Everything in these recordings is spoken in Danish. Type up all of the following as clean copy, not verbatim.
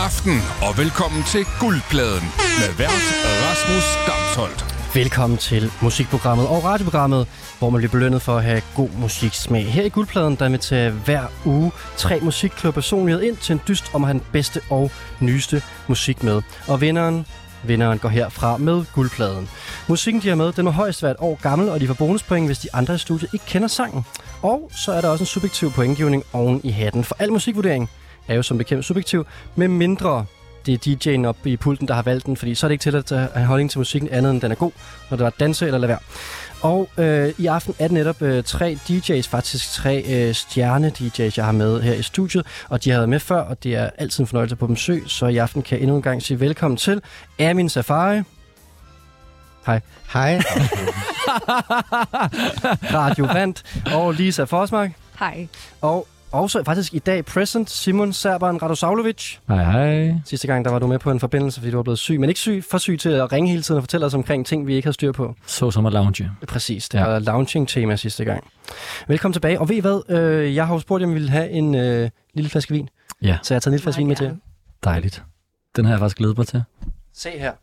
aften og velkommen til Guldpladen med vært Rasmus Damsholdt. Velkommen til musikprogrammet og radioprogrammet, hvor man bliver belønnet for at have god musiksmag. Her i Guldpladen, der inviterer hver uge 3 musikklubber personlighed ind til en dyst om at have den bedste og nyeste musik med. Og vinderen går herfra med Guldpladen. Musikken, de har med, den må højst være et år gammel, og de får bonuspoint, hvis de andre i studiet ikke kender sangen. Og så er der også en subjektiv pointgivning oven i hatten, for al musikvurdering er jo som bekendt subjektiv, med mindre det er DJ'en oppe i pulten, der har valgt den, fordi så er det ikke tilladt at have holdning til musikken andet, end den er god, når det var danse eller lad være. Og i aften er det netop 3 DJ's, faktisk 3 stjerne-DJ's, jeg har med her i studiet, og de har været med før, og det er altid en fornøjelse på dem besøg, så i aften kan jeg endnu en gang sige velkommen til Amin Safari. Hej. Hej. Radio Vant og Lisa Forsmark. Hej. Og også faktisk i dag present Simon Serban Radosavlovic. Hej, hej. Sidste gang, der var du med på en forbindelse, fordi du var blevet syg, men ikke syg, for syg til at ringe hele tiden og fortælle os omkring ting, vi ikke har styr på. Så som at lounge. Præcis, det var lounging-tema sidste gang. Velkommen tilbage, og ved I hvad? Jeg har jo spurgt, om I ville have en lille flaske vin. Ja. Så jeg har taget en lille flaske vin med til. Dejligt. Den har jeg faktisk glædet mig til. Se her.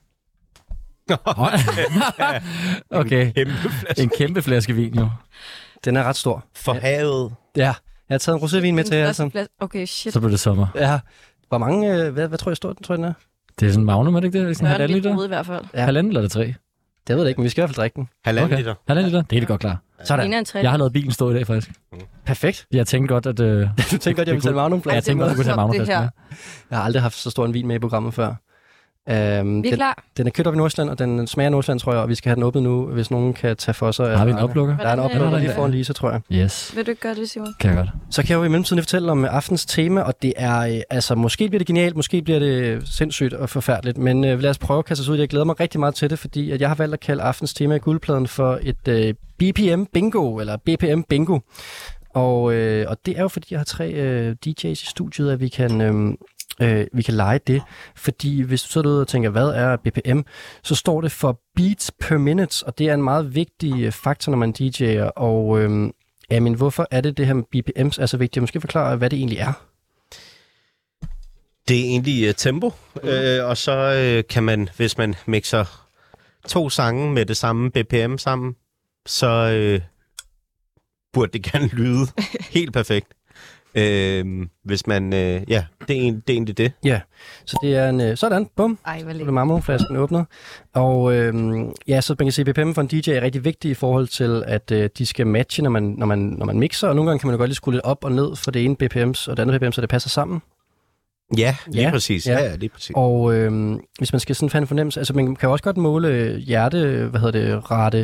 Okay, en kæmpe flaske vin jo. Den er ret stor. For havet. Ja, jeg har taget en rosévin med til jer. Altså. Okay, shit. Så blev det sommer. Ja. Hvor mange, hvad tror jeg står den, tror jeg, den er? Det er sådan en magnum, er det ikke det? Sådan en halvanden liter? Ude i hvert fald. Ja. Halvanden eller 3? Det ved jeg ikke, men vi skal i hvert fald drikke den. Halvanden liter. Halvanden liter? Det er det godt klar. Sådan. Jeg har lavet bilen stå i dag, faktisk. Perfekt. Jeg tænkte godt, at... Du tænker godt, jeg vil tage magnumflaske? Ja, jeg tænkte godt, at jeg kunne tage magnumflaske med. Jeg har aldrig haft så stor en vin med i programmet før. Vi er klar. Den er købt op i Nordsjælland, og den smager Nordsjælland, tror jeg, og vi skal have den åbnet nu, hvis nogen kan tage for sig. Har vi en oplukker? Der er en oplukker lige foran Lisa, tror jeg. Yes. Vil du ikke gøre det, Simon? Kan jeg godt. Så kan jeg jo i mellemtiden fortælle om aftens tema, og det er, altså, måske bliver det genialt, måske bliver det sindssygt og forfærdeligt, men lad os prøve at kaste os ud. Jeg glæder mig rigtig meget til det, fordi at jeg har valgt at kalde aftens tema i Guldpladen for et BPM-bingo, eller BPM-bingo. Og det er jo, fordi jeg har 3 DJ's i studiet, at vi kan lege det, fordi hvis du sidder derude og tænker, hvad er BPM, så står det for beats per minute, og det er en meget vigtig faktor, når man DJ'er, og men hvorfor er det her med BPM's er så vigtigt? Måske forklare, hvad det egentlig er. Det er egentlig tempo, og så kan man, hvis man mixer 2 sange med det samme BPM sammen, så burde det gerne lyde helt perfekt. Hvis man, det er egentlig det. Ja, så det er en, sådan, bum, Ej, hvor så er marmorflasken åbnet. Og så man kan sige, BPM for en DJ er rigtig vigtig i forhold til, at de skal matche, når man mixer, og nogle gange kan man jo godt lige skrue lidt op og ned for det ene BPM's og det andet BPM, så det passer sammen. Ja, lige præcis. Ja. Ja, lige præcis. Og hvis man skal sådan have en fornemmelse, altså man kan jo også godt måle rate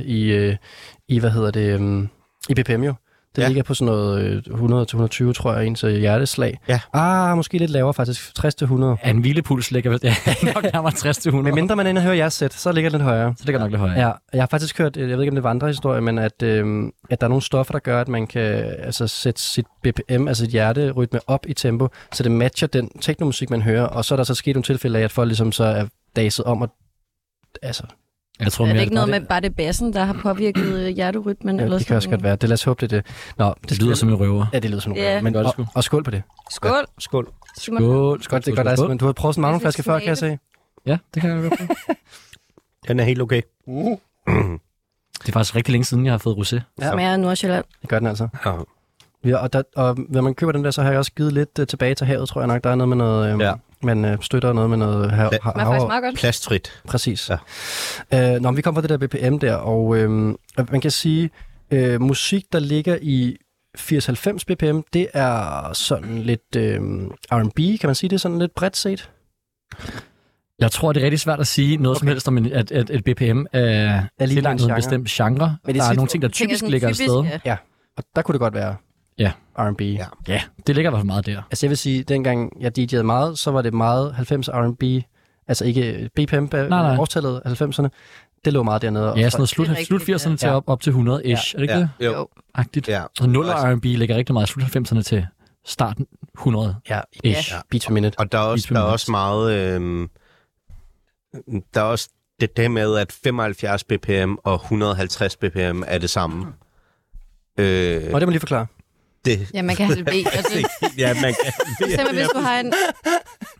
i BPM jo. Det ligger på sådan noget 100-120, tror jeg, ens hjerteslag. Ja. Måske lidt lavere faktisk, 60-100. Ja, en hvilepuls ligger vel nok nærmere 60-100. Men mindre man ender hører jeres sæt, så ligger det lidt højere. Så ligger nok lidt højere. Ja, jeg har faktisk hørt, jeg ved ikke om det var andre historier, men at der er nogle stoffer, der gør, at man kan sætte sit BPM, altså sit hjerterytme op i tempo, så det matcher den teknomusik, man hører. Og så er der så sket nogle tilfælde af, at folk ligesom så er daset om, og jeg tror, er det ikke noget med bare det bassen, der har påvirket hjerterytmen? Ja, eller det kan også godt være. Det lad os håbe, det. Nå, det lyder som en røver. Ja, det lyder som en røver. Men, og skål på det. Skål. Ja, skål. Skål. Det er godt, altså. Men du har prøvet sådan en magnumflaske før, kan jeg sige. Ja, det kan jeg godt prøve. Den er helt okay. Det er faktisk rigtig længe siden, jeg har fået rosé. Ja. Smager Nordsjælland. Det gør den altså. Ja. Ja, og når man køber den der, så har jeg også givet lidt tilbage til havet, tror jeg nok. Der er noget med noget... Man støtter noget med noget hav. Det er faktisk meget godt. Plastfrit. Præcis. Ja. Vi kommer fra det der BPM der, og man kan sige, musik, der ligger i 80-90 BPM, det er sådan lidt R&B, kan man sige det sådan lidt bredt set? Jeg tror, det er rigtig svært at sige noget som helst om, at et BPM er lige langt en bestemt genre. Men der er nogle ting, der typisk ligger et sted. Ja, og der kunne det godt være. Ja. R&B. Ja, det ligger i hvert fald meget der. Altså jeg vil sige, dengang jeg DJ'ede meget, så var det meget 90 R&B, altså ikke BPM, årstallet af 90'erne. Det lå meget dernede. Ja, sådan noget slut 80'erne til op til 100-ish, er det ikke det? Jo. Agtigt. Ja. Så 0 R&B ligger rigtig meget slut 90'erne til starten 100-ish. Ja. Beats per minute. Og der er også meget... der er også det der med, at 75 BPM og 150 BPM er det samme. Og det må lige forklare. Ja, man kan halvere det. Ja, man kan. Simpelthen, hvis du har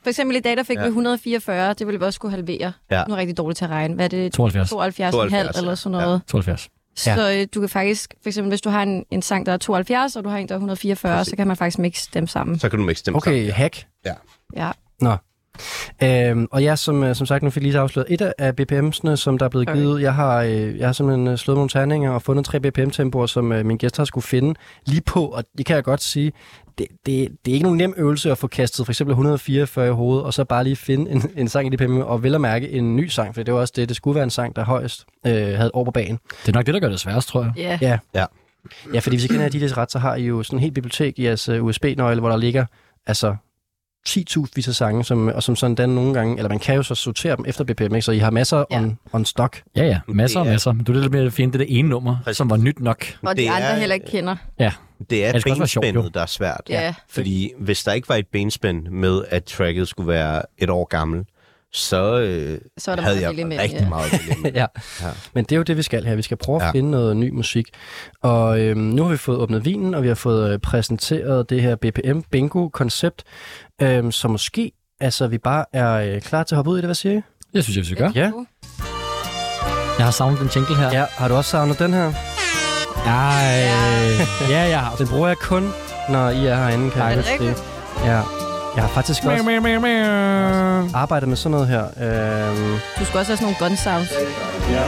For eksempel i dag, der fik vi 144. Det ville vi også kunne halvere. Ja. Nu er rigtig dårligt til at regne. Hvad er det? 72,5 eller sådan noget. 72. Så du kan faktisk, for eksempel hvis du har en sang, der er 72, og du har en, der er 144, så kan man faktisk mixe dem sammen. Så kan du mixe dem sammen. Okay, hack. Ja. Nå. Og ja, som sagt, nu fik lige afsløret et af BPM'sene, som der er blevet givet. Jeg har simpelthen slået nogle terninger og fundet 3 BPM-tempoer, som min gæst har skulle finde lige på, og det kan jeg godt sige, det er ikke nogen nem øvelse at få kastet for eksempel 144 i hovedet, og så bare lige finde en sang i det BPM, og vel at mærke en ny sang, for det var også det skulle være en sang, der højst havde et år på bagen. Det er nok det, der gør det sværest, tror jeg. Ja, fordi hvis I kender DJ's ret, så har I jo sådan en helt bibliotek i jeres USB-nøgle, hvor der ligger, altså 10.000 vis af sange, og som sådan nogle gange, eller man kan jo så sortere dem efter BPM, ikke? Så I har masser on stock. Ja, masser. Men du er lidt mere at finde det ene nummer, som var nyt nok. Og de andre heller ikke kender. Ja. Det er benspændet, der er svært. Ja. Fordi hvis der ikke var et benspænd med, at tracket skulle være et år gammel, så havde jeg rigtig meget dilemma. Ja. Men det er jo det, vi skal her. Vi skal prøve at finde noget ny musik. Og nu har vi fået åbnet vinen, og vi har fået præsenteret det her BPM-bingo-koncept, så måske vi bare er klar til at hoppe ud i det. Hvad siger I? Jeg synes, vi skal gøre. Ja. Jeg har savnet den jingle her. Ja, har du også savnet den her? Ja, jeg har. Den bruger jeg kun, når I er herinde, kan jeg sige. Ja. Jeg har faktisk også arbejdet med sådan noget her. Du skal også have sådan nogle gun sounds. Ja.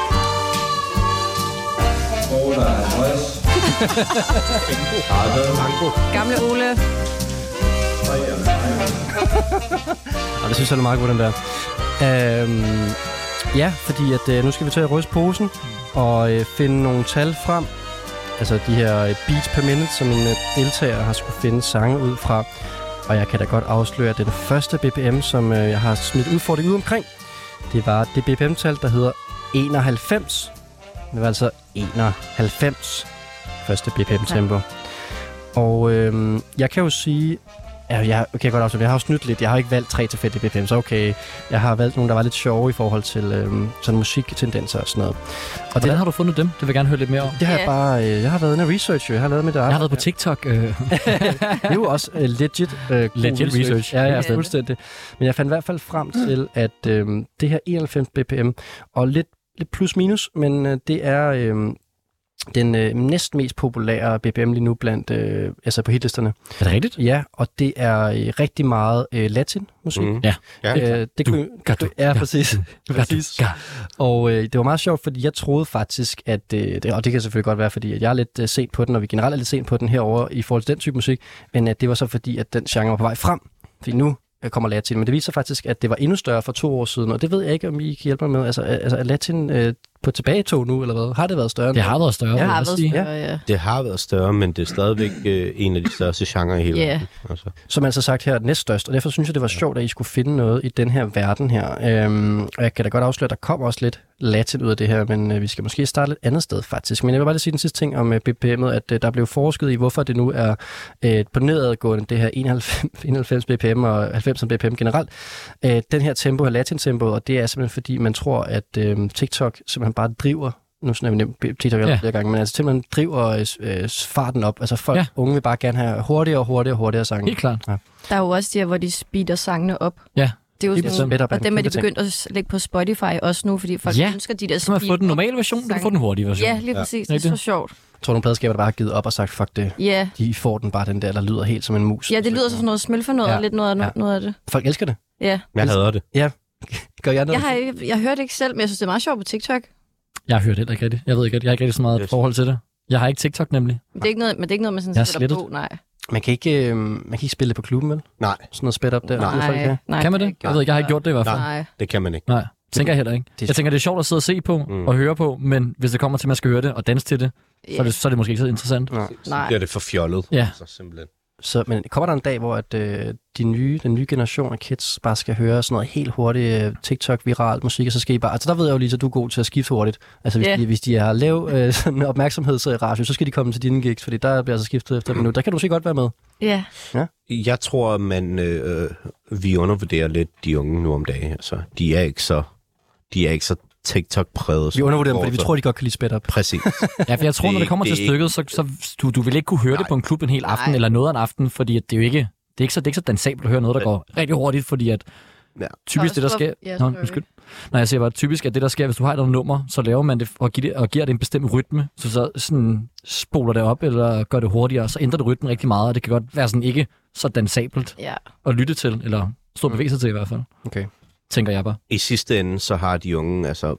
Gamle Ole. Og det synes jeg er meget godt, den der. Ja, fordi at, nu skal vi til at ryste posen og finde nogle tal frem. Altså de her beats per minute, som mine deltagere har skulle finde sange ud fra. Og jeg kan da godt afsløre, at den første BPM, som jeg har smidt udfordring ud omkring, det var det BPM-tal, der hedder 91. Det var altså 91. Første BPM-tempo. Og jeg kan jo sige... Jeg kan godt afsløre, jeg har jo snydt lidt. Jeg har ikke valgt 3-5 BPM, så okay. Jeg har valgt nogle, der var lidt sjove i forhold til sådan musiktendenser og sådan noget. Og hvordan har du fundet dem? Det vil jeg gerne høre lidt mere om. Det har jeg bare... jeg har været inde og research. Jeg har lavet mit arbejde. Jeg har været på TikTok. Det er jo også legit research. Ja, fuldstændig. Men jeg fandt i hvert fald frem til, at det her 91 BPM, og lidt plus minus, men det er... den næst mest populære BPM lige nu blandt på hitlisterne. Er det rigtigt? Ja, og det er rigtig meget latin-musik. Ja. Præcis. Og det var meget sjovt, fordi jeg troede faktisk, at og det kan selvfølgelig godt være, fordi at jeg er lidt sent på den, og vi generelt er lidt sent på den herovre i forhold til den type musik, men at det var så fordi, at den genre var på vej frem. Fordi nu kommer latin, men det viser faktisk, at det var endnu større for 2 år siden, og det ved jeg ikke, om I kan hjælpe mig med. Altså er latin på tilbagetog nu, eller hvad? Har det været større? Det har været større. Det har været større, ja. Det har været større, men det er stadigvæk en af de største genrer i hele verden. Altså. Som altså sagt her næststørst, og derfor synes jeg, det var sjovt, at I skulle finde noget i den her verden her. Og jeg kan da godt afsløre, at der kommer også lidt latin ud af det her, men vi skal måske starte et andet sted faktisk. Men jeg vil bare lige sige den sidste ting om BPM'et, at der blev forsket i, hvorfor det nu er på nedadgående, det her 91 BPM og 90 BPM generelt. Den her tempo er latin-tempo, og det er simpelthen fordi, man tror, at TikTok simpelthen bare driver, nu snakker vi nemt TikTok flere gange, men altså simpelthen driver farten op. Altså folk, unge vil bare gerne have hurtigere sange. Helt klart. Ja. Der er jo også de hvor de speeder sangene op. Ja. Det er jo sådan, og dem er de begyndt at lægge på Spotify også nu, fordi folk ønsker de der speed. Du kan få den normale version, du kan få den hurtige version. Ja, lige præcis. Det er så sjovt. Jeg tror, nogle pladeskaber, der bare har givet op og sagt, fuck det. Yeah. De får den bare den der lyder helt som en mus. Ja, det lyder sådan noget smølfer noget, lidt noget af det. Folk elsker det. Ja. Jeg hader det. Ja. Gør jeg noget? Jeg hørte det ikke selv, men jeg synes, det er meget sjovt på TikTok. Jeg har hørt det ikke rigtigt. Jeg ved ikke, jeg har ikke rigtig så meget forhold til det. Jeg har ikke TikTok nemlig. Men det er ikke noget, man sådan sætter på, nej. Man kan ikke spille det på klubben, vel? Nej. Sådan noget spæt op der. Nej. Kan man det? Jeg ved ikke, jeg har ikke gjort det i hvert fald. Nej, det kan man ikke. Nej, tænker jeg heller ikke. Jeg tænker, det er sjovt at sidde og se på og høre på, men hvis det kommer til, at man skal høre det og danse til det, så er det måske ikke så interessant. Nej. Så bliver det for fjollet. Ja. Så simpelthen. Men kommer der en dag, hvor at, den nye generation af kids bare skal høre sådan noget helt hurtigt TikTok-viralt musik, og så skal I bare... Altså der ved jeg jo lige, at du er god til at skifte hurtigt. Altså hvis de har lav sådan opmærksomhedsratio, så skal de komme til dine gigs, fordi der bliver altså skiftet efter et minut. Der kan du måske godt være med. Ja. Jeg tror, vi undervurderer lidt de unge nu om dagen. Altså, de er ikke så TikTok-præget. Vi undervurderer dem, fordi vi tror, de godt kan lide spætte op. Præcis. Ja, for jeg tror, når det kommer til stykket, så du vil ikke kunne høre det på en klub en hel aften, eller noget af en aften, fordi det er jo ikke Det er ikke så dansabelt at høre noget, der går rigtig hurtigt, fordi at typisk det, der sker... Når jeg siger bare, typisk at det, der sker, hvis du har et nummer, så laver man det og giver det en bestemt rytme, så sådan spoler det op, eller gør det hurtigere, så ændrer det rytmen rigtig meget, og det kan godt være sådan ikke så dansabelt at lytte til, eller stå bevæge sig til i hvert fald. Okay. Tænker jeg bare. I sidste ende, så har de unge altså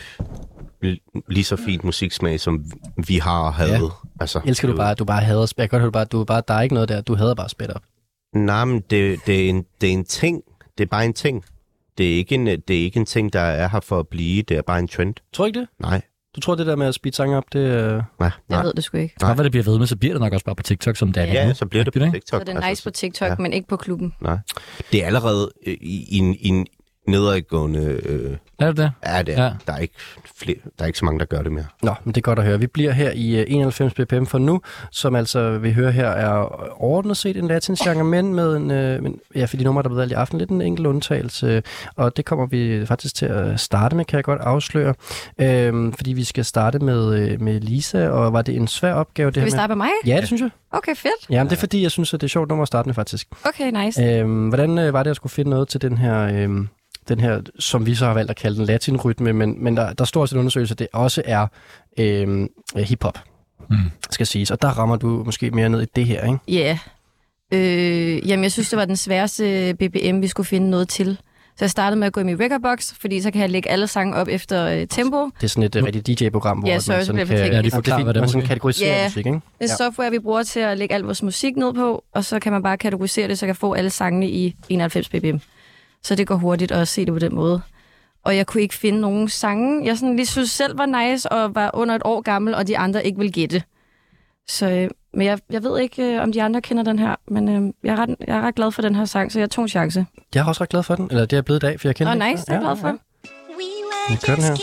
lige så fint musiksmag, som vi har hadet. Ja. Altså, elsker du bare hader spæt? Jeg kan godt høre, der er ikke noget der, du hader bare spæt op. Nej, men det er en ting. Det er bare en ting. Det er ikke en ting, der er her for at blive. Det er bare en trend. Tror du ikke det? Nej. Du tror, det der med at speede sange op, det... Nej. Jeg ved det sgu ikke. Nej, hvad det bliver ved med, så bliver det nok også bare på TikTok, som det er. Ja, så bliver det på TikTok. Så det er nice på TikTok, men ikke på klubben. Nej. Det er allerede i en nedadgående... Er det? Ja, det er. Ja. Der er ikke så mange, der gør det mere. Nå, men det er godt at høre. Vi bliver her i 91 BPM for nu, som altså, vi hører her, er overordnet set en latin-genre, men med en... for de numre, der er blevet i aften, lidt en enkelt undtagelse. Og det kommer vi faktisk til at starte med, kan jeg godt afsløre. Fordi vi skal starte med Lisa, og var det en svær opgave? Det skal vi starte med mig? Ja, det synes jeg. Okay, fedt. Jamen, det er fordi, jeg synes, at det er sjovt nummer at starte med, faktisk. Okay, nice. Hvordan var det at skulle finde noget til den her, som vi så har valgt at kalde den latinrytme, men der står også en undersøgelse, at det også er hiphop, skal siges. Og der rammer du måske mere ned i det her, ikke? Ja. Jamen, jeg synes, det var den sværeste BPM, vi skulle finde noget til. Så jeg startede med at gå i min recordbox, fordi så kan jeg lægge alle sange op efter tempo. Det er sådan et rigtig DJ-program, hvor man sådan kan kategorisere musik, ikke? Det er software, vi bruger til at lægge al vores musik ned på, og så kan man bare kategorisere det, så jeg kan få alle sangene i 91 BPM. Så det går hurtigt at se det på den måde. Og jeg kunne ikke finde nogen sange, jeg sådan lige synes selv var nice, og var under et år gammel, og de andre ikke ville gætte. Så, men jeg ved ikke, om de andre kender den her, men jeg er ret glad for den her sang, så jeg tog en chance. Jeg er også ret glad for den, eller det er jeg blevet i dag, for jeg kender den. Nice, det er jeg glad for. Jeg kører den her.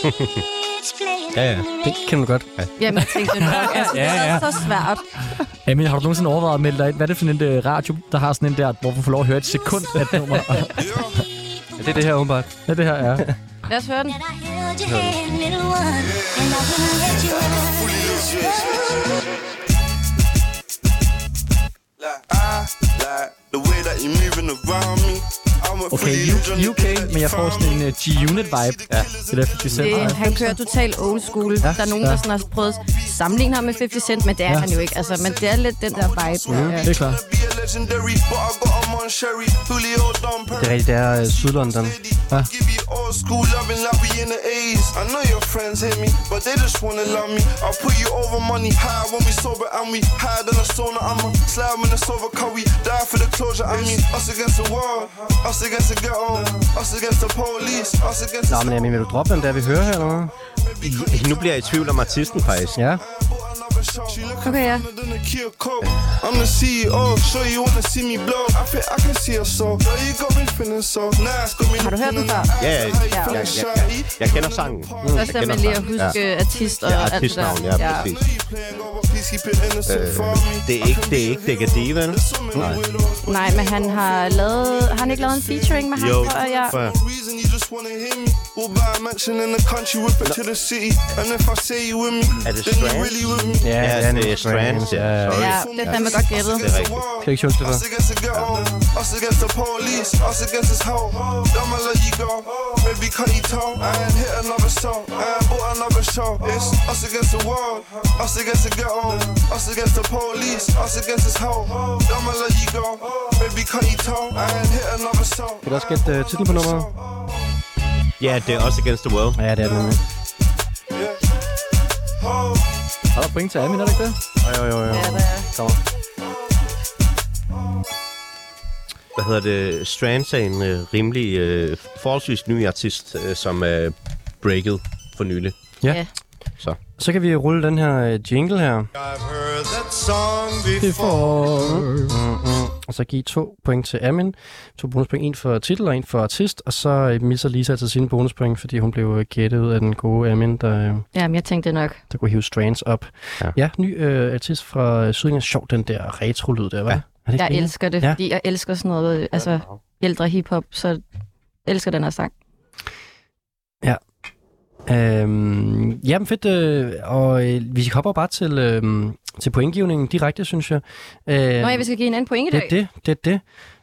Ja, det kender du godt. Jamen, jeg tænkte det nok. Altså, det er så svært. Jamen, har du nogensinde overvejet at melde dig ind? Hvad er det for en radio, der har sådan en der, hvor du får lov at høre et sekund af et nummer? Det er det her, åbenbart. Ja, det her er. Lad os høre den. Okay, UK, men jeg får sådan en G-Unit-vibe. Ja. Han kører totalt old school. Ja. Der er nogen, der sådan har prøvet at sammenligne ham med 50 Cent, men det er han jo ikke. Altså, men det er lidt den der vibe. Det er klart. Det er rigtigt, det er Sydlondon. Ja. Nå, men Amin, vil du droppe den der, vi hører her, eller hvad? Nu bliver jeg i tvivl om artisten, faktisk. Ja. Okay, ja. Har du hørt den før? Ja, jeg kender sangen. Først er man lige at huske artist og alt det der. Ja, præcis. Det er ikke Decade, vel? Nej, men han har ikke lavet en featuring med ham? Jo, ja. Er det Strands? Ja, det er Strands. Ja, det er fandme godt gættet. Det er rigtigt. Kan ikke det for? Kan du også gætte titlen på nummeret? Ja, det er også Against the World. Ja, det er det nemlig. Har der point til Amin, er det ikke det? Jo. Ja, det er. Kommer. Hvad hedder det? Strands er en rimelig forholdsvis ny artist, som er breaket for nylig. Ja. Så kan vi rulle den her jingle her. Og så give 2 point til Amin. 2 bonuspoint, en for titel og en for artist. Og så misser Lisa til sine bonuspoint, fordi hun blev gættet ud af den gode Amin, Jamen, jeg tænkte nok. Der kunne hive Strands op. Ja, ny artist fra Sydengland. Sjov, den der retro-lyd der, hva'? Ja. Jeg elsker det, fordi jeg elsker sådan noget, ældre hiphop, så elsker den her sang. Ja. Jamen fedt, og vi hopper bare til pointgivningen direkte, synes jeg. Vi skal give en anden point i dag. Det er det.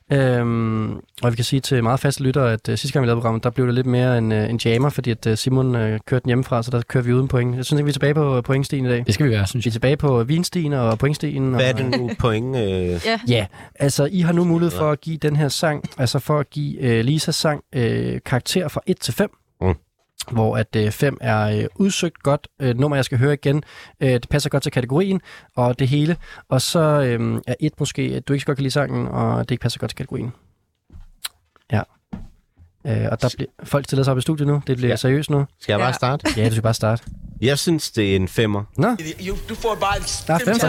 Og vi kan sige til meget faste lyttere, at sidste gang vi lavede programmet, der blev det lidt mere en jammer, fordi at Simon kørte den hjemmefra, så der kører vi uden point. Jeg synes ikke, vi er tilbage på pointstien i dag. Det skal vi være, synes jeg. Vi er tilbage på vinstien og pointstien. Hvad er det nu point? Ja, altså I har nu mulighed for at give den her sang, altså for at give Lisas sang karakter fra 1 til 5. Hvor at 5 er udsøgt godt nummer, jeg skal høre igen. Det passer godt til kategorien og det hele. Og så er 1 måske, at du ikke så godt kan lide sangen, og det ikke passer godt til kategorien. Ja. Og der bliver folk stiller sig op i studiet nu. Det bliver seriøst nu. Skal jeg bare starte? Ja, du skal bare starte. Jeg synes, det er en 5'er. Nå. Du får bare et 5-tal.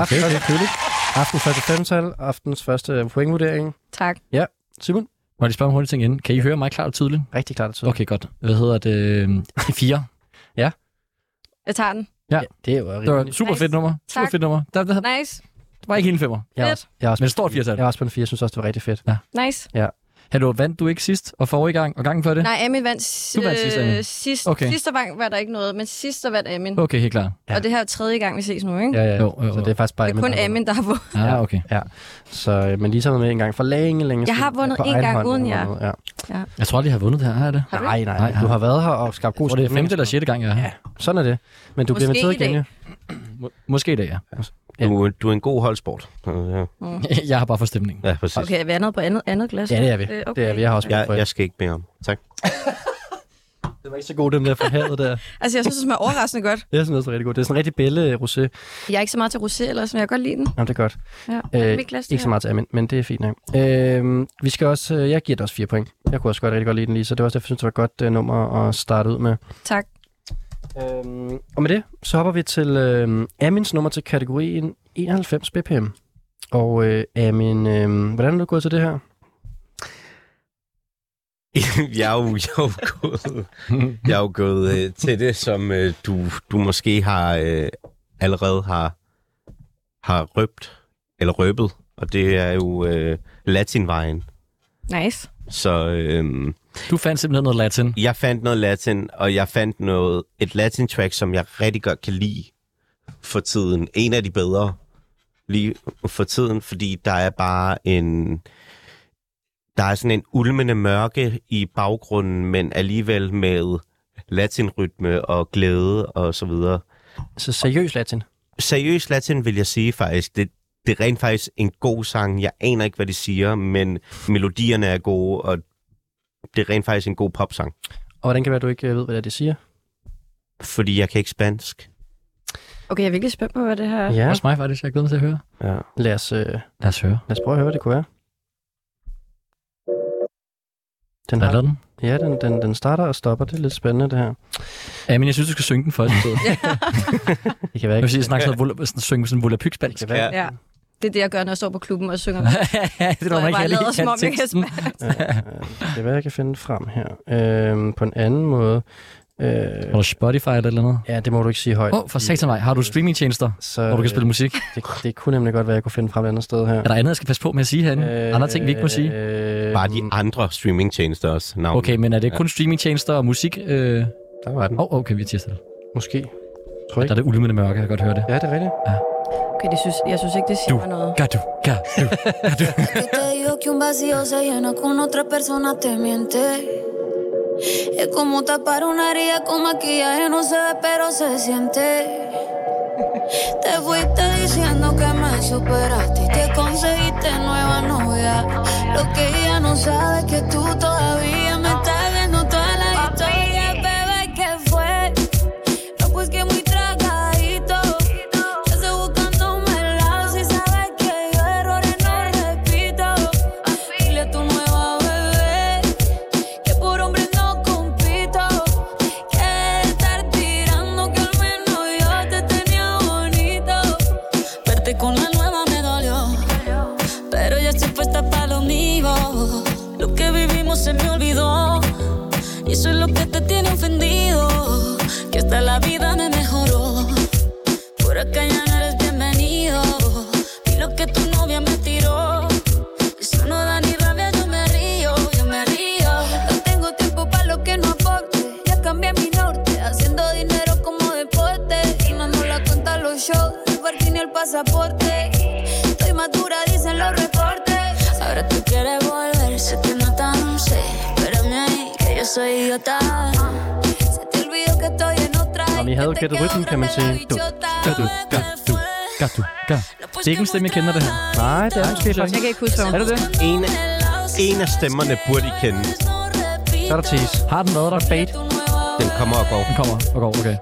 Aftens første 5-tal. Aftens første pointvurdering. Tak. Ja, Simon? Må jeg lige spørge om hurtigt ting igen? Kan I høre mig klart og tydeligt? Rigtig klart og tydeligt. Okay, godt. Hvad hedder det? 4. Ja. Jeg tager den. Ja. Det er jo Det var et super fedt nummer. Super fedt nummer. Nice. Det var ikke helt en 5'er. Jeg er også Men et stort 4-tal. Jeg er også på en 4. Jeg synes også, det var rigtig fedt. Ja. Nice. Ja. Hallo, vandt du ikke sidst og forrige gang og gangen før det? Nej, Amin vandt Du vandt sidst, Amin. Sidste gang var der ikke noget, men sidste vandt Amin. Okay, helt klart. Ja. Og det her er 3. gang, vi ses nu, ikke? Ja. Jo. Så det er faktisk bare Amin. Det er kun Amin, der har vundet. Ja, okay. Ja. Så, men Lisa var med en gang for længe Jeg har vundet en gang uden jer. Ja. Jeg tror aldrig, jeg har vundet det her. Har jeg det? Nej. Du har været her og skabt god stemning. Det er 5. eller 6. gang, jeg er her. Ja, sådan er det. Men du bliver inviteret igen, ja. Måske i dag, ja. Du er en god holdsport. Jeg har bare for stemningen. Ja, præcis. Okay, er vi andet på andet glas? Ja, det er vi. Okay. Det er vi. Jeg har også jeg skal ikke bede om. Tak. Det var ikke så god, den der forhavet der. Altså, jeg synes, det smager overraskende godt. Jeg synes også, det er rigtig godt. Det er sådan en rigtig bælle rosé. Jeg er ikke så meget til rosé, eller sådan, jeg kan godt lide den. Jamen, det er godt. Ja, ikke så meget til men det er fint. Vi skal også, jeg giver dig også 4 point. Jeg kunne også rigtig godt lide den lige, så det var også derfor, jeg synes, det var et godt nummer at starte ud med. Tak. Og med det, så hopper vi til Amins nummer til kategorien 91 BPM. Og Amin, hvordan er du gået til det her? Jeg er jo gået til det, som du måske har allerede har røbet, og det er jo latinvejen. Nice. Så du fandt simpelthen noget latin? Jeg fandt noget latin, og jeg fandt et latin track, som jeg rigtig godt kan lide for tiden. En af de bedre lige for tiden, fordi der er bare der er sådan en ulmende mørke i baggrunden, men alligevel med latinrytme og glæde og så videre. Så seriøs latin? Seriøs latin vil jeg sige faktisk. Det er rent faktisk en god sang. Jeg aner ikke, hvad de siger, men melodierne er gode, og det er rent faktisk en god popsang. Og hvordan kan det være, du ikke ved, hvad det siger? Fordi jeg kan ikke spansk. Okay, jeg er virkelig spændt på, hvad det her er. Ja. Også mig faktisk, jeg glæder mig til at høre. Ja. Lad os høre. Lad os prøve at høre, hvad det kunne være. Den? Ja, den starter og stopper. Det er lidt spændende, det her. Ja, men jeg synes, du skal synge den først. Det kan være, jeg vil sige, synge sådan volapyk-spansk. Ja. Det er det, jeg gør, når jeg står på klubben og synger. Det er der, man ikke lader som om, jeg kan det kan være, jeg kan finde frem her. På en anden måde. Har du Spotify eller noget? Ja, det må du ikke sige højt. For satan mig. Har du streamingtjenester, hvor du kan spille musik? Det kunne nemlig godt være, jeg kunne finde frem et andet sted her. Er der andet, jeg skal passe på med at sige herinde? Andre ting, vi ikke må sige? Bare de andre streamingtjenester også. Okay, men er det kun streamingtjenester og musik? Der var den. Okay, vi tirsdag. Måske. Tror jeg. Der er det ulmende mørke, jeg kan godt høre det. Ja, det er rigtigt. Ja. Okay, jeg synes ikke, det siger mig noget. Gadu. Te digo que un vacío se llena con otra persona te miente. Es como tapar una herida con maquillaje, no se ve pero se siente. Te fuiste diciendo que me superaste y que conseguiste nueva novia. Lo que ella no sabe es que tú todavía me estás viendo toda la historia. Bebé, ¿qué fue? No, pues que muy tragadito. Ya estoy buscándome el lado. Si sabes que yo errores no repito. Dile a tu nueva bebé que por hombre no compito. Que estar tirando que al menos yo te tenía bonito. Verte con la nueva me dolió, pero ya estoy puesta para lo mío. Lo que vivimos se me olvidó y eso es lo que te tiene ofendido. Que hasta la vida me mejoró. Por acá ya no eres bienvenido. Y lo que tu novia me tiró, eso no da ni rabia, yo me río. No tengo tiempo para lo que no aporte. Ya cambié mi norte. quieres volver, sé que no tan sé. Espérame ahí, que yo soy idiota. Se te olvidó que estoy en otra. Om I havde gættet rytmen, kan man sige. Det er ikke en stemme, jeg kender det her. Nej, det er måske faktisk. Jeg kan ikke huske, Er det det? En af stemmerne burde I kende. Så er der tease. Har den været der? Fade. Den kommer og går. Den kommer og går, okay.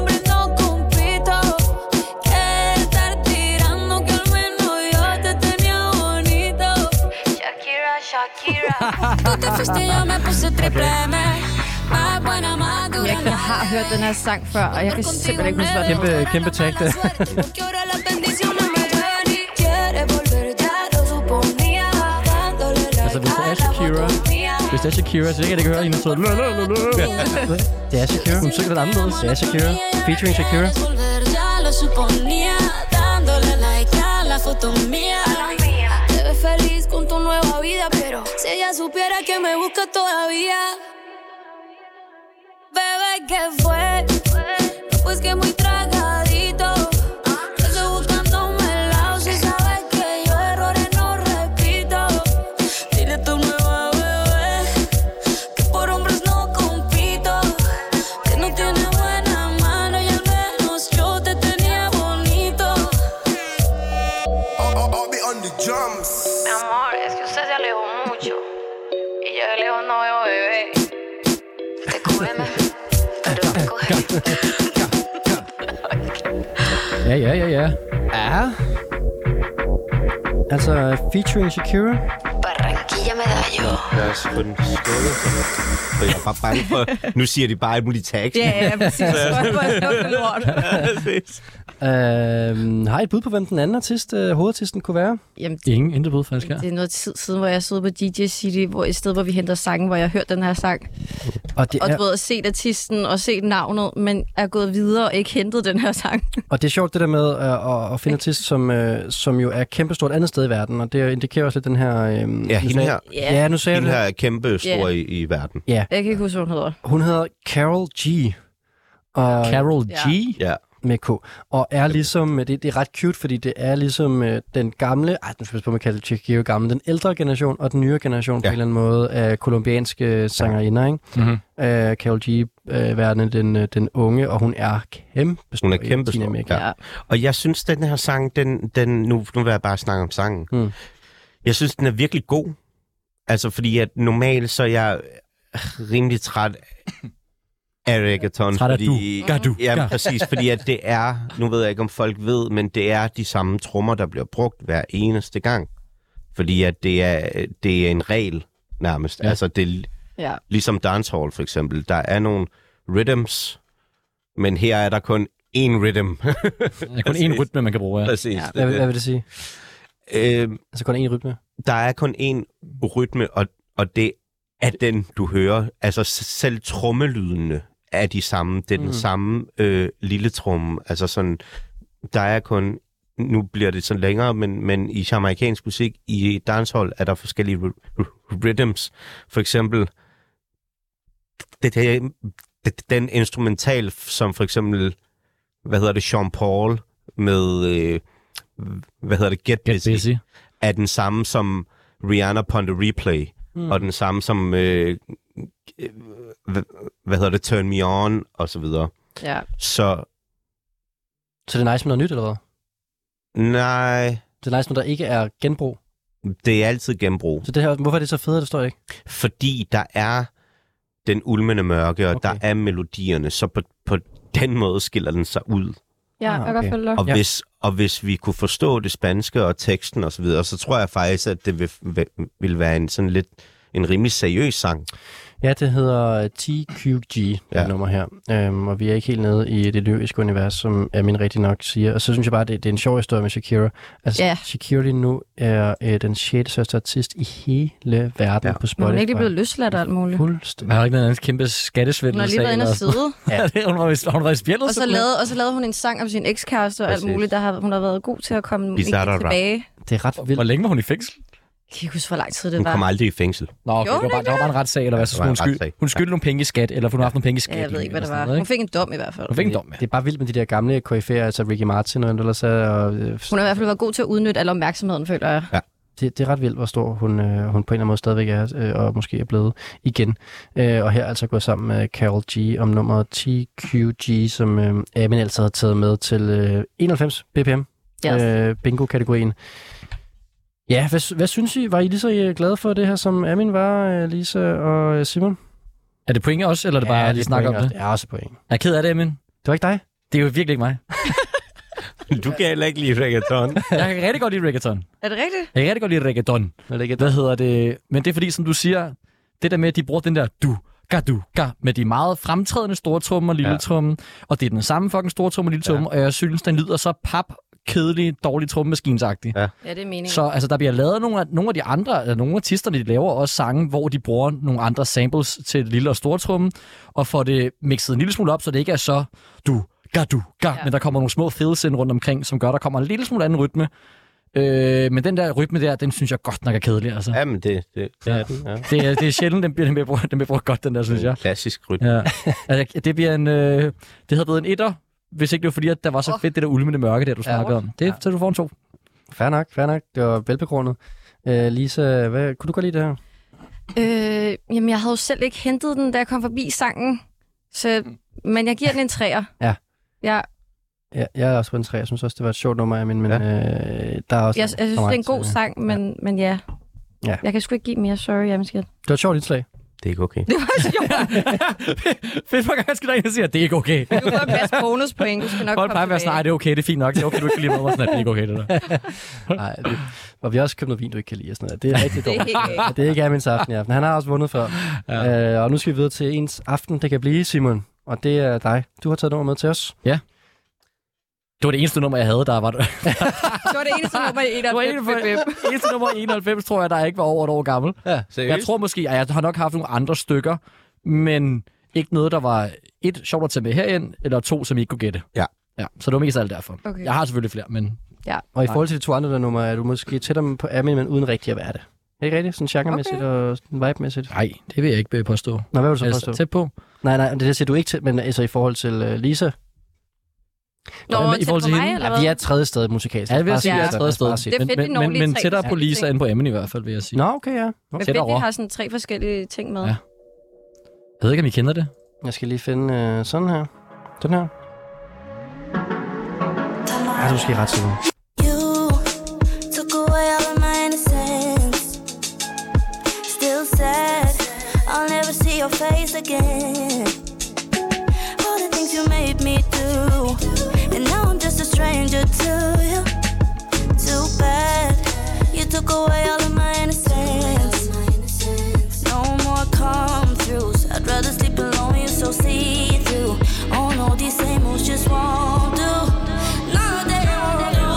Jeg har hørt den her sang før, og jeg kan simpelthen ikke huske, hvad det Kæmpe tag det. Altså, hvis det er Shakira, så kan jeg ikke høre hende så. Det er Shakira. Hun synger lidt anderledes. Det er Shakira. Featuring Shakira. Feliz con tu nueva vida, pero si ella supiera que me busca todavía. Bebé, ¿qué fue? No, pues que muy tragadito. Estoy buscándome el lado, si sabes que yo errores no repito. Dile a tu nueva bebé que por hombres no compito, que no tiene buena mano y al menos yo te tenía bonito. I'll be on the drums. Mi amor, es que usted se alejó mucho. Y yo de lejos no veo bebé. Te cógeme, pero coge. Ja. Ja. Altså, featuring Shakira. Barranquilla Medallo. Jeg er selvfølgelig skålet. For jeg er bare bange for... Nu siger de bare et muligt tag. Ja, præcis. Har I et bud på, hvem den anden artist, hovedartisten, kunne være? Jamen, Intet bud, faktisk, det er noget tid siden, hvor jeg stod på DJ City, hvor i stedet, hvor vi henter sange, hvor jeg har hørt den her sang. Og det Og er, du ved, set artisten og set navnet, men er gået videre og ikke hentet den her sang. og det er sjovt, det der med at finde artist, som jo er kæmpestort andet sted i verden, og det indikerer også lidt den her... Ja, hende her. Ja, nu sagde jeg Hende det. her er kæmpe stor i verden. Ja. Jeg kan ikke huske, hvad hun hedder. Hun hedder Karol G. Og Karol G? Ja. med K. Og er ligesom, det er ret cute, fordi det er ligesom den gamle, nu skal jeg på, man kalder Shakira gammel, den ældre generation og den nyere generation på en eller anden måde af kolumbianske sangerinder, ikke? Mm-hmm. Karol G. Verden den unge, og hun er kæmpe stor. Hun er kæmpe stor, ja. Og jeg synes, den her sang, nu vil jeg bare snakke om sangen. Jeg synes, den er virkelig god. Altså, fordi at normalt så er jeg rimelig træt af reggaeton. Træt af fordi, du. Ja, præcis, fordi at det er, nu ved jeg ikke, om folk ved, men det er de samme trommer, der bliver brugt hver eneste gang. Fordi at det er en regel nærmest. Ja. Altså, det er ligesom dancehall for eksempel. Der er nogle rhythms, men her er der kun én rhythm. Der er kun én rytme, man kan bruge. Ja. Præcis. Ja. Hvad vil det sige? Altså kun én rytme? Der er kun én rytme, og det er den, du hører. Altså selv trommelydene er de samme. Det er den samme lille tromme. Altså sådan, der er kun... Nu bliver det sådan længere, men i jamaikansk musik, i dancehall, er der forskellige rhythms. For eksempel, den instrumental, som for eksempel, Sean Paul med, Get Busy, er den samme som Rihanna på The Replay, og den samme som, Turn Me On, og så videre. Ja. Så det er nice med noget nyt, eller hvad? Nej. Det er nice med, der ikke er genbrug? Det er altid genbrug. Så det her, hvorfor er det så fedt, det står ikke? Fordi der er den ulmende mørke, og der er melodierne, så på den måde skiller den sig ud. Ja, jeg kan godt følge dig. Og hvis vi kunne forstå det spanske og teksten og så videre, så tror jeg faktisk, at det vil være en rimelig seriøs sang. Ja, det hedder TQG, det nummer her. Og vi er ikke helt nede i det lyriske univers, som Amin rigtig nok siger. Og så synes jeg bare, det er en sjov historie med Shakira. Altså, Shakira lige nu er den 6. største artist i hele verden på Spotify. Hun er ikke blevet løsladt og alt muligt. Fuldstændig. Har hun ikke en kæmpe skattesvindel? Hun har lige været inde og sidde. Hun har været i spjældet. Og så lavede hun en sang om sin ekskæreste og alt muligt. Hun har været god til at komme tilbage. Det er ret vildt. Hvor længe var hun i fængsel? Jeg kan ikke huske, hvor lang tid det var. var. Hun kom aldrig i fængsel. Nå, okay. Det var bare en retssag, eller hvad? Så hun skyldte nogle penge i skat, eller hun har haft nogle penge i skat. Ja, jeg ved ikke, hvad det var. Hun fik en dom i hvert fald. Hun fik en dom, ja. Det er bare vildt med de der gamle koryfæer, altså Ricky Martin og ellers. Hun har i hvert fald været god til at udnytte al opmærksomheden, føler jeg. Ja. det er ret vildt, hvor stor hun på en eller anden måde stadigvæk er, og måske er blevet igen. Og her altså gået sammen med Carol G om nummeret TQG, som Amin altså har taget med til 91 BPM, bingo-kategorien. Ja, hvad synes I? Var I lige så glade for det her, som Amin var, Lisa og Simon? Er det point også, eller er det bare, at de snakker om det? Ja, også point. Jeg er ked af det, Amin. Det var ikke dig? Det er jo virkelig ikke mig. Du kan heller ikke lide reggaeton. Jeg kan rigtig godt lide reggaeton. Er det rigtigt? Jeg kan rigtig godt lide reggaeton. Hvad hedder det? Men det er fordi, som du siger, det der med, at de bruger den der du-ga med de meget fremtrædende store trommer og lille tromme, og det er den samme fucking store tromme og lille tromme, og jeg synes, den lyder så kedelig, dårlig trommemaskinsagtig. Ja, det er meningen. Så altså, der bliver lavet nogle af de andre, nogle artisterne, de laver også sange, hvor de bruger nogle andre samples til lille og store tromme, og får det mixet en lille smule op, så det ikke er så du-ga, men der kommer nogle små fills ind rundt omkring, som gør, der kommer en lille smule anden rytme. Men den der rytme der, den synes jeg godt nok er kedelig. Altså. Ja, men det er den, ja. Det er sjældent, den bliver brugt godt, den der, synes jeg. Klassisk rytme. Ja. Altså, det bliver det havde blevet en etter, hvis ikke det var fordi, at der var så fedt det der ulmende mørke, der du snakkede om. Så du får en 2. Fair nok. Det var velbegrundet. Lisa, kunne du godt lide det her? Jamen, jeg havde jo selv ikke hentet den, da jeg kom forbi sangen. Men jeg giver den en 3'er. Ja. Ja. Ja, jeg er også på en 3. Jeg synes også, det var et sjovt nummer, men der er også... Jeg synes, det er en god sang, men ja. Jeg kan sgu ikke give mere, sorry, jeg måske. Det var et sjovt indslag. Det er ikke okay. Det var sjovt. Fedt for gang, jeg skal der ind og sige, at det er ikke okay. Du får en masse bonuspoint, du skal nok komme tilbage. Nej, det er okay, det er fint nok. Det er okay, du ikke kan lide mig, sådan, det er ikke okay, det der. Nej, og vi har også købt noget vin, du ikke kan lide. Sådan noget. Det er rigtig dårligt. Det er ikke Amins aften i aften. Han har også vundet før. Ja. Og nu skal vi videre til ens aften, det kan blive, Simon. Og det er dig. Du har taget nummer med til os. Ja. Det var det eneste nummer, jeg havde, der var... Det var det eneste nummer i 91. Det eneste nummer i 91, tror jeg, der ikke var over et år gammel. Ja, seriøst? Jeg tror måske, at jeg har nok haft nogle andre stykker, men ikke noget, der var 1 sjovt at tage med herind, eller 2, som I ikke kunne gætte. Ja. Så det var mest alt derfor. Okay. Jeg har selvfølgelig flere, men... Ja. Og i forhold til de 2 andre numre, er du måske tættere på Amin, men uden rigtig at være det. Er ikke rigtigt? Sådan genremæssigt og vibe-mæssigt? Nej, det vil jeg ikke påstå. Nå, hvad vil du så påstå? Tæt på? Nej, det siger du ikke til, men altså i forhold til Lisa... Nå, i forhold til hende? Ja, vi er et tredje sted musikalsk. Ja, jeg vil sige, vi er et tredje sted. Det er fedt, men tættere på Lisa end på Amin i hvert fald, vil jeg sige. Nå, okay, ja. Men fedt, vi har sådan 3 forskellige ting med. Ja. Jeg ved ikke, om I kender det. Jeg skal lige finde sådan her. Den her. Ja, du skal ret til nu. You took away all of my innocence. Still sad, I'll never see your face again. All the things you made me do, and now I'm just a stranger to you. Too bad, you took away all of my innocence. No more come-throughs, I'd rather sleep alone, you're so see-through. Oh no, these same moves just won't do. No, they won't do.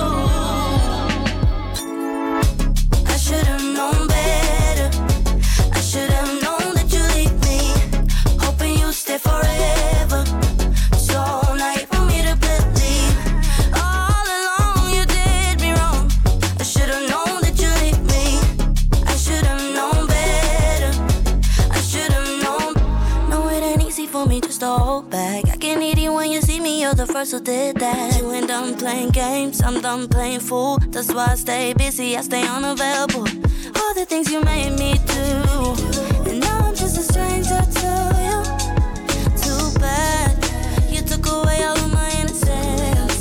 I should have known better. I should have known that you leave me, hoping you stay forever. So naive for me to believe. All along you did me wrong. I should have known that you leave me. I should have known better. I should have known. No, it ain't easy for me just to hold back. I get needy when you see me, you're the first who did that. You ain't done playing games, I'm done playing fool. That's why I stay busy, I stay unavailable. All the things you made me do, and now I'm just a stranger to you. Too bad, you took away all of my innocence.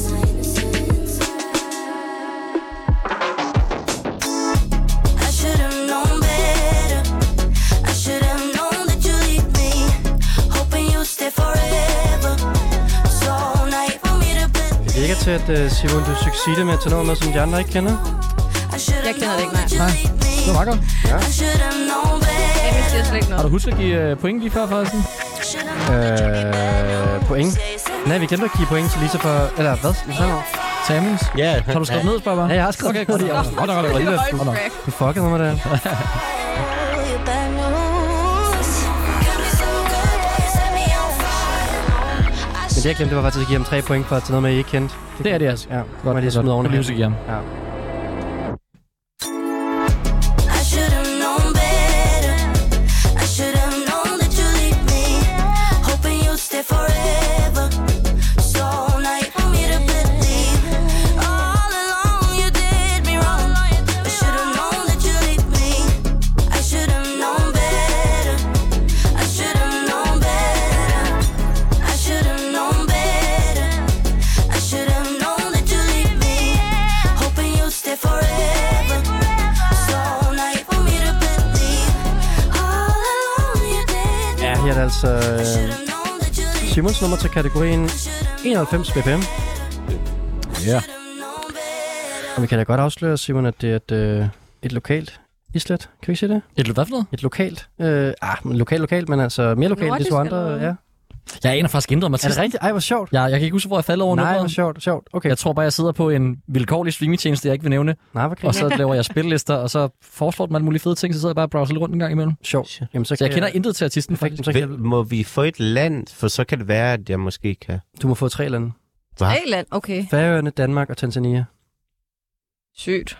I should have known better. I should have known that you leave me, hoping you stay forever. So naive for me to believe. Det virker til, at Simon, du succeder med at tage noget med, som de andre ikke kender. Jeg kender det ikke, nej. Det var meget godt. Ja. Jeg siger slet ikke noget. Har du husket at give point lige før, forresten? Point? Nej, vi glemte at give point til Lisa for... Eller hvad? Til Amins? Ja. Har du skrevet ned, spørger bare? Ja, jeg har skrevet okay, godt. Du fuckede med det. Men det jeg glemte, det var faktisk at give ham 3 point for at tage noget med, I ikke kendte. Det er det altså. Ja, godt med det smidt oven i music hjem. Ja. her er altså Simons nummer til kategorien 91 BPM. Ja. Og vi kan da godt afsløre, Simon, at det er et lokalt islet. Kan vi ikke sige det? Et hvad for noget? Et lokalt. Lokalt, men altså mere lokalt, end de to andre. Ja. Jeg aner faktisk ændret mig til. Er det rigtigt? Ej, hvor sjovt. Jeg kan ikke huske, hvor jeg falder over nummeret. Nej, hvor sjovt. Okay. Jeg tror bare, jeg sidder på en vilkårlig streamingtjeneste, jeg ikke vil nævne. Nej, hvor og så laver jeg spillister, og så foreslår den alle mulige fede ting, så sidder jeg bare og browser lidt rundt en gang imellem. Sjovt. Jamen, så jeg kender intet til artisten, faktisk. Må vi få et land? For så kan det være, at jeg måske kan... Du må få 3 lande. 3 lande? Okay. Færøerne, Danmark og Tanzania. Sygt.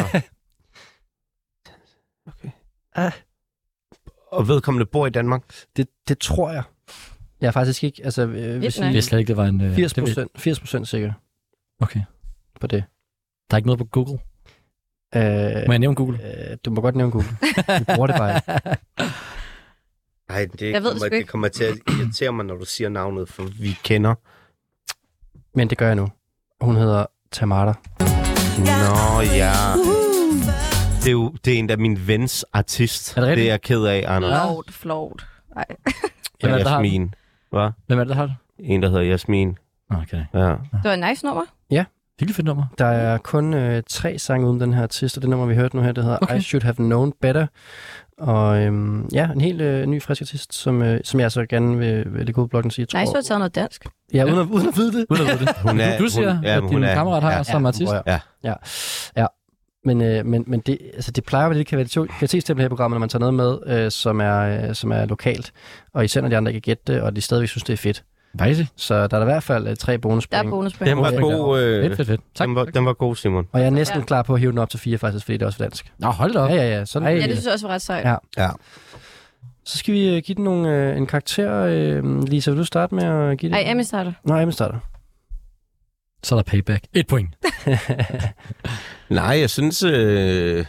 Okay. Og vedkommende bor i Danmark? Det tror jeg. Jeg er faktisk ikke... Altså, hvis jeg slet ikke, det var en... 80% sikker. Okay. På det. Der er ikke noget på Google? Må jeg nævne Google? Du må godt nævne Google. Vi bruger det bare. Nej, det kommer til at irritere mig, når du siger navnet, for vi kender. Men det gør jeg nu. Hun hedder Tamara. Nå, ja. Det er en af min vens artist. Er det er jeg ked af, Anders. Flot. Nej. Ja, Jasmin. Hvad? Hvem er det, der har det? En, der hedder Jasmin. Okay. Ja. Det var en nice nummer. Ja. Virkelig fedt nummer. Der er kun 3 sange uden den her artist, og det nummer, vi hørte nu her, det hedder I Should Have Known Better. Og en helt ny, frisk artist, som jeg så gerne vil lægge ud bloggen sige. Nej, så har jeg taget noget dansk. Ja, uden at vide det. Du siger, at din kammerat har som artist. Ja. Men det, altså det plejer at være lidt kvalitetstempel her i programmet, når man tager noget med, som er lokalt. Og især når de andre ikke kan gætte det, og de stadigvæk synes, det er fedt. Faktisk. Så der er i hvert fald 3 bonuspoint. Der er bonuspoint. Den var god. Fedt. Tak. Den var god, Simon. Og jeg er næsten klar på at hive den op til 4, faktisk, fordi det er også dansk. Nå, hold da op. Ja. Sådan, det synes jeg også var ret sejt. Ja. Så skal vi give den en karakter. Lisa, vil du starte med at give det? Ej, Emmy starter. Nå, Emmy starter. Så er der payback. 1 point. Nej, jeg synes det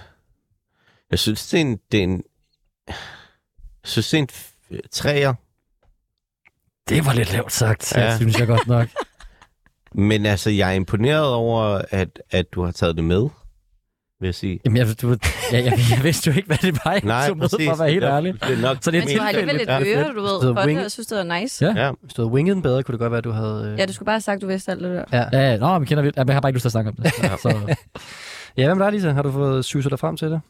er en 3'er. Det var lidt lavt sagt, synes jeg godt nok. Men altså, jeg er imponeret over, at du har taget det med, vil jeg sige. Jamen, jeg vidste jo ikke, hvad det var, jeg tog med, for at være helt ærlig. Så det er du har alligevel lidt øre, du ved, for det, jeg synes, det var nice. Ja. Hvis du havde winget den bedre, kunne det godt være, at du havde... Ja, du skulle bare have sagt, du vidste alt det der. Ja. Nå, vi kender vildt. Jeg har bare ikke lyst til at snakke om det. Så. Ja, hvad med dig, Lisa? Har du fået syset dig frem til det?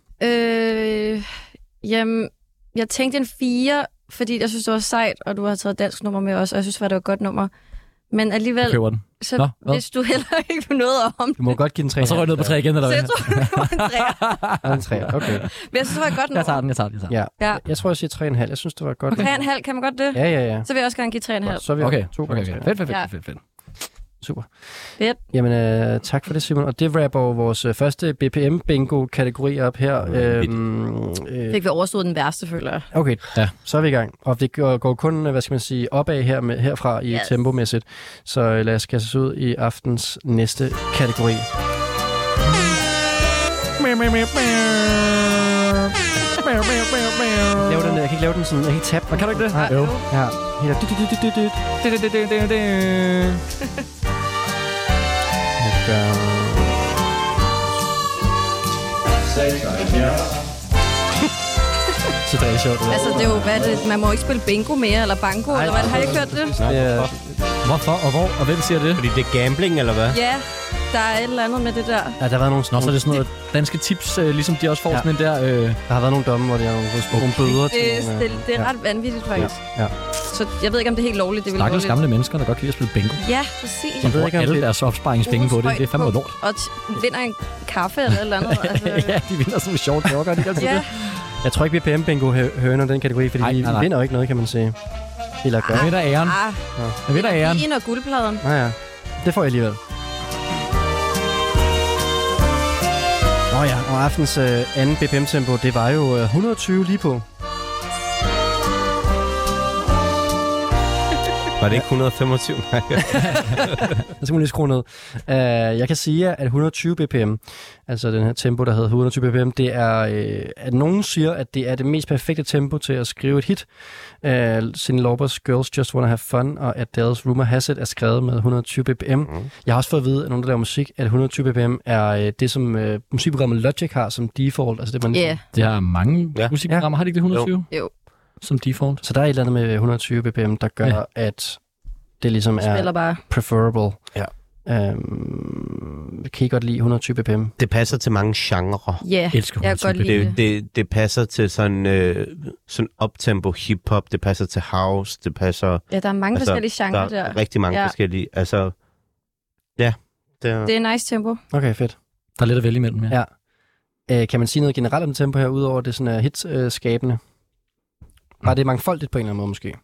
Jamen, jeg tænkte en 4, fordi jeg synes, det var sejt, og du har taget dansk nummer med også, og jeg synes, det var et godt nummer. Men alligevel, så vidste du heller ikke noget om. Du må godt give den 3. Og så røg ned på 3 igen, eller hvad? Så jeg tror, det var en 3. Okay. Men jeg synes, det var et godt nummer. Jeg tager den. Ja. Jeg tror, jeg siger 3,5. Jeg synes, det var et godt. 3,5, kan man godt det? Ja. Så vil jeg også gerne give 3,5. Så er vi okay. 2. Okay. Fedt. Super. Fedt. Jamen, tak for det, Simon. Og det rapper vores første BPM-bingo-kategori op her. Fik vi overstået den værste, føler jeg. Okay, så er vi i gang. Og det går kun, opad herfra i tempomæssigt. Så lad os kaste os ud i aftens næste kategori. Jeg kan ikke lave den sådan, jeg kan ikke tabe. Kan du ikke det? Jo. Ja. Så det er sjovt. Altså, det er jo, hvad det, man må ikke spille bingo mere, eller banko, eller hvad? Har I ikke hørt det? Hvorfor og hvor, og hvem siger det? Fordi det er gambling, eller hvad? Ja, der er et eller andet med det der. Ja, der har været nogle... Nå, så er det sådan noget danske tips, ligesom de også får sådan en der... Der har været nogle domme, hvor de har nogle bøder til det er ret vanvittigt, faktisk. Ja. Så jeg ved ikke, om det er helt lovligt. Det Stakkels gamle mennesker, der godt kan lide at spille bingo. Ja, præcis. De bruger alle deres opsparingspenge på det. Det er fandme lort. Og vinder en kaffe eller andet. Altså. Ja, de vinder sådan nogle sjove gaver, gør de ikke altid det? Jeg tror ikke, BPM Bingo hører under den kategori, fordi vi vinder jo ikke noget, kan man sige. Eller gør. Jeg vinder æren. Jeg vinder æren. Vin og guldpladen. Ja. Det får jeg alligevel. Og aftens anden BPM-tempo, det var jo 120 lige på. Var det ikke 125? Nej. Jeg skal lige skrue ned. Jeg kan sige, at 120 bpm, altså den her tempo, der hedder 120 bpm, det er, at nogen siger, at det er det mest perfekte tempo til at skrive et hit. Cyndi Laupers Girls Just Wanna Have Fun og Adele's Rumor Has It er skrevet med 120 bpm. Jeg har også fået at vide, at nogen, der laver musik, at 120 bpm er det, som musikprogrammet Logic har som default. Altså det, man Det har mange musikprogrammer. Har de ikke det 120? Jo. som default. Så der er et eller andet med 120 bpm, der gør, at det ligesom er bare preferable. Ja. Kan I godt lide 120 bpm? Det passer til mange genrer. Ja, jeg kan godt lide det passer til sådan uptempo hip-hop, det passer til house, det passer... Ja, der er mange forskellige genrer der. Der er rigtig mange forskellige. Altså, ja. Det er nice tempo. Okay, fedt. Der er lidt at vælge imellem, ja. Kan man sige noget generelt om tempo her, udover det sådan er hits-skabende? Bare det er mangfoldigt på en eller anden måde, måske?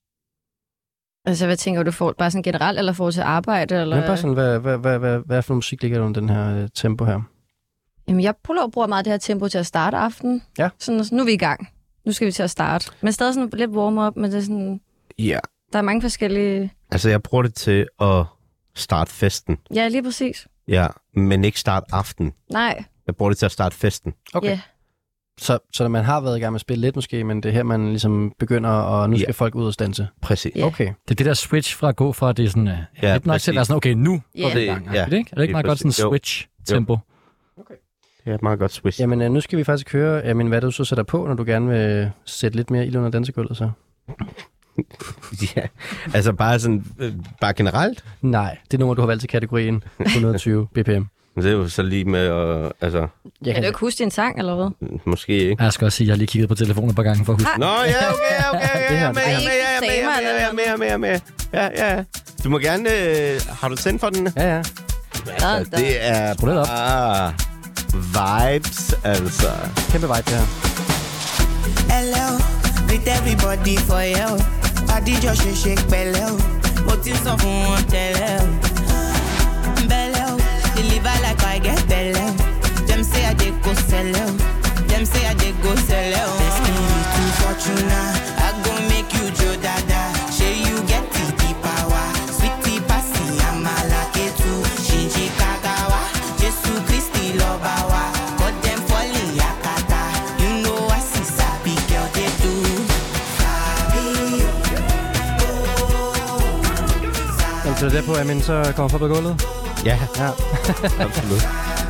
Altså, hvad tænker du for? Bare sådan generelt, eller for til arbejde? Eller? Men bare sådan, hvad for musik ligger der under den her tempo her? Jamen, jeg bruger meget det her tempo til at starte aftenen. Ja. Sådan, nu er vi i gang. Nu skal vi til at starte. Men stadig sådan lidt warm-up, men det er sådan... Ja. Der er mange forskellige... Altså, jeg bruger det til at starte festen. Ja, lige præcis. Ja, men ikke starte aften. Nej. Jeg bruger det til at starte festen. Okay. Yeah. Så man har været i gang med at spille lidt måske, men det er her, man ligesom begynder, og nu skal folk ud og stanse. Præcis. Yeah. Okay. Det er det der switch fra at gå fra, at det er sådan lidt nok til at være sådan, okay, nu går det i gang. Er det ikke meget godt sådan switch-tempo? Okay. Det er et meget godt switch. Jamen, nu skal vi faktisk høre, hvad du så sætter på, når du gerne vil sætte lidt mere ild under dansegulvet, så? Ja, altså bare generelt? Nej, det nummer, du har valgt til kategorien 120 bpm. Det er jo så lige med at... Altså, kan du ikke huske din sang, eller hvad? Måske ikke. Jeg skal også sige, at jeg har lige kigget på telefonen et par gange for at huske. Nå, ja, okay. Jeg er med. Ja. Du må gerne... har du tændt for den? Ja. Altså, det er bare vibes, altså. Kæmpe vibe, det her. Hello, greet everybody for you. Body just shake bello. Motin so fun tell bello. Deliver like I get bello. Them say I dey go sell out. Them say I dey go sell out. Destiny to fortuna. I go make you Joe Dada. Say you get the power. Sweetie passy, I'm a lucky too. Shinji Kagawa. Jesu Christi Lobawa. Got them falling yakata. You know I see sabi girl they do. Så det er derpå, at så kommer fra på gulvet? Ja. Absolut.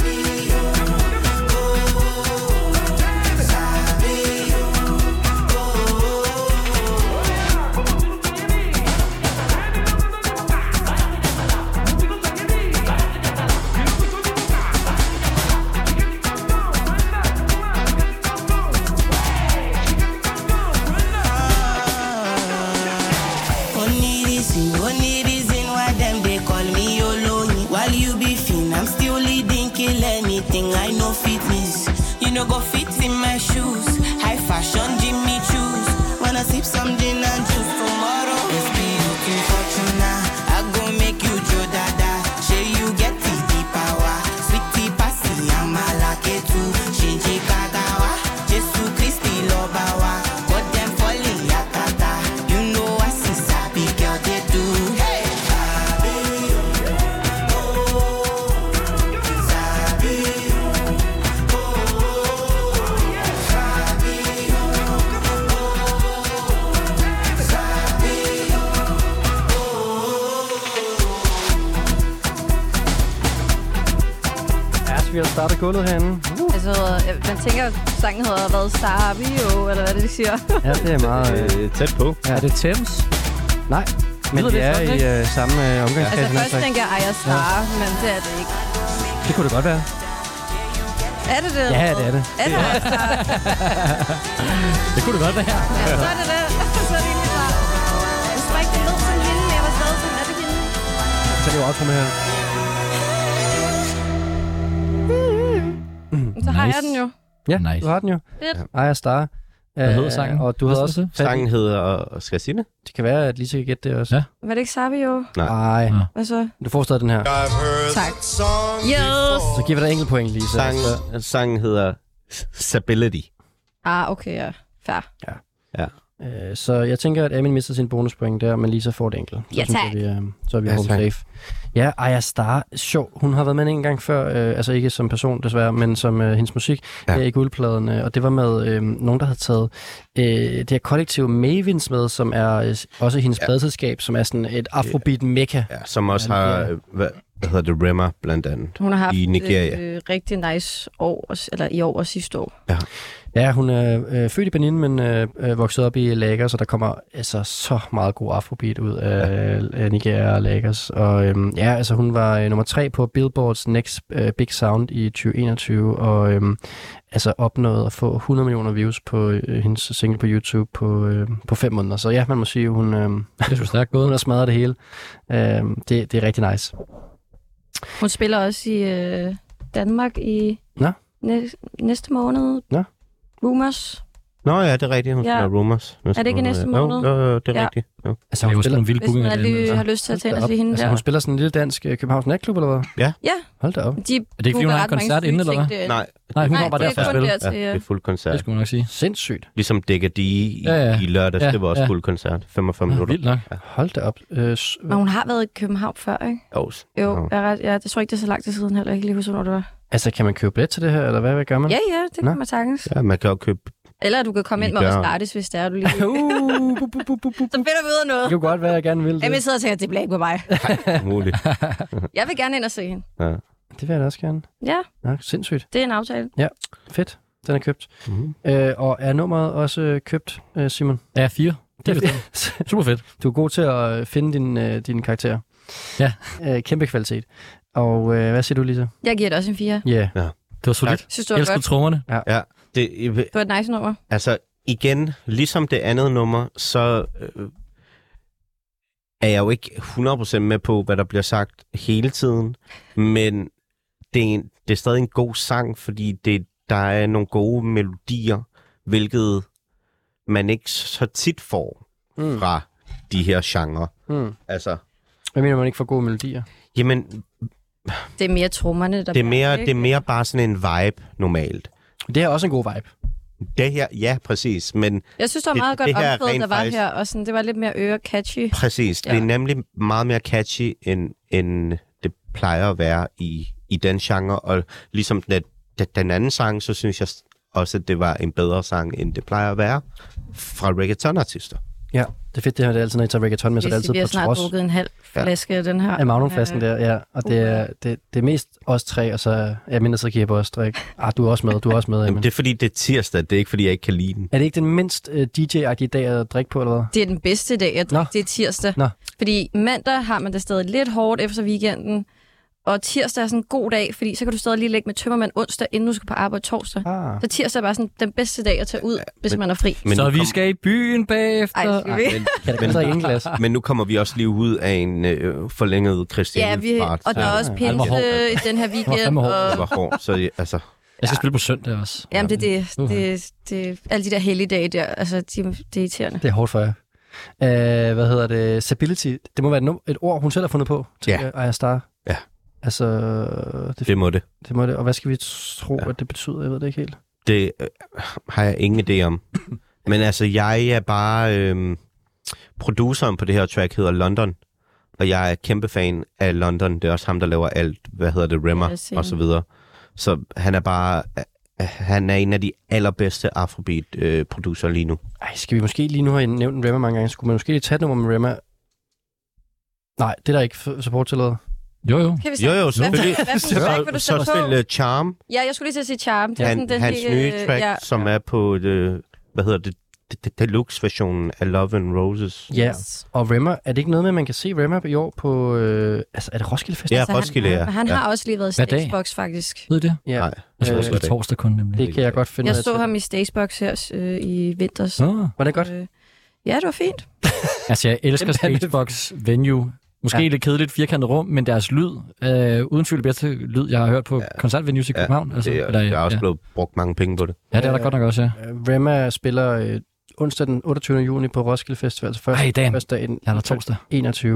No go fit in my shoes. High fashion Jimmy choose. Wanna sip some gin and juice tomorrow. It's beauty fortuna. I go make you Joe Dada. Say you get the power. Sweetie passy, I'm a lucky too. Shinji Kagawa. Jesu Christi Lobawa. Got them falling yakata. You know I see sabi girl they do. Hey. Vi har startet gulvet herinde. Altså, man tænker, at sangen havde været Sabio, eller hvad det, de siger. Ja, det er meget tæt på. Ja. Er det Thames? Nej, men det er i samme omgangskreds. Altså, først tænker jeg Aya Star, men det er det ikke. Det kunne det godt være. Er det det? Ja, det er det. Er det Aya Star? Det kunne det godt være. Ja, så er det det. Så er det egentlig klart. Jeg tror ikke, det lød sådan hende, men jeg var stadig sådan, er det hende? Så er det jo også med her. Så har jeg den jo. Ja, nice. Du har den jo. Fedt. Aya Star. Hvad hedder sangen? Og du havde også... Sangen hedder... Skal jeg sige det? Det kan være, at Lisa kan gætte det også. Ja. Var det ikke Sabio? Nej. Hvad så? Du får stadig den her. Tak. Yes! Så giver vi dig enkelt point, Lisa. Sangen hedder Stability. Okay, ja. Fair. Ja. Så jeg tænker, at Amin mister sin bonuspoint der, men Lisa får det enkelt. Ja, tak. Så er vi home safe. Ja, Aya Star, sjov. Hun har været med en gang før, altså ikke som person desværre, men som hendes musik i guldpladen. Og det var med nogen, der havde taget det her kollektiv Mavins med, som er også hendes pladeselskab, som er sådan et afrobeat mekka. Ja, som også har Rema blandt andet. Hun har haft i Nigeria. Rigtig nice år, eller i år og sidste år. Ja, hun er født i Benin, men vokset op i Lagos, så der kommer altså så meget god afrobeat ud af Nigeria og Lagos. Og altså hun var nummer 3 på Billboards Next Big Sound i 2021, og altså opnåede at få 100 millioner views på hendes single på YouTube på 5 måneder. Så ja, man må sige, hun det er stærkt gået. Hun har smadret det hele. Det er rigtig nice. Hun spiller også i Danmark i næste måned. Nå. Rumors. Nå ja, det er rigtigt. Hun spiller Rumors. Er det ikke næste måned? Jo, det er rigtigt. Jo. Altså, hun spiller en vild booking af det. Har lyst til at tage og se hende der. Hun spiller sådan en lille dansk Københavns Natklub, eller hvad? Ja. Hold da op. Er det ikke, fordi hun har en koncert inden, eller hvad? Nej, hun kommer bare der for at spille. Ja, det er fuld koncert. Det skulle man nok sige. Sindssygt. Ligesom DKD i lørdags, det var også fuld koncert. 45 minutter. Vildt nok. Hold da op. Men hun har været i København før, ikke? Jo, jeg tror ikke, det er så lang tid siden heller. Jeg kan lige huske, hvornår det var. Altså, kan man købe billet til det her, eller hvad gør man? Ja, det kan man sagtens. Ja, man kan jo købe. Eller du kan komme ind med os gratis, hvis det er, du lige... Så finder vi ud af noget. Det kunne godt være, jeg gerne vil det. Jamen, jeg sidder og tænker, det bliver ikke med mig. Muligt. Jeg vil gerne ind og se hende. Ja. Det vil jeg da også gerne. Ja. Sindssygt. Det er en aftale. Ja, fedt. Den er købt. Mm-hmm. Og er nummeret også købt, Simon? Ja, 4. Det er fedt. Super fedt. Du er god til at finde din karakter. Ja. Kæmpe kvalitet. Og hvad siger du, Lisa? Jeg giver det også en 4. Ja. Det var solidt. Synes du, det var godt? Trommerne. Ja. Det var et nice nummer. Altså, igen, ligesom det andet nummer, så er jeg jo ikke 100% med på, hvad der bliver sagt hele tiden, men det er stadig en god sang, fordi der er nogle gode melodier, hvilket man ikke så tit får fra de her genrer. Altså, hvad mener man ikke får gode melodier? Jamen, det er mere trommerne, der det er mere bare sådan en vibe normalt. Det er også en god vibe. Det her, ja, præcis. Men jeg synes, det var meget godt opført, der var faktisk her, og sådan, det var lidt mere catchy. Præcis. Ja. Det er nemlig meget mere catchy, end det plejer at være i den genre. Og ligesom den anden sang, så synes jeg også, at det var en bedre sang, end det plejer at være fra reggaeton-artister. Ja, det er fedt, det her. Det er altid, når I tager reggaeton med, så det er altid på trods. Vi har snart drukket en halv flaske af den her. Af Magnumflasken der, ja. Og det er mest os tre, og så mindre så kan jeg på os drikke. Du er også med. Jamen, det er fordi, det er tirsdag. Det er ikke fordi, jeg ikke kan lide den. Er det ikke den mindst DJ-agtige dag at drikke på, eller hvad? Det er den bedste dag at drikke. Det er tirsdag. Fordi mandag har man det stadig lidt hårdt efter weekenden. Og tirsdag er sådan en god dag, fordi så kan du stadig lige lægge med tømmermand onsdag, inden du skal på arbejde torsdag. Så tirsdag er bare sådan den bedste dag at tage ud, hvis man er fri. Så vi skal i byen bagefter. Ej, skal vi? Men nu kommer vi også lige ud af en forlænget Christiane-fart. Og der er også pinse i den her weekend. Det var hårdt, så altså... Jeg skal spille på søndag også. Jamen, det alle de der helligdage der, altså, det er irriterende. Det er hårdt for jer. Hvad hedder det? Stability. Det må være et ord, hun selv har fundet på til Aya Star. Ja. Altså... Det må det. Det må det. Og hvad skal vi tro, at det betyder? Jeg ved det ikke helt. Det har jeg ingen idé om. Men altså, jeg er bare... produceren på det her track hedder London. Og jeg er kæmpe fan af London. Det er også ham, der laver alt. Rema og så videre. Så han er bare... Han er en af de allerbedste Afrobeat-producer lige nu. Skal vi måske lige nu have nævnt Rema mange gange? Skulle man måske lige tage et nummer med Rema? Nej, det er der ikke support til noget. Jo, selvfølgelig. Så spil Charm. Ja, jeg skulle lige til at sige Charm. Det er hans nye track, som er på deluxe-versionen af Love and Roses. Ja, og Rema, er det ikke noget med, at man kan se Rema i år på... er det Roskilde Festival? Ja, Roskilde, ja. Han har også lige været i Stagebox, faktisk. Ved det? Ja. Nej. Jeg tror også, det er torsdag kun, nemlig. Det kan jeg godt finde. Jeg så ham i Stagebox her i vinters. Var det godt? Ja, det var fint. Altså, jeg elsker Stagebox venue. Måske lidt kedeligt firkantet rum, men deres lyd, uden tvivl det bedste lyd, jeg har hørt på koncertvenues i København. Altså, der er også blevet brugt mange penge på det. Ja, det er der godt nok også, ja. Rema spiller onsdag den 28. juni på Roskilde Festival. Altså første torsdag 21.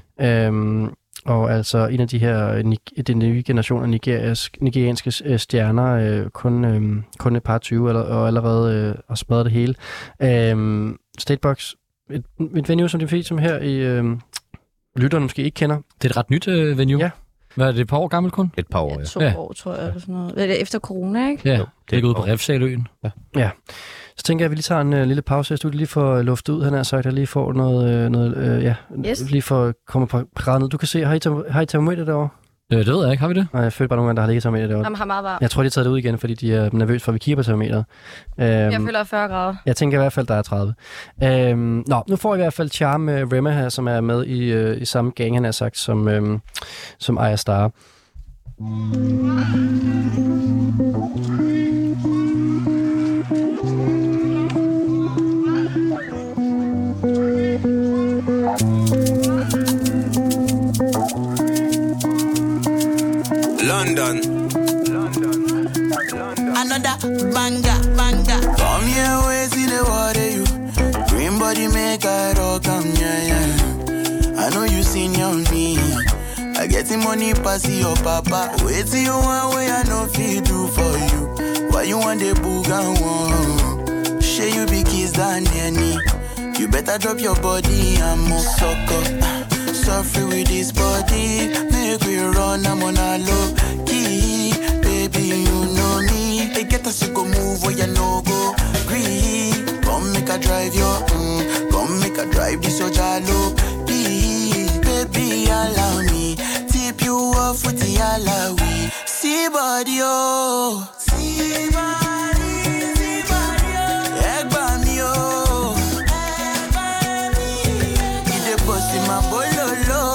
Og altså en af de her den nye generation af nigerianske stjerner, kun et par 20 og allerede har smadret det hele. Statebox, et venue som de fleste som her i lytterne måske ikke kender. Det er et ret nyt venue. Ja. Hvad er det, et par år gammelt kun? Et par år, ja. 2 år, tror jeg, eller sådan noget. Det er efter corona, ikke? Ja, det er ude på Refsaløen. Ja. Så tænker jeg, at vi lige tager en lille pause, så du lige får luftet ud, han har sagt, at jeg lige får noget lige for at komme på graden ned. Du kan se, har I termometer derovre? Det ved jeg ikke. Har vi det? Nej, jeg følte bare nogle gange, der har ligget termometer deroppe. Jamen, har meget varmt. Jeg tror, de har taget det ud igen, fordi de er nervøse for, at vi kigger på termometeret. Jeg føler 40 grader. Jeg tænker i hvert fald, der er 30. Nu får jeg i hvert fald Charm med Rema her, som er med i samme gang, han har sagt, som Aya Star. London. Another banger. Come here, wait till the water you. Green body make I rock, yeah. I know you seen on me. I get the money pass your papa. Wait till you want way I know feel do for you. Why you want the boogan one? Share you be kiss than any. You better drop your body and more sucker. Suffer with this body. Make we run, I'm on a low key. Baby, you know me. They get us to go move where you no go. Green. Come make a drive your come make a drive this your jalo. Baby, allow me. Tip you off with the alawi. See body, oh. See body, oh. Egg by me, oh. Egg by me. He dey bust in my bololo.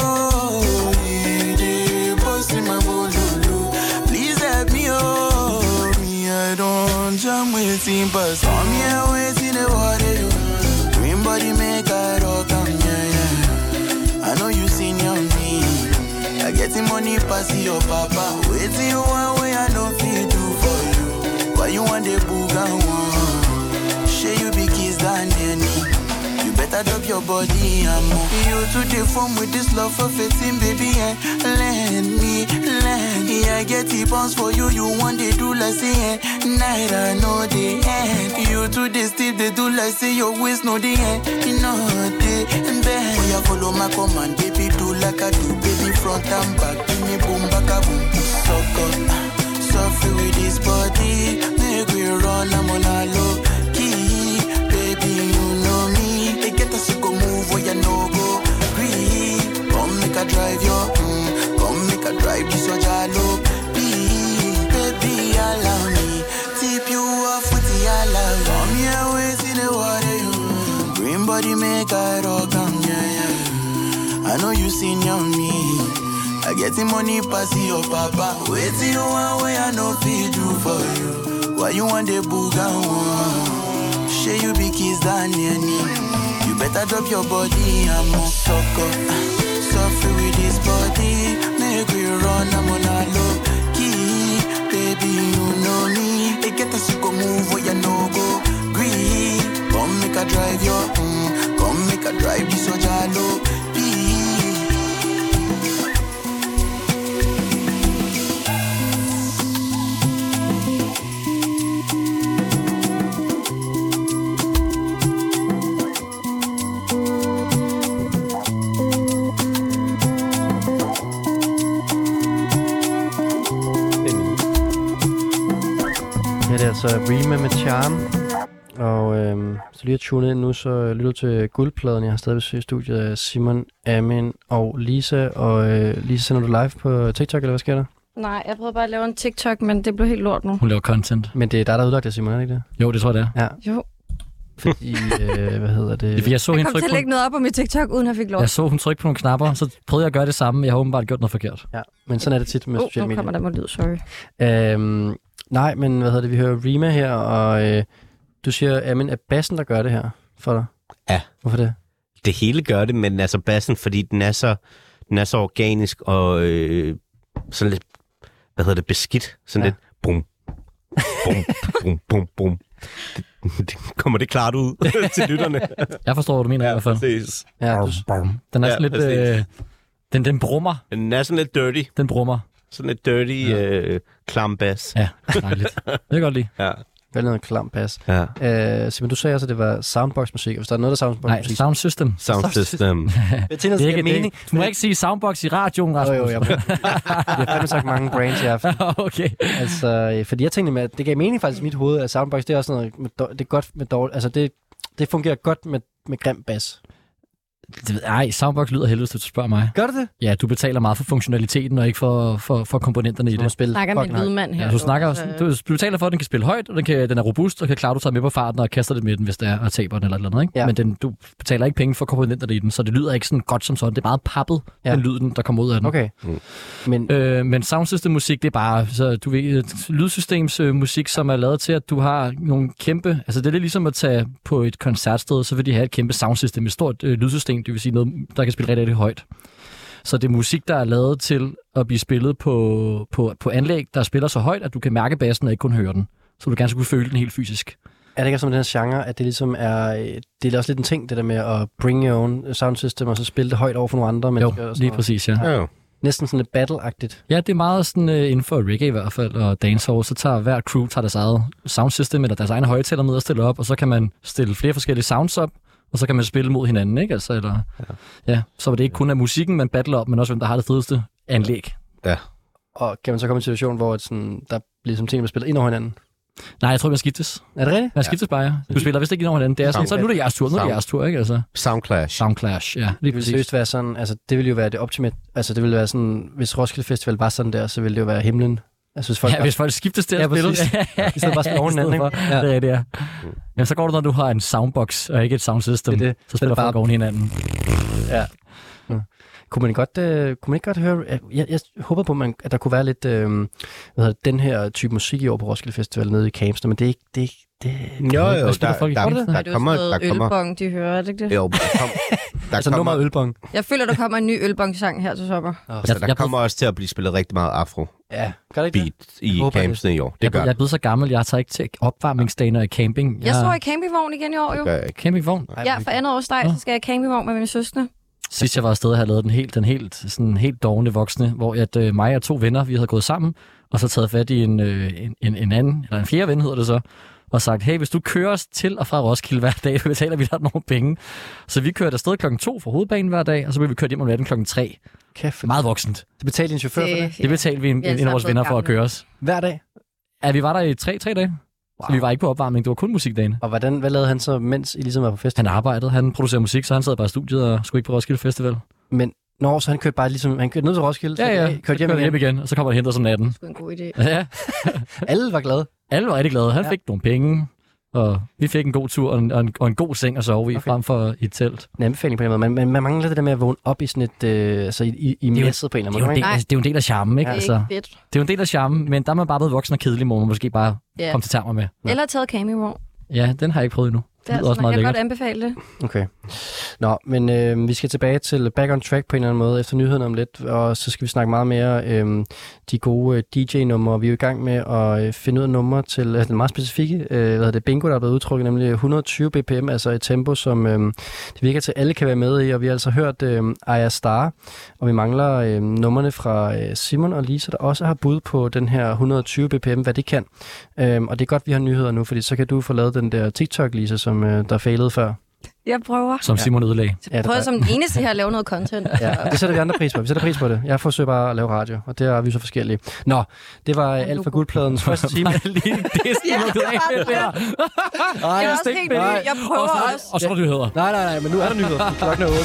He dey bust in my bololo. Please help me, oh. Me, I don't jam with him, but some here waiting the water, you. Green body make I rock, yeah. I know you seen on me. I get the money pass your papa. Wait till you want way I know feel do for you. Why you want the boogan one? Share you be kiss than any. You better drop your body and move. You to the form with this love for fitting, baby, and lend me. Yeah, I get the bounce for you. You want they do like say night I know the end. You to the steep they do like say your waist know the end. You know the bend. Oh, yeah, follow my command, baby, do like I do, baby, front and back. Give me boom, back a boom. Sucker, suffer with this body. Make we run, I'm on a low key. Baby, you know me. They get us to go move where you no go. Green, come make a drive your come make a drive this your jalo. Baby, allow me. Tip you off with the allow. Come here, wait in the water, you. Green body make I rock, yeah. I know you seen on me. I get the money pass your papa. Wait till you want way I know feel do for you. Why you want the boogan one? Share you be kiss than any. You better drop your body and more sucker. Suffer with this body. Make we run, I'm on a low key. Baby, you know me. They get us to go move where you no go. Green. Come make a drive your come make a drive this your jalo. Det er altså Rema med Charm. Og så lige at tune ind nu, så lytter til Guldpladen. Jeg har stadig besøgt studiet af Simon, Amin og Lisa. Og Lisa, sender du live på TikTok, eller hvad sker der? Nej, jeg prøvede bare at lave en TikTok, men det blev helt lort nu. Hun laver content. Men det er dig, der har udlagt det, Simon, er det ikke det? Jo, det tror jeg, det er. Ja. Jo. Fordi, hvad hedder det? Jeg kom til at lægge noget op på mit TikTok, uden at jeg fik lov. Jeg så hun trykke på nogle knapper, så prøvede jeg at gøre det samme. Jeg har åbenbart gjort noget forkert. Ja, men sådan er det tit med sociale medier. Nu kommer der må lyd, sorry. Nej, men hvad hedder det? Vi hører Rema her, og du siger, Amin, er bassen, der gør det her for dig? Ja. Hvorfor det? Det hele gør det, men altså bassen, fordi den er så organisk og sådan lidt, hvad hedder det, beskidt. Sådan lidt bum, bum, bum, bum, bum. Kommer det klart ud til lytterne? Jeg forstår, hvad du mener i hvert fald. Præcis. Ja, den er sådan lidt... Den brummer. Den er sådan lidt dirty. Den brummer. Sådan lidt dirty, klam bass. Ja, dejligt. Det kan godt lide. Ja. Vel noget klam bass. Ja. Simon, du sagde også, at det var soundbox-musik. Hvis der er noget, der er soundbox-musik... Nej, sound system. Sound system. Det er ikke mening. Du må ikke sige soundbox i radioen, Rasmus. Jo, jeg har fandme sagt mange brains i aften. Okay. Altså, fordi jeg tænkte med, at det gav mening faktisk i mit hoved, at soundbox, det er også noget, det er godt med dårligt... Altså, det fungerer godt med grim bass. Soundbox lyder helvedes, hvis du spørger mig. Gør det? Ja, du betaler meget for funktionaliteten, og ikke for komponenterne i det. Snakker med en lydmand her. Ja, du betaler for, at den kan spille højt, og den er robust, og kan klare, du tager med på farten og kaster det med den, hvis det er, og taber den eller noget, ikke? Ja. Men du betaler ikke penge for komponenterne i den, så det lyder ikke sådan godt som sådan. Det er meget pappet, den lyden, der kommer ud af den. Okay. Men soundsystem-musik, det er bare, så du ved, lydsystemsmusik, som er lavet til, at du har nogle kæmpe... Altså, det er ligesom at tage på et koncertsted, så vil de have et kæmpe soundsystem, et stort lydsystem, det vil sige noget, der kan spille rigtig højt. Så det er musik, der er lavet til at blive spillet på anlæg, der spiller så højt, at du kan mærke bassen og ikke kun høre den. Så du gerne skulle føle den helt fysisk. Er det ikke som den her genre, at det ligesom er... Det er også lidt en ting, det der med at bring your own sound system, og så spille det højt over for nogle andre mennesker? Jo, lige præcis, ja. Jo. Næsten sådan lidt battle-agtigt. Ja, det er meget sådan inden for reggae i hvert fald, og dancehall, så tager hver crew deres eget soundsystem, eller deres egne højtaler med at stille op, og så kan man stille flere forskellige sounds op, og så kan man spille mod hinanden, ikke? Altså, eller, så var det ikke kun af musikken, man battler op, men også hvem der har det fedeste anlæg. Ja. Og kan man så komme i en situation, hvor sådan, der bliver som ting, man spiller ind over hinanden? Nej, jeg tror, man skiftes. Er det rigtigt? Man skiftes bare, ja. Du spiller vist ikke ind over hinanden. Det er sådan, så nu er det jeres tur, ikke? Altså. Soundclash, ja. Det vil seriøst være sådan, altså det ville jo være det optimale, altså det ville være sådan, hvis Roskilde Festival var sådan der, så ville det jo være himlen. Altså, hvis folk skiftes til at spille. I stedet bare spille over hinanden, ikke? Ja. Det er det, ja. Jamen, så går det, når du har en soundbox og ikke et soundsystem. Så spiller folk over hinanden. Ja. Kunne man ikke godt høre... Jeg håber på, at der kunne være lidt den her type musik i år på Roskilde Festival nede i Camps, men det er ikke... Jo, der kommer... Ølbong, de hører, det ikke det? Jo, der nummer ølbong. Jeg føler, der kommer en ny ølbong-sang her til sommer. Der kommer også til at blive spillet rigtig meget afro. Ja, gør det ikke beat i campsene i år. Jeg er blevet så gammel, jeg tager ikke til opvarmningsdagen og i camping. Jeg står i campingvogn igen i år, jo. Campingvogn? Ja, for andet års dag, så skal jeg i campingvogn med mine søskende. Sidst jeg var afsted, havde jeg lavet den helt dovne voksne, hvor mig og 2 venner, vi havde gået sammen, og så taget fat i en anden, eller en fjerde ven hedder det så, og sagt, hey, hvis du kører os til og fra Roskilde hver dag, så betaler vi dig nogle penge. Så vi kørte afsted 2:00 fra hovedbanen hver dag, og så blev vi kørt hjem om natten 3:00. Kæft. Meget voksent. Det betalte en chauffør for det? Det betalte vi en af vores venner for at køre os. Hver dag? Ja, vi var der i 3 dage. Wow. Så vi var ikke på opvarmning, det var kun musikdagen. Og hvad lavede han så, mens I ligesom var på festival? Han arbejdede, han producerer musik, så han sad bare i studiet og skulle ikke på Roskilde Festival. Men så han kørte bare ligesom, han kørte ned til Roskilde, kørte hjem igen, og så kommer han henter som natten. Det er en god idé. Ja. Alle var glade. Alle var rigtig glade. Han fik nogle penge, og vi fik en god tur og en god seng at sove i, frem for i et telt. En anbefaling på en måde, men man mangler det der med at vågne op i sådan et, i messet på en eller anden måde. Det er jo en del af charmen, ikke? Det er ikke fedt. Det er jo en del af charmen, men der er man bare blevet voksen og kedelig, må man måske bare komme til termer med. Eller taget campingvogn. Ja, den har jeg ikke prøvet endnu. Det er også meget lækkert. Jeg kan godt anbefale det. Okay. Nå, men vi skal tilbage til Back on Track på en eller anden måde efter nyhederne om lidt, og så skal vi snakke meget mere de gode DJ-numre. Vi er jo i gang med at finde ud af numre til den meget specifikke bingo, der er blevet udtrykket, nemlig 120 bpm, altså et tempo, som det virker til, alle kan være med i, og vi har altså hørt Aya Star, og vi mangler numrene fra Simon og Lisa, der også har bud på den her 120 bpm, hvad det kan. Og det er godt, vi har nyheder nu, fordi så kan du få lavet den der TikTok, Lisa, som der failede før. Jeg prøver. Som Simon ødelagde. Jeg prøver som den eneste her at lave noget content. Ja, det sætter vi andre pris på. Vi sætter pris på det. Jeg forsøger bare at lave radio, og det er vi så forskellige. Nå, det var alt for guldpladens første time. Jeg prøver også. Og så er det nyheder. Nej, men nu er der nyheder. Klokken er 8.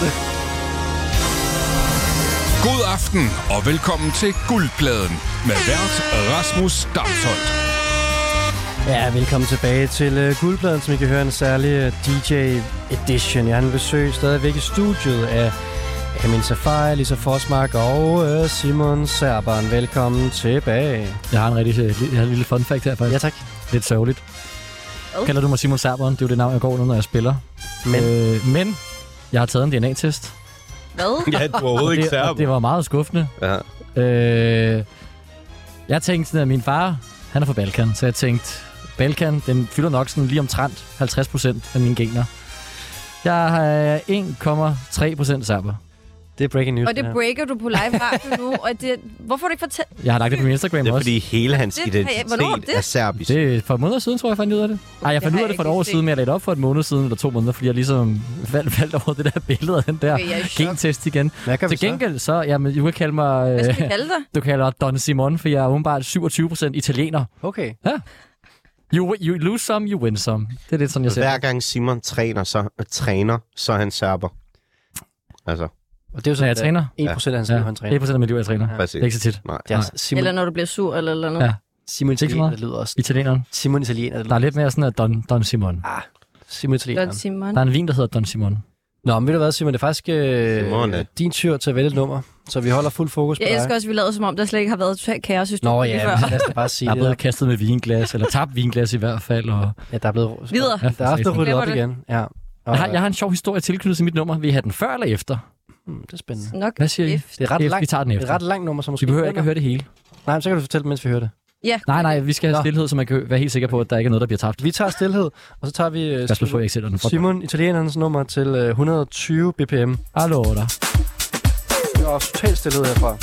God aften og velkommen til Guldpladen med vært Rasmus Damsholdt. Ja, velkommen tilbage til Guldpladen, som I kan høre en særlig DJ edition. Jeg har en besøg stadigvæk i studiet af Amin Safai, Lisa Forsmark og Simon Serberen. Velkommen tilbage. Jeg har en lille fun fact her, faktisk. Ja, tak. Lidt sørgeligt. Kalder du mig Simon Serberen? Det er jo det navn, jeg går under, når jeg spiller. Men jeg har taget en DNA-test. Hvad? Ja, du er overhovedet ikke serber. Det var meget skuffende. Ja. Jeg tænkte sådan, at min far, han er fra Balkan, så jeg tænkte, Balkan, den fylder nok sådan lige omtrent 50% af mine gener. Jeg har 1,3% serber. Det er breaking news. Og det breaker du på live radio nu. Og hvorfor har du ikke fortalt? Jeg har lagt det på min Instagram også. Det er fordi hele hans identitet er serbisk. Det er for et måned siden, tror jeg fandt ud af det. Jeg fandt ud af det for et år siden, men jeg lagde det op for et måned siden, eller 2 måneder, fordi jeg ligesom faldt over det der billede af den der gentest igen. Til gengæld så, jamen, du kan kalde mig... Hvad skal vi kalde dig? Du kalder mig Don Simon, for jeg er åbenbart 27% italiener. Okay. Ja. You lose some, you win some. Det er lidt sådan, jeg ser. Hver gang Simon træner, så er han serber. Altså. Og det er jo så, jeg træner. 1% af hans liv, han træner. 1% af mit liv, jeg træner. Ja. Det er ikke så tit. Nej. Det er eller når du bliver sur, eller noget. Ja. Simon Italiener, det lyder også. Italieneren. Simon Italiener. Der er lidt mere sådan at Don Simon. Simon Italiener. Don Simon. Der er en vin, der hedder Don Simon. Nå, men ved du hvad, Simon? Det er faktisk din tur til at vælge et nummer, så vi holder fuld fokus på dig. Jeg elsker også, at vi lavede som om, der slet ikke har været totalt kaos i Nå ja, lad os bare sige det. Der er blevet kastet med vinglas, eller tabt vinglas i hvert fald. Og... Ja, der er blevet... Videre. Ja, der er blevet ryddet op igen. Ja. Jeg har en sjov historie tilknyttet til mit nummer. Vi har den før eller efter? Det er spændende. Nok hvad siger I? Det er ret langt. Vi tager den efter. Det er ret langt nummer, så måske... Vi behøver ikke at høre det hele. Nej, men så kan du fortælle, mens vi hører det. Ja. Nej, vi skal have stillhed, så man kan være helt sikker på, at der ikke er noget, der bliver tabt. Vi tager stillhed, og så tager vi Simon Italienernes nummer til 120 bpm. Hallo der. Det er også totalt stillhed herfra.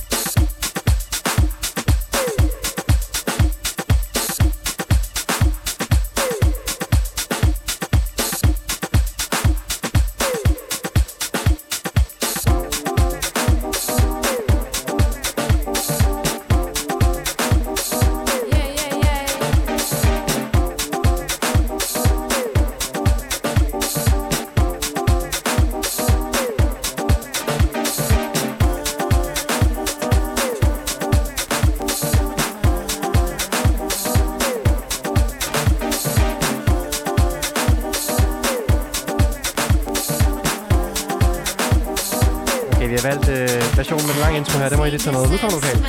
Vi har valgt versionen med den lange intro her. Det må I lige tage noget. Nu kommer lokalt.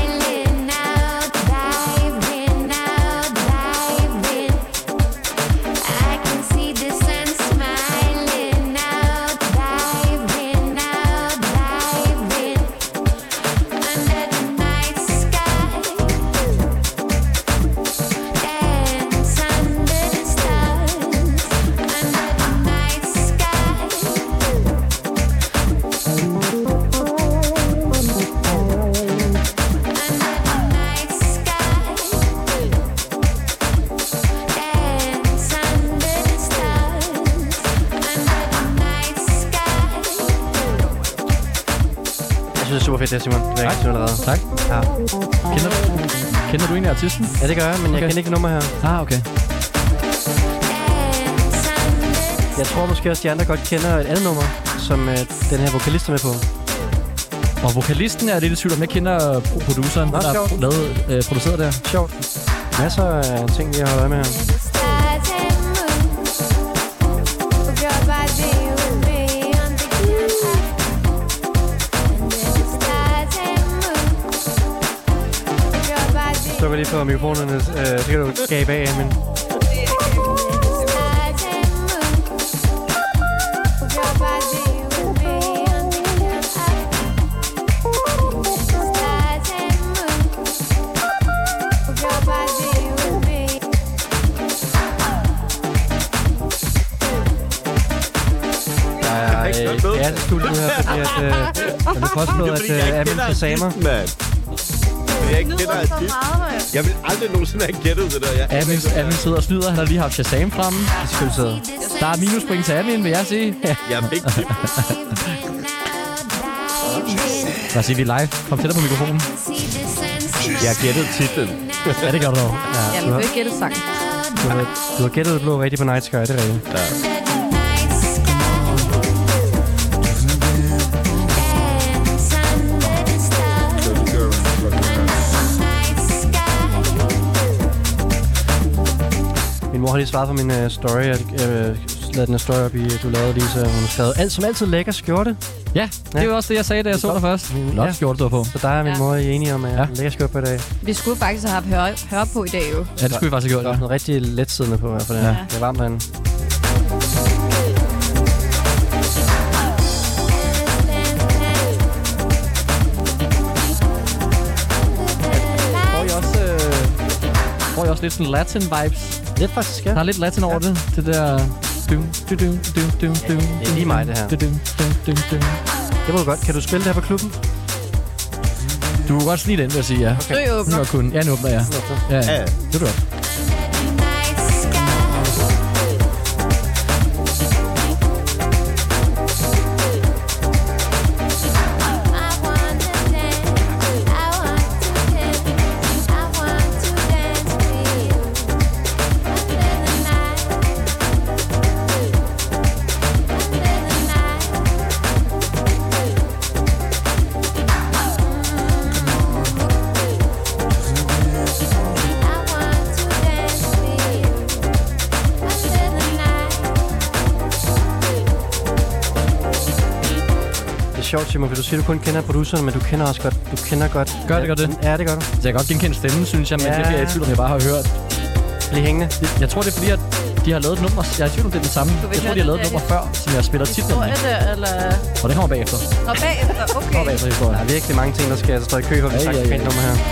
Super fedt, det Simon. Det er ikke allerede. Tak. Ja. Kender du egentlig artisten? Ja, det gør jeg, men jeg kender ikke nummer her. Okay. Jeg tror måske også, de andre godt kender et andet nummer, som den her vokalist er med på. Og vokalisten er lidt i tvivl om, jeg kender produceren, der er produceret der. Sjovt. Masser af ting, vi har holdt øje med her. Så går lige på mikrofonerne, så kan du gabe af, men... Ja, det studiet her, fordi at jeg vil påstå, at Amin Shazamer... Jeg vil aldrig nogensinde have gættet det der. Amin sidder og snyder. Han har lige haft Shazam fremme. Der er minuspoint til Amin, vil jeg sige. Jeg er vigtig. Lad os sige, vi er live. Kom tættere på mikrofonen. Jeg har gættet titlen. Ja, det gør du dog. Ja, men du har ikke gættet sangen. Du har gættet det blå rigtigt på Night Sky, det er rigtigt. Ja. Min mor har lige svaret på min story. Jeg lavede den story op i, du lavede lige, så hun har skrevet, alt som altid lækker skjorte. Ja, det er jo også det, jeg sagde, da jeg så dig først. Nok skjorte, du var på. Så der er min mor enige om, at jeg lækker skjorte på i dag. Vi skulle faktisk have høre på i dag jo. Ja, det skulle vi faktisk have gjort. Der er noget rigtig letsiddende på, for det er varmt derinde. Får jeg også lidt sådan Latin vibes. Lidt faktisk, ja. Der er lidt Latin over det. Det der... Det er lige mig, det her. Det må du godt. Kan du spille det her på klubben? Du kan godt snige den, vil jeg sige, ja. Okay. Du åbner. Ja, nu åbner jeg. Ja, det er du godt. sjovt, Simon, for du siger, du kun kender produceren, men du kender også godt. Du kender godt. Gør det? Ja, det gør du. Så jeg kan godt genkende stemmen, synes jeg, men det bliver jeg i tvivl, om jeg bare har hørt. Bliv hængende. Jeg tror, det er fordi, at de har lavet et nummer. Jeg er i tvivl, om det er det samme. Jeg tror, de har lavet et nummer før, som jeg spiller tit med. Eller... Og det kommer bagefter. Og bagefter, okay. Og bagefter historien. Der er virkelig mange ting, der skal stå i kø for, at vi sagt pænt nummer her.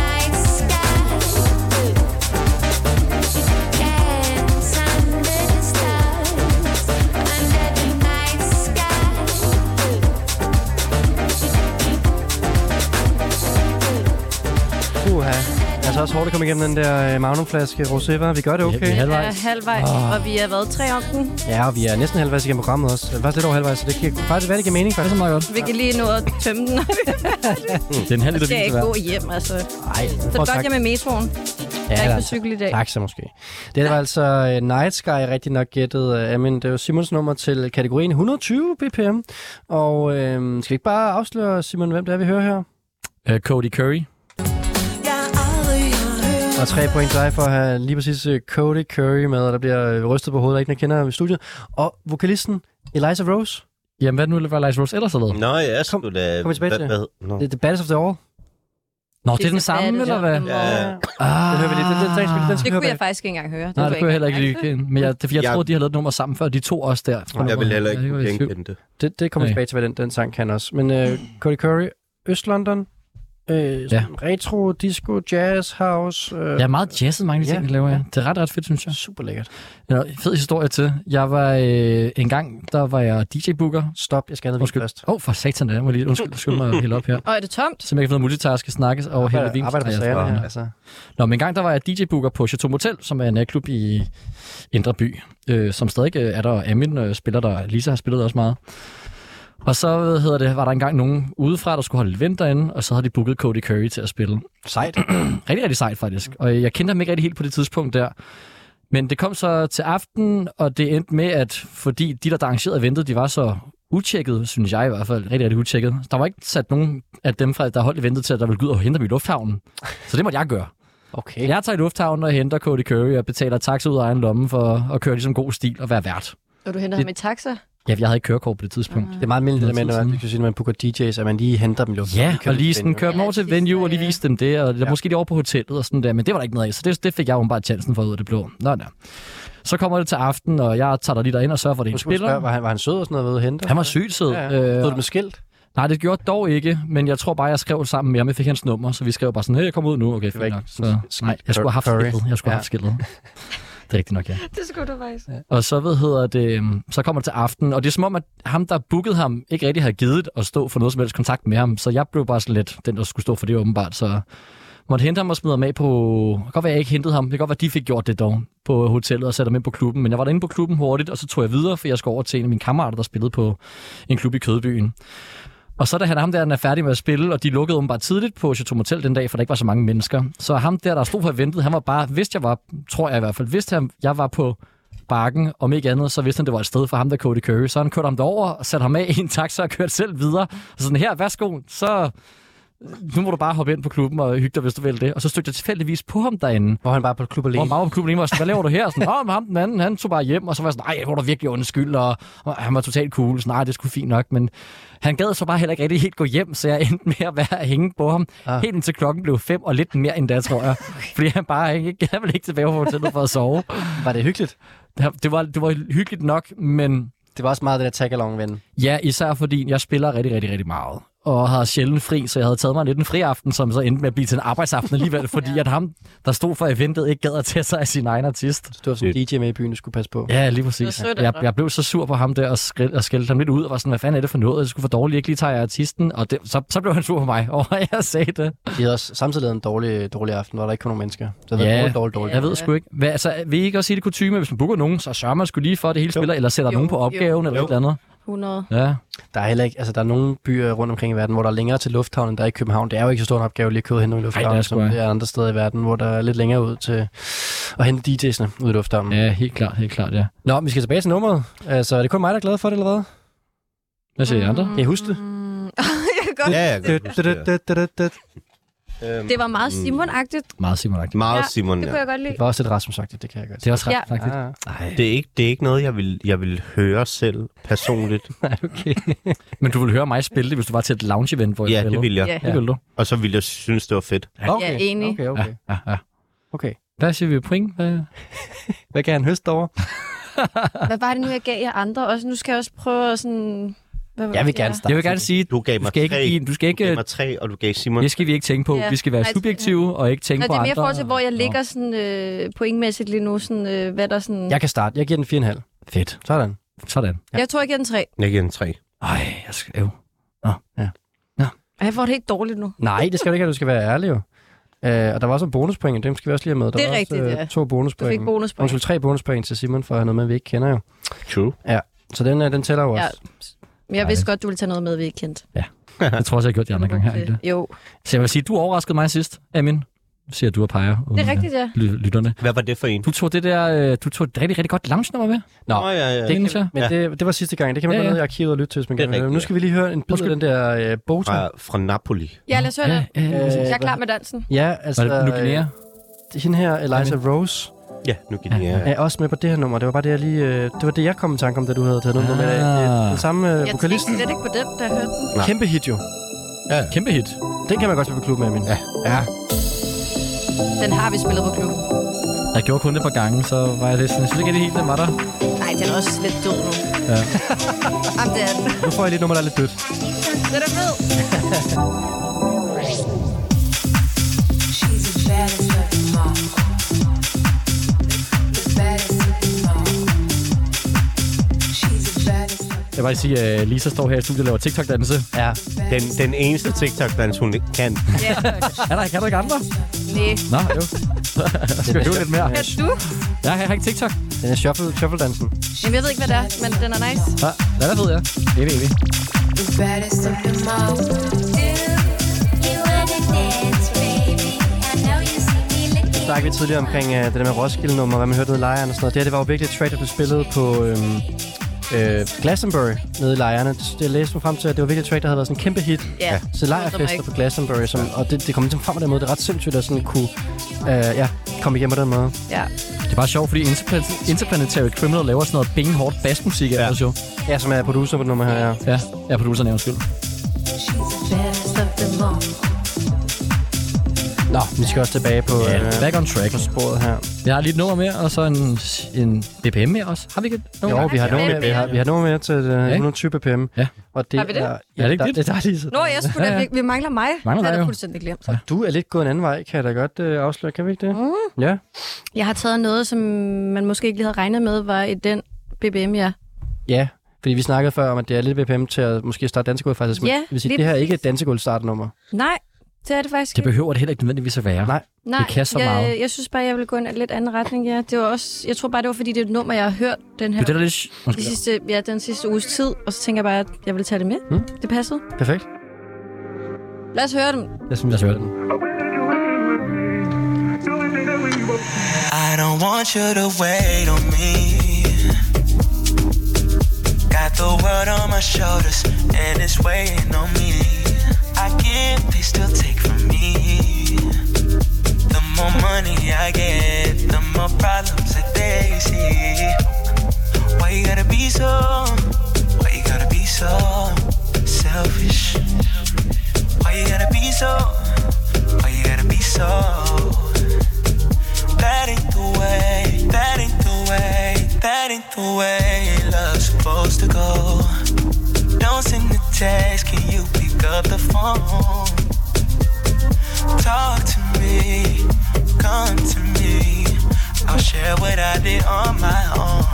Altså også hårdt at komme igennem den der Magnumflaske Rosé. Vi gør det okay. Vi er halvvejs. Ja, halvvejs. Og vi har været 3 om den. Ja, og vi er næsten halvvejs igennem programmet også. Faktisk lidt over halvvejs, så det kan faktisk være, det giver mening. Faktisk meget godt. Vi kan lige nå at tømme den. Det er en halv liter vin til hver. Gå hjem, altså. Nej. Så det godt, jeg med metroen. Jeg er ikke på cykel i dag. Tak så måske. Det var altså Night Sky, rigtig nok gættet. Amin, det var Simons nummer til kategorien 120 BPM. Og skal vi ikke bare afsløre, Simon, hvem det er, vi hører her? Cody Curry. Og 3 point til dig for at have lige præcis Cody Curry med, og der bliver rystet på hovedet, der ikke kender i studiet. Og vokalisten Eliza Rose. Jamen, hvad nu var Eliza Rose ellers har lavet? Nå, jeg skulle da... Kom tilbage til det. Det er The Baddest of the All. Nå, det er den samme, eller hvad? Ja. Den hører vi lige. Det kunne jeg faktisk ikke engang høre. Nej, det kunne jeg heller ikke lige. Men jeg troede, de har lavet et nummer sammen før, de to også der. Jeg vil heller ikke genkende det. Det kommer tilbage til, hvad den sang kan også. Men Cody Curry, Øst-London, retro, disco, jazz, house. Ja, meget jazzet mange ting, de laver, ja. Det er ret fedt, synes jeg. Super lækkert. Ja, fed historie til. Jeg var en gang, der var jeg DJ-booker. Stop, jeg skal have noget først. For satan, det er. Må lige undskyld mig helt op her. Og er det tomt? Så jeg kan få noget multitask skal snakkes over hele vin. Altså. Nå, men en gang, der var jeg DJ-booker på Chateau Motel, som er en natklub i Indre By, som stadig er der. Amin spiller der. Lisa har spillet også meget. Og så var der engang nogen udefra, der skulle holde et event derinde, og så havde de booket Cody Curry til at spille. Sejt. Rigtig, rigtig sejt faktisk. Og jeg kendte ham ikke rigtig helt på det tidspunkt der. Men det kom så til aften, og det endte med, at fordi de, der arrangerede eventet, de var så utjekket, synes jeg i hvert fald, rigtig, rigtig utjekket. Der var ikke sat nogen af dem, der holdt eventet til, at der ville gå ud og hente dem i lufthavnen. Så det måtte jeg gøre. Okay. Jeg tager i lufthavnen og henter Cody Curry og betaler taxa ud af egen lomme for at køre ligesom god stil og være vært. Og du henter ham i taxa? Ja, jeg havde ikke kørekort på det tidspunkt. Det er meget almindeligt, når man booker DJ's, at man lige henter dem i lufthavnen. Ja, og lige sådan kører dem over til venue og lige viste dem det, og måske de over på hotellet og sådan der, men det var der ikke noget af, så det fik jeg jo bare chancen for ud af det blå. Nå. Så kommer det til aften, og jeg tager der lige derind og sørger for, det spiller. Var han sød og sådan noget ved at hente? Han var sygt sød. Stod det med skilt? Nej, det gjorde dog ikke, men jeg tror bare, jeg skrev sammen med ham. Jeg fik hans nummer, så vi skrev bare sådan, hey, jeg kommer ud nu. Okay, fint nok. Så, nej, jeg skulle have haft skiltet. Det er rigtigt nok, ja. Det skulle du faktisk. Ja. Og så så kommer det til aften, og det er som om, at ham, der bookede ham, ikke rigtig havde givet at stå for noget som helst kontakt med ham. Så jeg blev bare sådan lidt den, der skulle stå for det åbenbart. Så måtte hente ham og smide ham af på... Det kan godt være, jeg ikke hentede ham. Det kan godt være, de fik gjort det dog på hotellet og satte ham ind på klubben. Men jeg var derinde på klubben hurtigt, og så tog jeg videre, for jeg skulle over til en af mine kammerater, der spillede på en klub i Kødbyen. Og så da han er færdig med at spille, og de lukkede åbenbart tidligt på Chateau Motel den dag, for der ikke var så mange mennesker. Så ham der stod på eventet, han var bare, vidste jeg var på Bakken, om ikke andet, så vidste han, det var et sted for ham, der Cody Curry. Så han kørte ham derover og satte ham af i en taxa og kørte selv videre. Så sådan, her, værsgo, så... Nu må du bare hoppe ind på klubben og hygge dig, hvis du vil det. Og så stødte jeg tilfældigvis på ham derinde. Hvor han bare på klubben alene. Og sådan, hvad laver du her? Sådan, ham den anden, han tog bare hjem, og så var jeg sådan, nej, hvor du virkelig undskyld, og han var totalt cool. Så nej, det skulle fint nok, men han gad så bare heller ikke rigtig helt gå hjem, så jeg endte med at være hænge på ham. Helt indtil klokken blev 5 og lidt mere end da, tror jeg. Fordi han ville ikke tilbage på hotellet for at sove. Var det hyggeligt? Det var hyggeligt nok, men... Det var også meget det der tag-along-ven. Ja, især fordi jeg spiller rigtig, rigtig, rigtig meget. Og havde sjældent fri, så jeg havde taget mig lidt en friaften, som så endte med at blive til en arbejdsaften alligevel, fordi at ham, der stod for eventet, ikke gad at tage sig af sin egen artist. Så du var sådan en DJ med i byen, du skulle passe på? Ja, lige præcis. Jeg blev så sur på ham der, og skældte ham lidt ud, og var sådan, hvad fanden er det for noget? Jeg skulle for dårligt, ikke lige tage af artisten, og så blev han sur på mig, og jeg sagde det. De havde også samtidig en dårlig aften, hvor der ikke kom nogen mennesker. Så det var dårligt. Jeg ved sgu ikke. Vil I ikke også sige det kutyme, hvis man booker nogen, så sørger man skulle lige for, at det hele spiller, eller sætter nogen på opgaven, eller et eller andet? 100. Ja. Der er heller ikke, altså der er nogle byer rundt omkring i verden, hvor der er længere til lufthavnen, end der er i København. Det er jo ikke så stor en opgave lige at køre hen i lufthavnen, som det er andre steder i verden, hvor der er lidt længere ud til at hente DJ'sene ud i lufthavnen. Ja, helt klart, ja. Nå, vi skal tilbage til nummeret. Altså, er det kun mig, der er glad for det, eller hvad? Hvad siger I andre? Kan I huske det? Jeg kan godt. Ja, jeg kan huske det. Det var meget Simon-agtigt. Meget Simon-agtigt. Meget Simon, det kunne jeg godt lide. Det var også lidt Rasmus-agtigt, det kan jeg godt. Det er også ret, faktisk. Det er ikke noget, jeg vil høre selv personligt. Nej, okay. Men du ville høre mig spille det, hvis du var til et lounge-event, hvor jeg spillede? Ja, det ville jeg. Det ville du. Og så ville jeg synes, det var fedt. Ja, enig. Okay. Hvad siger vi point? Hvad kan han høste over? Hvad var det nu, jeg gav jer andre også? Nu skal jeg også prøve at sådan... Jeg vil gerne starte. Jeg vil gerne sige, du gav mig 3, og du gav Simon. Det skal vi ikke tænke på. Vi skal være subjektive og ikke tænke på andre. Det er mere forhold til, hvor jeg ligger sådan, pointmæssigt lige nu. Sådan, hvad der sådan... Jeg kan starte. Jeg giver den 4,5. Fedt. Sådan. Ja. Jeg tror, jeg giver den 3. Jeg giver den 3. Ej, jeg skal jo. Jeg får det helt dårligt nu. Nej, det skal du ikke, du skal være ærlig jo. Og der var også bonuspoint, dem skal vi også lige have med. Der det er var rigtigt, også, 2 bonuspoint. Du fik bonuspoint. 3 bonuspoint til Simon, for at have noget med, vi ikke kender jo. True. Ja, så den tæller jo også. Men jeg vidste godt, du ville tage noget med, vi ikke kendte. Ja, jeg tror også, jeg har gjort de andre gange her. Ikke? Jo. Så jeg vil sige, du overraskede mig sidst, Amin. Siger du og peger. Det er rigtigt, ja. Lytterne. Hvad var det for en? Du tog et rigtig godt lounge-nummer med. Nå, ja. Det var sidste gang. Det kan man gå ned i arkivet og lytte til, hvis man gerne vil. Nu skal vi lige høre en bid af den der Bota. Fra Napoli. Ja, lad os høre det. Jeg er klar med dansen. Ja, altså... Var det Nu Guinea? Hende her, Eliza Rose. Ja, Nu Guinea. Er også med på det her nummer. Det var bare det, jeg lige... det var det, jeg kom i tanke om, da du havde taget noget nummer med. Den samme vokalist. Jeg tænkte slet ikke på den, da jeg hørte den. Kæmpe hit jo. Ja, kæmpe hit. Den kan man godt spille på klubben med, Amin. Ja. Den har vi spillet på klubben. Jeg gjorde kun det et par gange, så var jeg lidt sådan... Jeg synes ikke, det helt den var der. Nej, den er også lidt død nu. Ja. Jamen, det er den. Nu får jeg lige et nummer, der er lidt dødt. Det er da fed. Jeg vil bare sige, at Lisa står her i studiet og laver TikTok-danse. Ja. Den eneste TikTok-dans, hun ikke kan. Kan du ikke andre? Nej. Nå, jo. Jeg skal øve lidt mere. Kan du? Ja, jeg har ikke TikTok. Den er shuffle-dansen. Jamen, jeg ved ikke, hvad det er, men den er nice. Ja, den er fed, ja. Evig. Nu snakkede vi tidligere omkring det der med Roskilde-nummer, hvad man hørte nede i lejren og sådan noget. Det var jo virkelig et track, der blev spillet på Glastonbury nede i lejrene. Jeg læste mig frem til, at det var virkelig et track, der havde været sådan en kæmpe hit. Ja. Så lejrfester på Glastonbury, og det kom ligesom frem på den måde. Det er ret sindssygt at sådan kunne komme igennem på den måde. Ja. Det er bare sjovt, fordi Interplanetary Criminal laver sådan noget benhårdt bassmusik. Ja. Ja, som er producer på det nummer her, ja. Ja, jeg er produceren, jeg undskyld. Nå, vi skal også tilbage på, back on track på sporet her. Vi har lige et nummer mere, og så en BPM mere også. Har vi ikke et nummer? Jo, vi har nummer mere til 120 BPM. Ja. Og det har vi det? Er det ikke det? Det er lige så. Nå, jeg skulle da, vi mangler mig. Mangler dig, det er jo. fuldstændig glemt. Ja. Du er lidt gået en anden vej, kan jeg da godt afsløre. Kan vi ikke det? Ja. Jeg har taget noget, som man måske ikke lige havde regnet med, var i den BPM, ja. Ja, fordi vi snakkede før om, at det er lidt BPM til at måske starte dansegulv faktisk. Ja, det vil sige, det her er ikke et dansegulv startnummer. Nej, det er det faktisk Det behøver det heller ikke nødvendigvis at være. Nej, det kan så meget. Jeg synes bare, jeg vil gå en lidt anden retning, ja. Det var også, jeg tror bare, det var fordi, det er et nummer, jeg har hørt den her. Det er lidt... den sidste uges tid, og så tænker jeg bare, at jeg ville tage det med. Det passede. Perfekt. Lad os høre den. Lad os høre den. I don't want you to wait on me. Got the world on my shoulders and it's weighing on me. I get, they still take from me. The more money I get, the more problems that they see. Why you gotta be so? Why you gotta be so selfish? Why you gotta be so? Why you gotta be so? That ain't the way, that ain't the way, that ain't the way love's supposed to go. Don't send the text, can you pick up the phone? Talk to me, come to me. I'll share what I did on my own.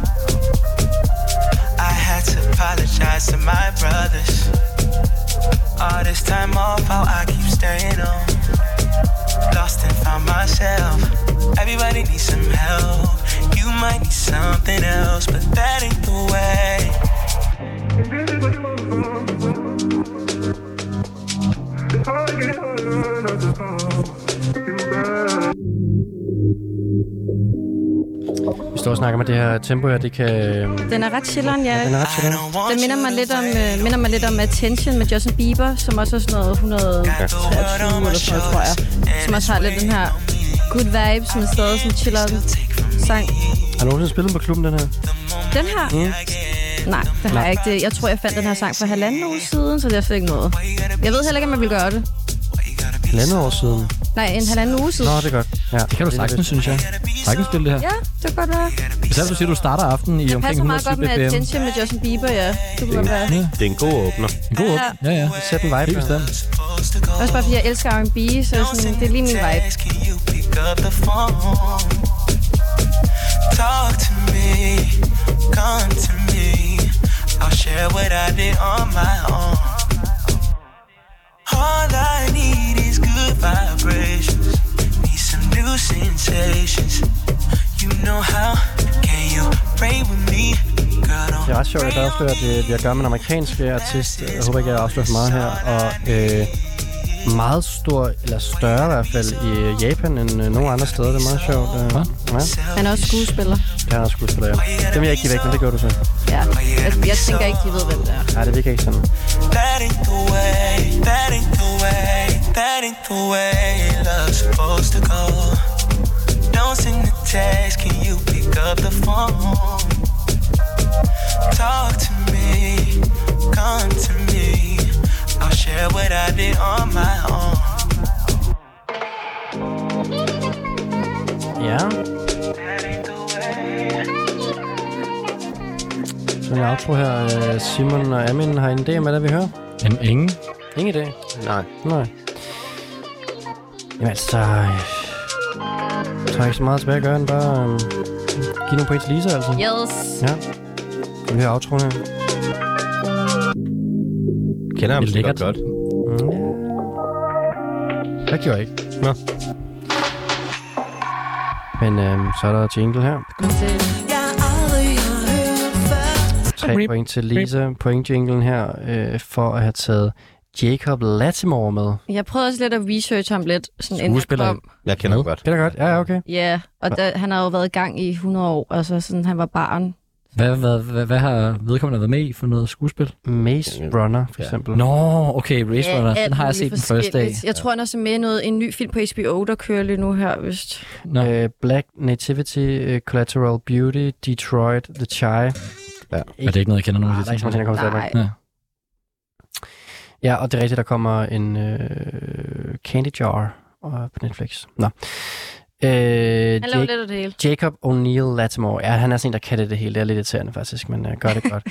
I had to apologize to my brothers. All this time off, how I keep staying on. Lost and found myself. Everybody needs some help. You might need something else, but that ain't the way. Vi står og snakker med det her tempo her, det kan... Den er ret chilleren, ja. Den er ret chilleren. Den minder mig lidt om Attention med Justin Bieber, som også er sådan noget 123 eller sådan noget, tror jeg. Som også har lidt den her good vibe, som er stadig sådan chilleren sang. Har du nogensinde spillet på klubben, den her? Den her? Nej, det har jeg ikke. Jeg tror, jeg fandt den her sang for 1,5 år siden, så det er slet ikke noget. Jeg ved heller ikke, om jeg vil gøre det. 1,5 år siden? Nej, 1,5 uge siden. Nå, det er godt. Ja. Det kan du sagtens, synes jeg. Sagtens spille det her. Ja, det kan godt være. Især du siger, du starter aftenen i omkring 107 BPM. Det passer meget godt med Attention med Justin Bieber, ja. Det kunne godt være. Det er en god åbner. En god åbner? Ja. Sæt en vibe. Helt bestemt. Også bare fordi jeg elsker R&B, så sådan, det er lige min vibe. Talk to me, come to me. I'll share what I did on my own. All I need is good vibrations. Need some new sensations. You know how, can you pray with me? Girl, don't. Det er ret sjovt, at jeg afslører, at vi har at gøre med en amerikansk artist. Jeg håber ikke, jeg afslører for meget her. Og meget stor, eller større i hvert fald, i Japan end nogle andre steder. Det er meget sjovt. Ja. Han er også skuespiller. Han er også skuespiller, ja. Det vil jeg ikke give væk, men det gør du så. Ja, jeg tænker ikke, de ved, hvem det er. Nej, det virker ikke sådan. That ain't the way, that ain't the way, that ain't the way love's supposed to go. Don't send the text, can you pick up the phone? Talk to me, come to me. I'll share what I did on my own. Ja. Så en outro her. Simon og Amin har en idé med, hvad vi hører? Ingen. Ingen idé? Nej. Jamen altså... Så har ikke så meget tilbage at gøre, end bare give nogle point til Lisa, altså. Yes. Ja. Kan vi høre outroen her? Kender ham så godt. Det gjorde jeg ikke. Nå. Men så er der jingle her. 3 point til Lisa. Point-jinglen her for at have taget Jacob Latimore med. Jeg prøvede også lidt at researche ham lidt. Skuespiller. Jeg kender godt. Kender godt? Ja, okay. Ja, og han har jo været i gang i 100 år. Altså sådan, han var barn. Hvad har vedkommende været med i for noget skuespil? Maze Runner, for eksempel. Nå, okay, Maze Runner. Den har jeg set den første dag. Jeg tror, han også er med i en ny film på HBO, der kører lige nu her, vist. Black Nativity, Collateral Beauty, Detroit, The Chi. Ja. Er det ikke noget, jeg kender nogen af de ting? Nej. Ja, og det er rigtigt, der kommer en Candy Jar på Netflix. Nå. Han laver lidt af det hele. Jacob O'Neill Latimore. Ja, han er sådan en, der kan det hele. Det er lidt irriterende faktisk, men gør det godt.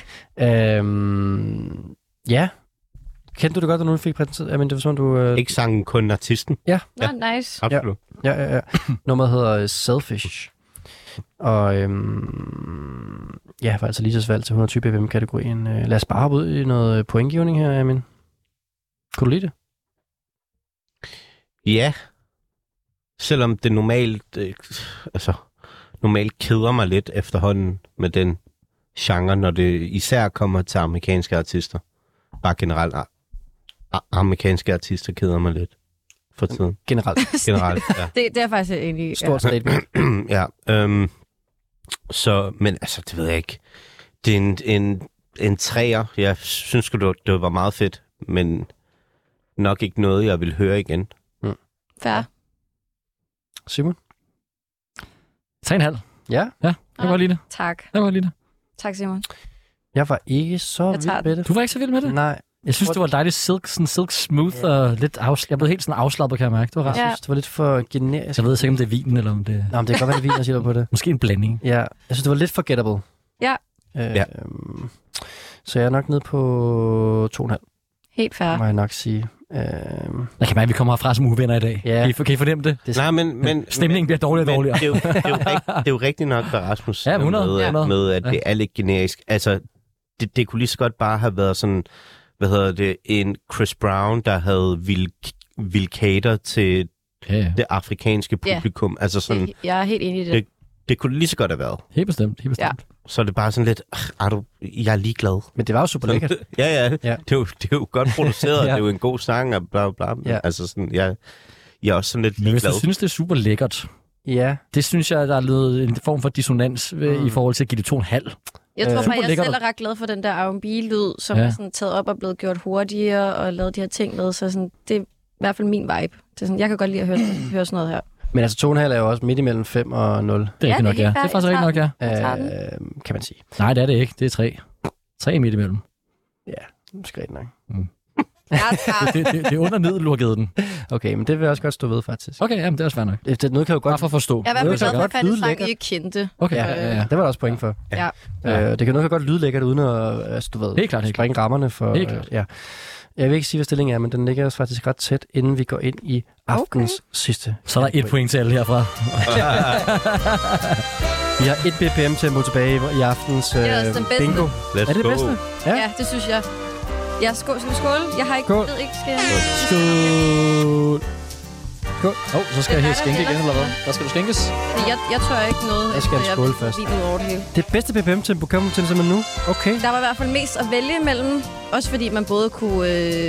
Ja. Kendte du det godt, da nu fik præsenteret? Jeg mener, det var sådan, du... Ikke sangen, kun artisten? Ja. Nå, nice. Absolut. Ja. Nummeret hedder Selfish. Og var altså Lisas valg til 120 BPM-kategorien. Lad os bare hoppe ud i noget pointgivning her, Amin. Kunne du lide det? Ja. Selvom det normalt keder mig lidt efterhånden med den genre, når det især kommer til amerikanske artister. Bare generelt. Amerikanske artister keder mig lidt for tiden. Generelt, ja. Det er faktisk egentlig... Stort statement. Ja. Men altså, det ved jeg ikke. Det er en træer. Jeg synes det var meget fedt, men nok ikke noget, jeg vil høre igen. Fair. Simon? 3,5. Ja? Ja, jeg var lige det. Tak. Jeg var lige det. Tak, Simon. Jeg var ikke så vild med det. Du var ikke så vild med det? Nej. Jeg synes, det var dejligt silk smooth og lidt jeg blev helt sådan afslappet, kan jeg mærke. Det var ret. Jeg synes, det var lidt for generisk. Jeg ved ikke, om det er vinen, eller om det... Nå, men det kan godt være, det er vin, jeg siger på det. Måske en blanding. Ja, jeg synes, det var lidt forgettable. Ja. Så jeg er nok nede på 2,5. Helt fair. Må jeg nok sige. Jeg kan mærke, at vi kommer herfra som uvenner i dag. Ja. Kan I fornemme det? Nej, men stemningen bliver dårligere og dårligere. Det er jo rigtigt nok, hvad Rasmus ja, 100, med, at det er lidt generisk. Altså, det kunne lige så godt bare have været sådan, en Chris Brown, der havde vil cater til det afrikanske publikum. Altså sådan, jeg er helt enig i det. Det kunne lige så godt have været. Helt bestemt. Ja. Så er det bare sådan lidt, jeg er ligeglad. Men det var jo super lækkert. ja. Det er jo godt produceret, ja. Det er jo en god sang, og bla bla bla. Ja. Altså sådan, jeg er også sådan lidt ligeglad. Men hvis du synes, det er super lækkert, Ja. Det synes jeg, der er blevet en form for dissonans i forhold til at give det 2,5. Jeg tror bare, jeg selv er ret glad for den der R&B-lyd, som er sådan taget op og blevet gjort hurtigere og lavet de her ting med. Så sådan, det er i hvert fald min vibe. Det er sådan, jeg kan godt lide at høre sådan noget her. Men altså 2,5 er jo også midt imellem 5 og 0. Det er ikke nok, ja. Det er faktisk ikke nok, ja. Kan man sige. Nej, det er det ikke. Det er 3. 3 midt imellem. Ja, måske rigtig nok. Det er under middel, du har givet den. Okay, men det vil jeg også godt stå ved, faktisk. Okay, jamen det er også fair nok. Det noget kan jo godt... Bare for at forstå. Jeg er i hvert fald glad for, at fandt sang, I ikke kendte. Okay, ja. Det var der også point for. Ja. Det kan noget godt lyde lækkert, uden at du ved, helt klart, springe rammerne for... Helt klart. Ja. Jeg vil ikke sige, hvad stillingen er, men den ligger faktisk ret tæt, inden vi går ind i aftens sidste. Så er der 1 point til alle herfra. Vi har 1 BPM-tempo tilbage i aftens bingo. Let's er det bedste? Ja, det synes jeg. Ja, skål. Skal vi skåle? Jeg har ikke... Skål. Ved ikke, skal jeg... Skål. Skål. Så skal jeg skænke igen, eller hvad? Der skal du skænkes? Jeg tror ikke noget. Jeg skal skåle først. Over det hele. Det bedste BPM-tempo kommer til simpelthen nu. Okay. Der var i hvert fald mest at vælge imellem. Også fordi man både kunne...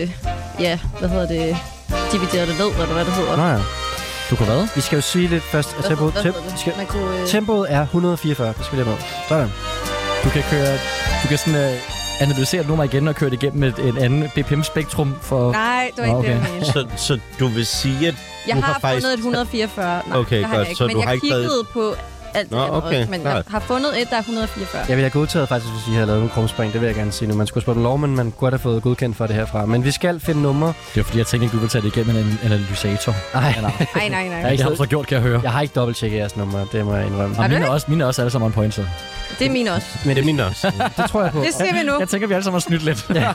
dividere det ned, eller hvad det hedder. Nå ja. Du kunne hvad? Vi skal jo sige lidt først. Tempoet er 144. Det skal vi lige med. Sådan. Du kan sådan... analysere et nummer igen og køre det igennem et andet BPM-spektrum for... Nej, det var ikke det. Så du vil sige, at jeg har fundet et 144. Nej, okay, det har jeg ikke. Men jeg kiggede på alt det også, men jeg har fundet et, der er 144. Jeg ville have godtaget faktisk, hvis I havde lavet nogle krumspring. Det vil jeg gerne sige nu. Man skulle spørge lov, men man kunne have fået godkendt for det herfra. Men vi skal finde numre. Det er fordi, jeg tænkte, du vil tage det igennem en analysator. Nej. Det har du så gjort, kan jeg høre. Jeg har ikke dobbelttjekket jeres numre, det må jeg indrømme. Mine er også alle sammen on point, så. Det er mine også. Men det er mine også. Det tror jeg på. Det ser vi nu. Jeg tænker, vi alle sammen har snydt lidt. Nej.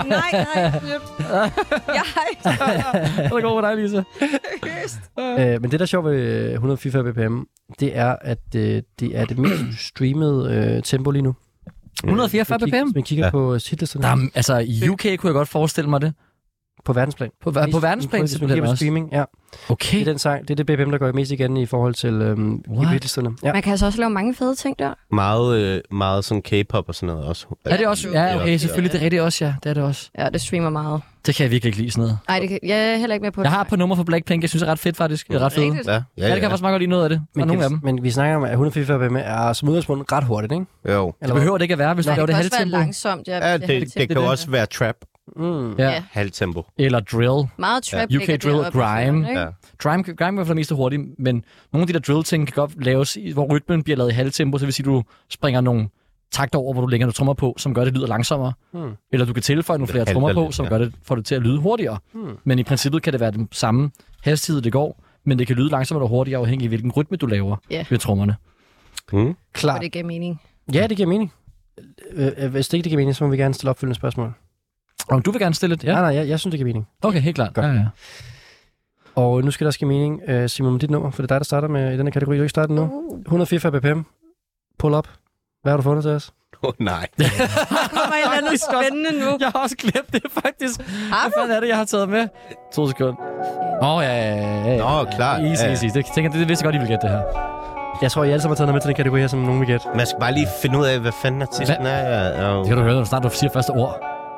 Jeg har ikke. Det går med dig, Lisa. Men det, der er sjovt ved 144 BPM, det er, at det er det mest streamede tempo lige nu. 144 BPM? Vi kigger på hitlisterne. Altså, i UK kunne jeg godt forestille mig det. På verdensplan. På verdensplan simpelthen også? Streaming, ja. Okay. Det er den sang, det er det BPM, der går mest igen i forhold til hitlisterne. Ja. Man kan altså også lave mange fede ting der. Meget sådan K-pop og sådan noget også. Er det også? Ja, okay, selvfølgelig. Det er rigtigt også, ja. Det er det også. Ja, det streamer meget. Det kan jeg virkelig ikke lide sådan noget. Nej, jeg er heller ikke med på det. Jeg har et par numre for Blackpink, jeg synes er ret fedt faktisk. Det er ret fedt. Ja, det kan faktisk meget godt lide noget af det. Men vi snakker om, at 144 BPM er som udgangspunkt ret hurtigt, ikke? Jo. Det behøver det ikke at være, hvis du laver det halvtempo. Det kan også være langsomt, ja. Det kan også være trap. Ja. Halvtempo. Eller drill. Meget trap. UK drill og grime. Grime er for det meste hurtigt, men nogle af de der drill-ting kan godt laves, hvor rytmen bliver lavet i halvtempo, så vil sige, du springer nogle takter over, hvor du lægger nogle trommer på, som gør det lyder langsommere. Eller du kan tilføje nogle flere trommer på, som får det til at lyde hurtigere. Men i princippet kan det være den samme hastighed, det går, men det kan lyde langsommere og hurtigere, afhængig af hvilken rytme du laver ved trommerne. Klart. Og det giver mening. Ja, det giver mening. Hvis det ikke giver mening, så må vi gerne stille opfølgende spørgsmål. Om du vil gerne stille det? Ja. Nej, jeg synes, det giver mening. Okay, helt klart. Ja. Og nu skal der ske mening, Simon, med dit nummer, for det er dig, der starter med i denne kategori. Du ikke starter nu. 144 BPM. Pull up. Hvad har du fundet til os? Nej. Der kommer et eller andet spændende nu. Jeg har også glemt det, faktisk. Hvad fanden er det, jeg har taget med? 2 sekunder. Ja. Nå, klart. Easy. Det vidste jeg godt, I vil gætte det her. Jeg tror, I alle sammen har taget noget med til den kategori her, som nogen vil gætte. Man skal bare lige finde ud af, hvad fanden artisten er. Det kan du høre, når du snart siger første ord.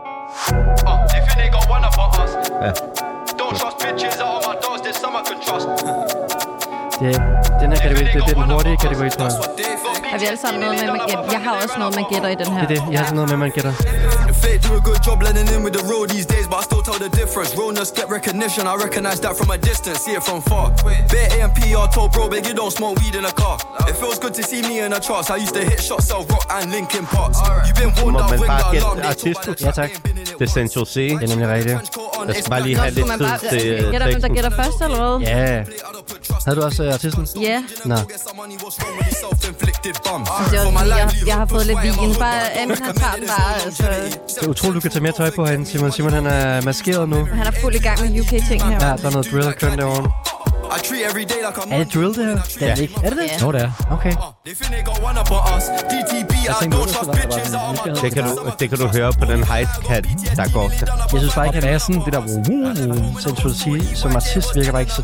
Ja. Den her kategori, det er den hurtige kategori, tror jeg. Har vi alle sammen noget med, man gætter? Jeg har også noget, man gætter i den her. Det er det. Jeg har sådan noget med, man gætter. Do a good job blending in with the road these days, but I still tell the difference. Realness get recognition, I recognize that from a distance, see it from far. Bare AMPR told bro, big you don't smoke weed in a car. It feels good to see me in the charts. I used to hit shots, sell rock and Linkin Parks. You've been warned out, ring the alarm. Ja, tak. Det er Central C. Det er nemlig rigtigt. Jeg skal bare lige have lidt tid til gætter hvem, der gætter først, eller hvad? Ja. Havde du også artisten? Ja. Nå. Jeg har fået lidt vin. Bare Amin, han tager den bare. Altså. Det er utroligt, du kan tage mere tøj på herinde, Simon. Simon, han er maskeret nu. Han er fuld i gang med UK-ting her. Ja, der er noget drill køn derovre. Er det drill, det her? Ja. Er det ikke? Er det det? Jo, det er. Okay. Det kan du høre på den hi-hat, der går. Jeg synes bare ikke, at bassen, det der Central C som artist, virker bare ikke så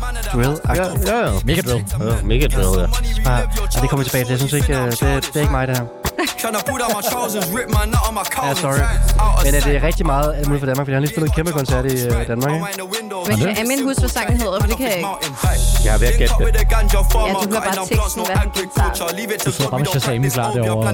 drill-agtigt. Ja. Mega drill. Mega drill, ja. Og det kommer vi tilbage til. Jeg synes ikke, det er ikke mig, det her. Ja, sorry. Men er det rigtig meget alt muligt for Danmark? Fordi han har lige spillet en kæmpe koncert i Danmark, ikke? Men kan Amin huske, hvad sangen hedder? For det kan jeg ikke. Jeg er ved at gætte det. Ja, du hører bare teksten, hvad han gentager. Du sidder bare med Shazam klar derovre.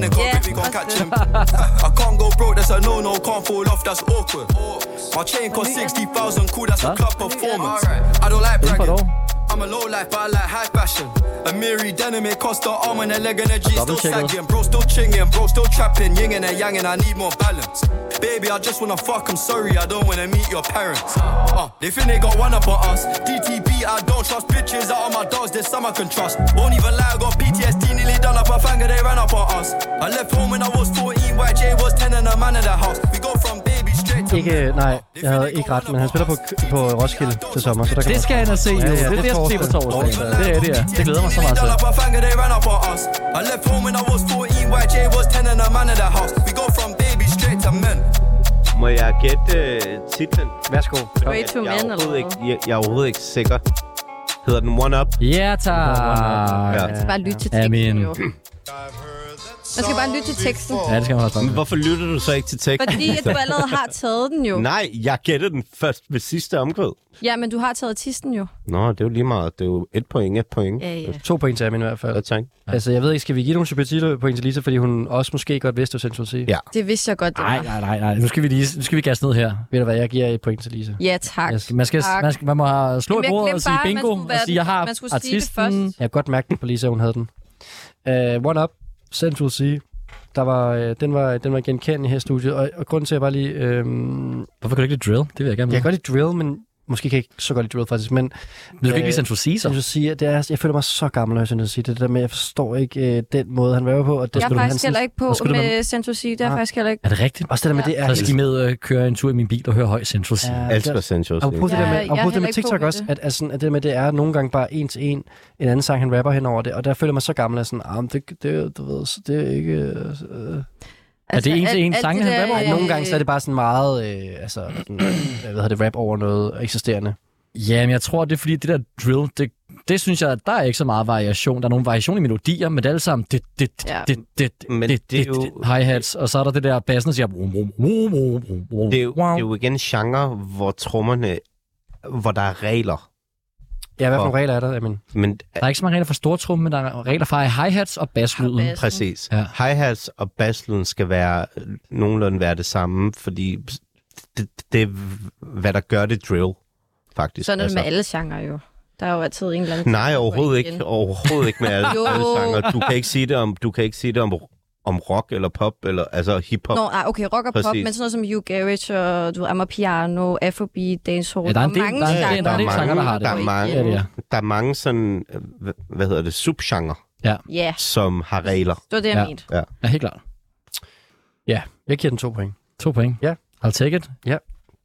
I can't go broke, that's a no-no, can't fall off, that's awkward. My chain cost 60,000, cool, that's a club performance. I don't like bragging, I'm a low life, but I like high fashion. A Miri denim, it cost the arm and a leg and a G still sagging. Bro still chinging, bro still trapping, yin and a yang and I need more balance. Baby, I just wanna fuck, I'm sorry, I don't wanna meet your parents. They think they got one up on us. DTB, I don't trust bitches, out of my dogs, there's some I can trust. Won't even lie, I got PTSD, nearly done up a finger, they ran up on us. I left home when I was 14, YJ was 10 and a man in the house. We go from baby straight to... Ikke, nej, jeg havde ikke ret, men han spiller på Roskilde til sommer, så der kan det skal han se, jo. Det er det, jeg skal se på torsdag. Det er det, ja. Det glæder mig så meget til. I left home when I was 14, YJ was 10 and a man in the house. We go from baby straight to men. Må jeg gætte titlen? Værsgo. Straight to men, eller hvad? Jeg er overhovedet ikke sikker. Hedder den One Up? Ja, tak. Man skal bare lytte til teksten, jo. Man skal bare lytte til teksten. Ja, det skal man også. Men hvorfor lytter du så ikke til teksten? Fordi at du allerede har taget den, jo. Nej, jeg gættede den først ved sidste omkvæd. Ja, men du har taget artisten, jo. Nå, det er jo lige meget. Det er jo 1 point. Ja. 2 point til Amin i hvert fald. Ja, tak. Altså, jeg ved ikke, skal vi give nogle sympati-point til Lisa, fordi hun også måske godt vidste, hvad Central C? Ja. Det vidste jeg godt, det var. Nej. Nu skal vi gasse ned her. Ved du hvad, jeg giver 1 point til Lisa. Ja, tak. Man må slå i bordet og sige bingo, og sige, jeg har artisten. Jeg kan godt mærke den på Lisa, hun havde den. One Up, Central C. Den var genkendelig her i studiet, og grunden til, at jeg bare lige... Hvorfor kan du ikke lide drill? Det vil jeg gerne med. Jeg kan godt lide drill, men måske kan jeg ikke så godt lide drill, faktisk. Men, du kan ikke lide Central C, så? Central C, jeg føler mig så gammel, når jeg synes, at det der med, jeg forstår ikke den måde, han rapper på. Og det jeg er faktisk heller ikke på med Central C, det er faktisk heller ikke. Er det rigtigt? Også det der med, det er... Så skal I med køre en tur i min bil og høre høj Central C. Jeg elsker Central C. Og prøv det med TikTok også, at det med, det er nogle gange bare en til en anden sang, han rapper hen over det, og der føler mig så gammel, at sådan, du ved, det er ikke... Er det en sang, han rapper over? Nogle gange så er det bare sådan meget, rap over noget eksisterende. Ja, men jeg tror, det er fordi, det der drill, det synes jeg, der er ikke så meget variation. Der er nogle variation i melodier, men det er alle sammen hi-hats, og så er der det der bassen, der siger... Det er jo igen en genre, hvor trommerne, hvor der er regler. Ja, hvad for regler er der? Men der er ikke så mange regler for stortrum, men der er regler for hi-hats og basslyden. Præcis. Ja. Hi-hats og basslyden skal nogenlunde være det samme, fordi det er, hvad der gør det drill, faktisk. Sådan er det med alle genrer jo. Der er jo altid en eller anden... Nej, overhovedet ikke med alle genrer. Du kan ikke sige det om rock eller pop, eller altså hiphop. Okay, rock og pop, men sådan noget som Hugh Garage og Amapiano, Afrobeat, dancehall. Ja, der er en del genrer, der har det. Der er mange sådan, subgenre, som har regler. Det var det, jeg mente. Ja, helt klart. Ja, jeg giver den 2 point. 2 point? Ja. I'll take it. Ja.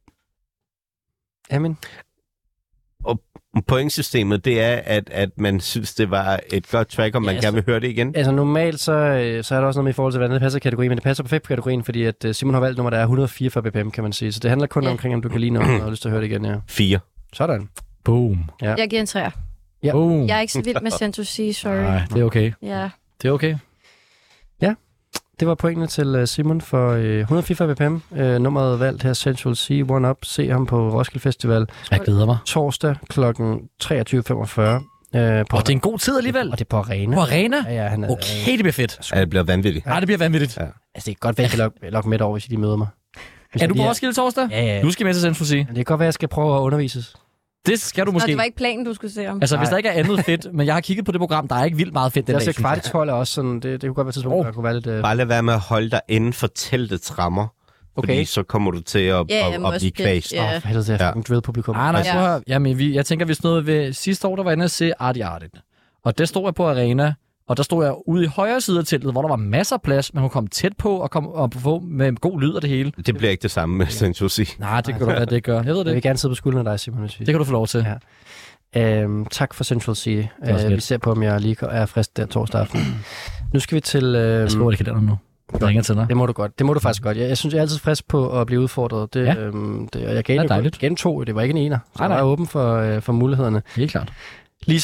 Amen. Og pointsystemet, det er, at man synes, det var et godt track, og man gerne vil høre det igen. Altså normalt, så er der også noget med i forhold til, hvordan det passer kategorien, men det passer perfekt på kategorien, fordi at Simon har valgt nummer, der er 144 BPM, kan man sige. Så det handler kun omkring, om du kan lide noget, og har lyst til at høre det igen, 4. Sådan. Boom. Ja. Jeg giver en 3. Ja. Boom. Jeg er ikke så vild med Central C, sorry. Nej, det er okay. Ja. Det er okay. Ja. Det var pointene til Simon for 144 BPM. Nummeret valgt her, Central C, One Up. Se ham på Roskilde Festival. Jeg glæder mig. Torsdag kl. 23.45. Det er en god tid alligevel. Og det er på Arena. På Arena? Ja, han er, okay, det bliver fedt. Ja, det bliver vanvittigt. Ja, det bliver vanvittigt. Ja. Altså, det er godt, at jeg kan lokke med over, hvis I møder mig. Er du på Roskilde torsdag? Ja. Du skal med til Central C. Det kan godt være, at jeg skal prøve at undervises. Det skal du måske. Det var ikke planen, du skulle se om. Altså, hvis der ikke er andet fedt, men jeg har kigget på det program, der er ikke vildt meget fedt den dag. Det er 12 er også sådan, det kunne godt være tidspunkt, der kunne være lidt... Bare lad være med at holde dig inden for teltets rammer. Okay. Fordi så kommer du til at blive kvæst. For helvede, det er drill-publikum. Jeg tænker, hvis noget ved sidste år, der var inde at se Artigt. Og der stod jeg på Arena, og der stod jeg ude i højre side af teltet, hvor der var masser af plads, man kunne komme tæt på og få med god lyd og det hele. Det bliver ikke det samme med Central C. Nej, det kan du være, det gør. Jeg ved det. Jeg vil gerne sidde på skulderen af dig, Simon. Det kan du få lov til. Ja. Tak for Central C. Vi ser på, om jeg lige er frisk den torsdag aften. Nu skal vi til... Jeg skriver det kalenderen nu. Jeg ringer til dig. Det må du godt. Det må du faktisk godt. Jeg synes, jeg er altid frisk på at blive udfordret. Jeg gav den 2. Det var ikke en ener. Så jeg er åben for mulighederne. Helt klart. Lisa,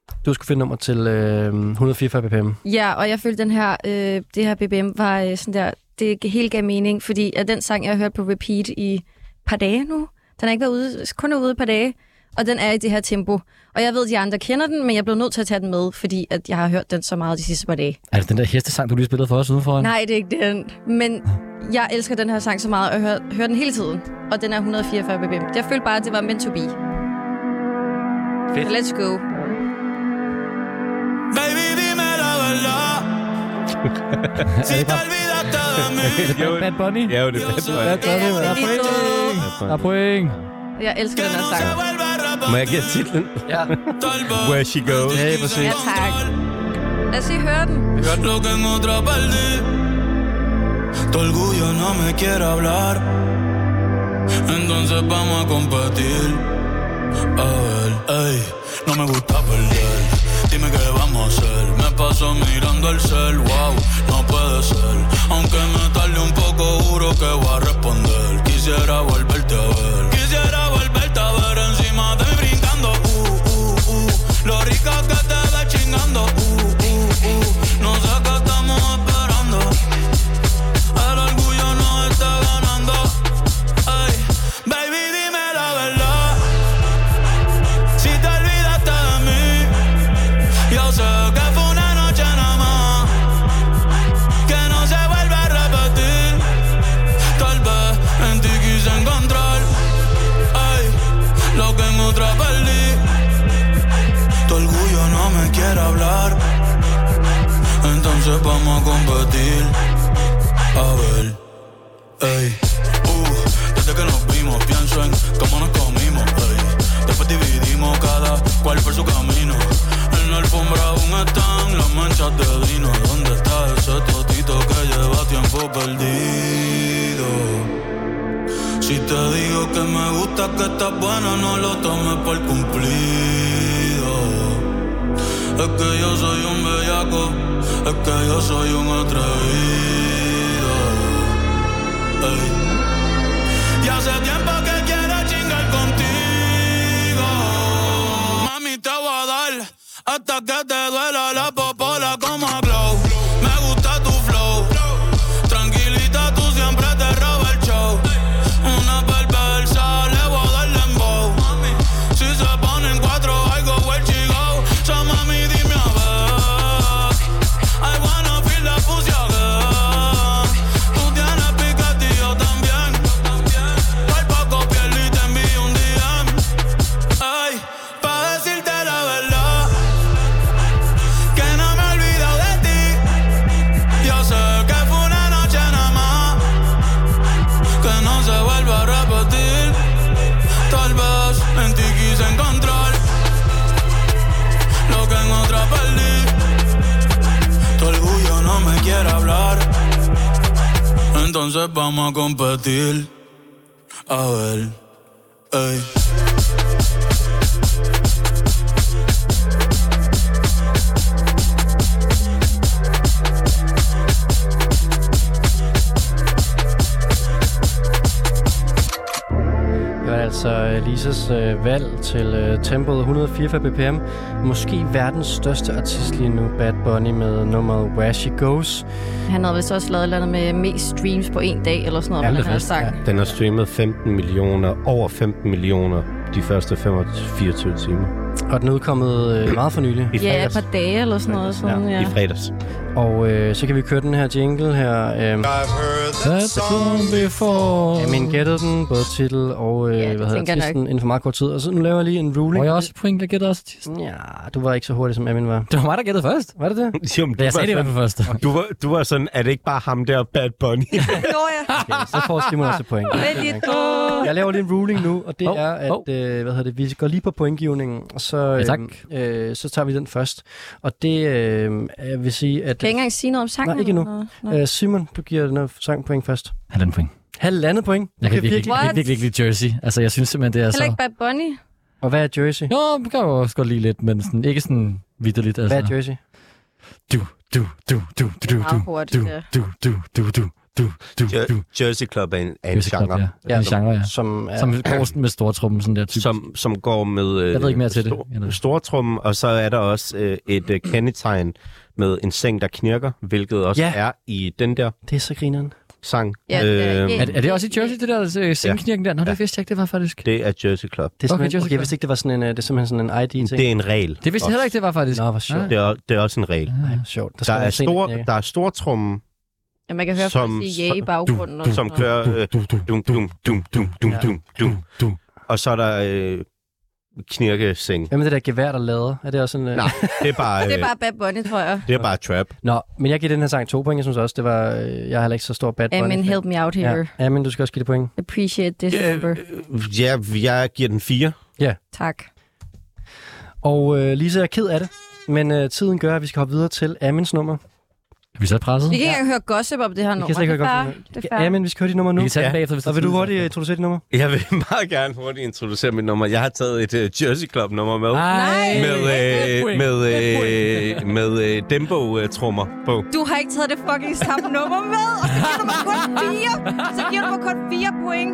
Du skulle finde nummer til 144 BPM. Ja, og jeg følte, det her BPM var sådan der, det helt gav mening, fordi at den sang, jeg har hørt på repeat i et par dage nu, den har ikke været ude, kun ude et par dage, og den er i det her tempo. Og jeg ved, at de andre kender den, men jeg blev nødt til at tage den med, fordi at jeg har hørt den så meget de sidste par dage. Er det den der hestesang, du lige spillede for os udenfor? Nej, det er ikke den. Men jeg elsker den her sang så meget, og hører den hele tiden. Og den er 144 BPM. Jeg følte bare, at det var meant to be. Fedt. So let's go. Baby, dime la verdad. Si te olvidaste de mí. Bad Bunny? Ja, det er Bad Bunny. Der er point. Jeg elsker den her sang. Må jeg gætte titlen? Ja. Where She Goes. Ja, præcis. Ja, tak. Lad os lige høre den. Lo que en otra perdí. Tu orgullo no me quiere hablar. Entonces vamos a competir. A ver, ey, no me gusta perder. Dime qué vamos a hacer. Me paso mirando el cel, wow, no puede ser. Aunque me tarde un poco, juro que voy a responder. Quisiera volverte a ver. Quisiera volverte a ver encima de mí brincando. Lo rica que te da chingando. No sé qué estamos esperando. El orgullo nos está ganando. Ey, baby, dime la verdad. Si te olvidaste de mí, yo sé que fue una noche nada más, que no se vuelve a repetir. Tal vez en ti quise encontrar, ey, lo que en otra perdí. Tu orgullo no me quiere hablar, entonces vamos a competir. A ver, ey, desde que nos vimos pienso en cómo nos comimos, ey. Después dividimos cada cual por su camino. En la alfombra aún están las manchas de vino. ¿Dónde está ese totito que lleva tiempo perdido? Si te digo que me gusta, que estás buena, no lo tomes por cumplido. Es que yo soy un bellaco, es que yo soy un atrevido. Ey. Y hace tiempo que quiero chingar contigo. Mami, te voy a dar hasta que te duela la popola como a Glow. Me gusta tu flow. Tranquilita, tú siempre te robas el show. Una perversa, le voy a darle en bow. Si se ponen cuatro, I go where she go. So mami, dime a ver. I wanna feel the pussy again. Tú tienes piquete y yo también. Por poco piel y te envío un DM. Ay, pa' decirte la verdad, que no me he olvidado de ti. Yo sé que fue una noche nada más, que no se vuelve a repetir. Tal vez en ti quise encontrar lo que en otra perdí. Tu orgullo no me quiere hablar, entonces vamos a competir. A ver, ey. Det var altså Lisas valg til tempoet 144 BPM. Måske verdens største artist lige nu, Bad Bunny, med nummeret Where She Goes. Han havde vist også lavet et eller andet med mest streams på en dag, eller sådan noget, med den her sang. Ja. Den har streamet 15 millioner, over 15 millioner de første 24 timer. Og den er udkommet meget for nylig. Ja, et par dage eller sådan noget. Sådan, ja. I fredags. Og så kan vi køre den her jingle her. That song before. Jamen, gættede den, både titel og artisten inden for meget kort tid. Og så nu laver jeg lige en ruling. Og jeg også point, jeg gættede også artisten. Ja, du var ikke så hurtig, som Amin var. Det var mig, der gættede først. Var det det? Jamen, jeg sagde det i hvert fald først. Du var sådan, er det ikke bare ham der, Bad Bunny? Nå ja. Okay, så får Simon også et point. Jeg laver lige en ruling nu, og det er, at vi går lige på pointgivningen, og så, så tager vi den først. Og det vil sige, at... Kan jeg ikke engang sige noget om sangen? Nej, ikke endnu. Simon, du giver den her sang point først. Halvandet point. Halvandet point? Jeg kan virkelig ikke lide Jersey. Altså, jeg synes simpelthen, det er så... Heller ikke Bad Bunny? Og hvad er Jersey? Jo, det kan jeg også godt lide lidt, men sådan, ikke sådan vitterligt. Altså. Hvad er Jersey? Jersey Club er en genre. Ja, en genre, ja. Som går med stortrummen, sådan der typisk. Som går med jeg ved ikke mere til det. Stortrummen, og så er der også et kendetegn med en seng, der knirker, hvilket også er i den der. Det er så grineren. Sang. Ja, er det også i Jersey, det der sengknirken der? Nå, det vidste jeg ikke, det var faktisk. Det er Jersey Club. Det er okay, jeg vidste ikke, det var sådan en, det er simpelthen sådan en ID-ting. Det er en regel. Det vidste jeg heller ikke, det var faktisk. Nå, hvor sjovt. Det er også en regel. Nej, sjovt. Der er stortrummen, ja, man kan høre folk sige i baggrunden. Som kører dum. Og så er der knirkeseng. Hvad med det der gevær, der lader? Er det også sådan... Nej, det er bare... det er bare Bad Bunny, tror jeg. Det er bare trap. Nå, men jeg giver den her sang 2 point. Jeg synes også, det var... Jeg har heller ikke så stor Bad Bunny. Amen, help me out here. Ja, men du skal også give det point. Appreciate this number. Ja, jeg giver den 4. Ja. Tak. Og Lisa er ked af det, men tiden gør, at vi skal hoppe videre til Amins nummer. Er vi så presset? Vi kan ikke engang høre gossip om det her nummer. Vi kan slet ikke høre gossip. Amin, vi skal høre dit nummer nu. Vi kan tage det bagefter, hvis og vil du hurtigt introducere dit nummer? Jeg vil meget gerne hurtigt introducere mit nummer. Jeg har taget et Jersey Club nummer med. Med Dembo-trommer på. Du har ikke taget det fucking samme nummer med, og så giver du mig kun 4. Så giver du mig kun 4 point.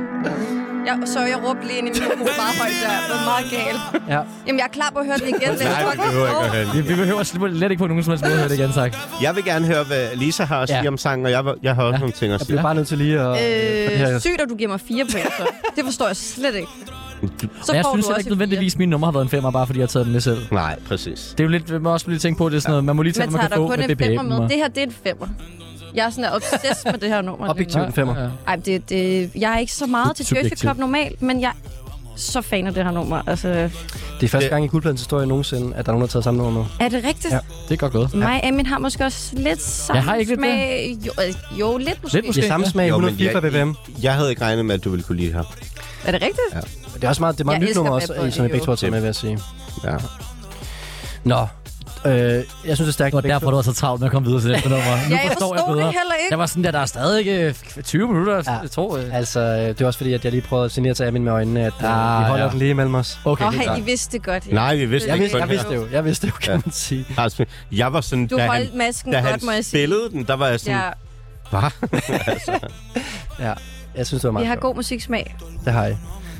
Jeg råbte lige ind i min mikrofon meget højt der. Jeg blev meget gal. Ja. Jamen, jeg er klar på at høre det igen. Vi behøver slet ikke på nogen som helst måde at høre det igen, tak. Jeg vil gerne høre, hvad Lisa har at sige om sangen, og jeg har også nogle ting at sige. Jeg bliver bare nødt til lige at... Sygt, at du giver mig 4 point, så. Det forstår jeg slet ikke. Så jeg synes ikke nødvendigvis, at min nummer har været en 5'er, bare fordi jeg har taget den med selv. Nej, præcis. Det er jo lidt, man må også lige tænke på, det er sådan noget, man må lige tage, hvad man kan få med BPM. Med. Det her, det er en 5'er. Jeg er sådan obsessed med det her nummer. Objektivt en 5'er. Ej, jeg er ikke så meget til Jersey Club normalt, men jeg er så fan af det her nummer. Altså... Det er første gang i Guldpladens historie nogensinde, at der er nogen, der har taget samme nummer med. Er det rigtigt? Ja, det er godt gået. Mig og Amin har måske også lidt samme jeg har ikke smag. Jo, lidt måske. Det er samme smag, 104 BPM. Jeg havde ikke regnet med, at du ville kunne lide det her. Er det rigtigt? Ja. Det er også meget, nyt nummer også, som jeg begge to har taget med, vil jeg sige. Ja. Nå. Jeg synes, det er stærkt. Og derfor du var så travlt med at komme videre til det nummer. Ja, jeg forstår det heller ikke. Jeg var sådan der er stadig 20 minutter. Ja. Jeg tror, altså, det er også fordi, at jeg lige prøvede at signere til Amin med øjnene, at vi holder den lige imellem os. Okay, I vidste det godt. Ja. Nej, vi vidste ikke. Jeg vidste det jo, kan man sige. Jeg var sådan, du holdt masken godt, må jeg sige. Da han spillede den, der var jeg sådan, hvad? Ja, jeg synes, det var meget Vi har god musiksmag. Det har jeg.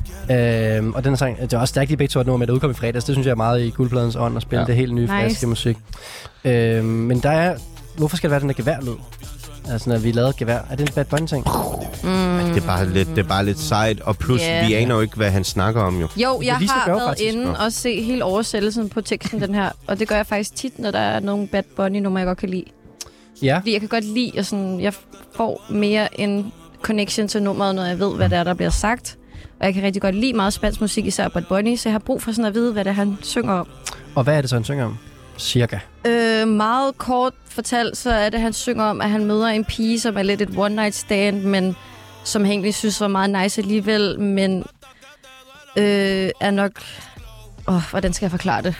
Og den sang, det er også stærkt de begge to, at nummer med, der udkom i fredags. Det synes jeg er meget i Guldpladens ånd at spille det helt nye, friske musik. Men der er... Hvorfor skal det være den der geværlyd? Altså, når vi lavede gevær. Er det en Bad Bunny-ting? Det er bare lidt sejt, og plus, vi aner jo ikke, hvad han snakker om, jo. Jo, jeg har været inde og se hele oversættelsen på teksten, den her. Og det gør jeg faktisk tit, når der er nogle Bad Bunny-nummer, jeg godt kan lide. Ja. Fordi jeg kan godt lide, og sådan, jeg får mere en connection til nummeret, når jeg ved, hvad der bliver sagt. Og jeg kan rigtig godt lide meget spansk musik, især Bad Bunny, så jeg har brug for sådan at vide, hvad det er, han synger om. Og hvad er det så, han synger om? Cirka? Meget kort fortalt, så er det, han synger om, at han møder en pige, som er lidt et one-night stand, men som han egentlig synes var meget nice alligevel, men er nok... hvordan skal jeg forklare det?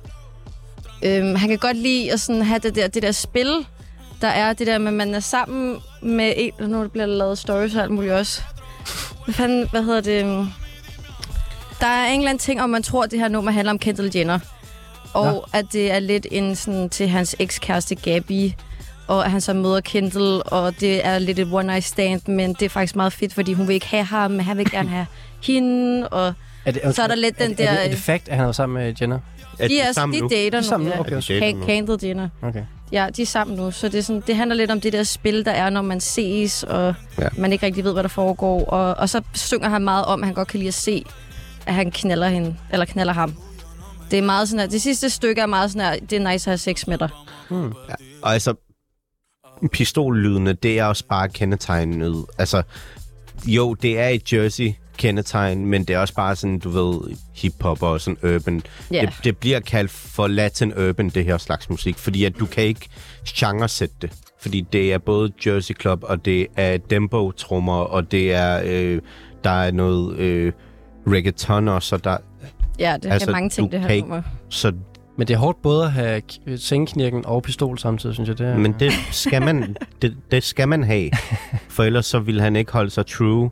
Han kan godt lide at sådan have det der spil, der er det der med, at man er sammen med en... Og nu bliver der lavet stories og alt muligt også. Hvad hedder det? Der er en eller anden ting, om man tror, at det her nummer handler om Kendall Jenner. Og at det er lidt en sådan til hans ekskæreste Gabby. Og at han så møder Kendall, og det er lidt et one night stand, men det er faktisk meget fedt, fordi hun vil ikke have ham, men han vil gerne have hende. Og så er der lidt den der... Er det fakt, at han er sammen med Jenner? De dater nu. Okay. Kendall Jenner. Okay. Ja, de er sammen nu, så det, er sådan, det handler lidt om det der spil, der er, når man ses, og man ikke rigtig ved, hvad der foregår. Og så synger han meget om, at han godt kan lide at se, at han knaller hende, eller knaller ham. Det er meget sådan, at det sidste stykke er meget sådan, at det er nice at have sex med dig. Ja. Og altså, pistollydene, det er også bare kendetegnet. Altså, jo, det er et Jersey kendetegn, men det er også bare sådan, du ved, hiphop og sådan urban. Yeah. Det bliver kaldt for Latin urban, det her slags musik, fordi at du kan ikke genresætte det. Fordi det er både Jersey Club, og det er dembo-trommer, og det er, der er noget reggaeton også, og der... Ja, det er mange ting, det her nummer. Men det er hårdt både at have sengeknirken og pistol samtidig, synes jeg. Det er... Men det skal man, det skal man have, for ellers så vil han ikke holde sig true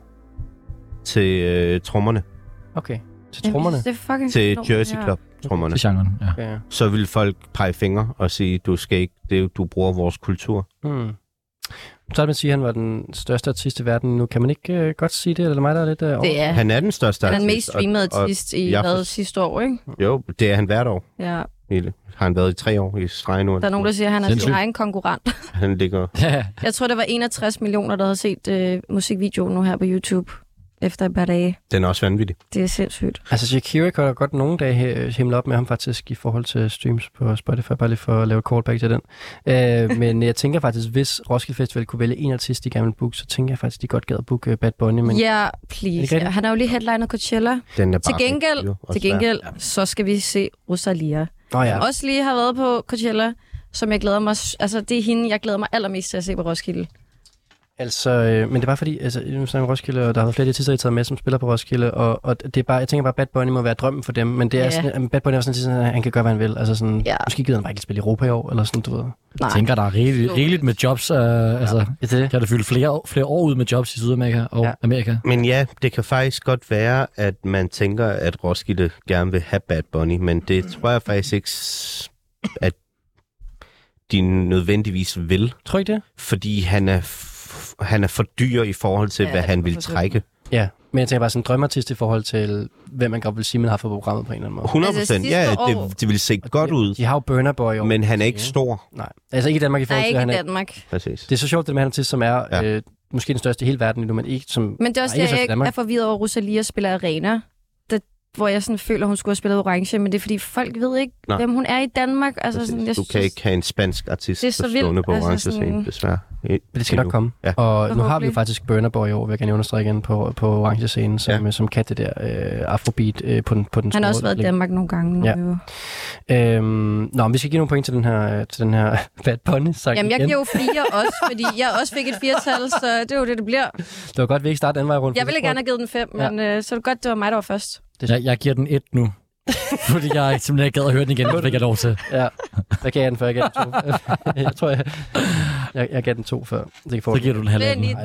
til trommerne. Okay, til trommerne? Til Jersey Club-trommerne. Til genren, ja. Okay. Så vil folk pege fingre og sige, du skal ikke, du bruger vores kultur. Så vil man sige, at han var den største artist i verden nu. Kan man ikke godt sige det, eller mig, der er lidt over? Det er. Han er den største artist. Han er den mest streamede artist i sidste år, ikke? Jo, det er han hvert år. Ja. Har han været i 3 år i streg nu? Der er nogen, der siger, at han er sin egen konkurrent. Han ligger... Jeg tror, det var 61 millioner, der havde set musikvideoen nu her på YouTube efter et par dage. Den er også vanvittig. Det er sindssygt. Altså, Shakira kan godt nogle dage himle op med ham faktisk i forhold til streams på Spotify, bare lige for at lave et callback til den. Men jeg tænker faktisk, hvis Roskilde Festival kunne vælge en artist, de gerne vil booke, så tænker jeg faktisk, de godt gad at booke Bad Bunny. Men... Ja, please. Ja, han er jo lige headliner Coachella. Den er til gengæld, så skal vi se Rosalia. Også lige har været på Coachella, som jeg glæder mig... Altså, det er hende, jeg glæder mig allermest til at se på Roskilde. Altså, men det er bare fordi, nu snakker Roskilde, og der har været flere artister, der taget med, som spiller på Roskilde, og det er bare, jeg tænker bare, Bad Bunny må være drømmen for dem, men det er sådan, Bad Bunny er sådan, at han kan gøre, hvad han vil. Altså sådan, måske gider han bare ikke spille i Europa i år, eller sådan, du ved. Jeg tænker, der er rigeligt med jobs, altså, kan det fylde flere år ud med jobs i Sydamerika og Amerika. Men ja, det kan faktisk godt være, at man tænker, at Roskilde gerne vil have Bad Bunny, men det tror jeg faktisk ikke, at de nødvendigvis vil. Tror I det? Fordi han er for dyr i forhold til, hvad han vil trække. Ja, men jeg tænker bare sådan en drømmeartist i forhold til, hvad man godt vil sige, man har for programmet på en eller anden måde. 100%, ja, det vil se godt ud. De har jo Burna Boy over. Men han er ikke stor. Nej, altså ikke i Danmark i forhold til, han er. Danmark. Præcis. Det er så sjovt, det med en artist, som er måske den største i hele verden nu, men ikke som... Men det er også det, jeg er forvirret over, Rosalia spiller Arena. Hvor jeg sådan føler, hun skulle have spillet orange, men det er fordi, folk ved ikke, hvem hun er i Danmark. Altså, sådan, du kan ikke have en spansk artist stående på orange scene, desværre. Men det skal nok komme. Ja. Og nu har vi jo faktisk Burna Boy i år, vil jeg gerne understrege igen, på orange scene, som kan det der afrobeat på den store. Han har også været i Danmark nogle gange. Ja. Nå, vi skal give nogle point til den her Bad Bunny-sang. Jamen, jeg giver jo 4 også, fordi jeg også fik et 4-tal, så det er jo det bliver. Det var godt, vi ikke startede den vej rundt. Jeg ville gerne have givet den 5, men så er det godt, det var mig, der var først. Jeg giver den 1 nu. Fordi jeg simpelthen ikke gad at høre den igen, hvis jeg ikke har lov til. Ja, jeg gav den før, jeg gav den 2. Jeg tror, jeg gav den 2 før. Så giver du den halv af den.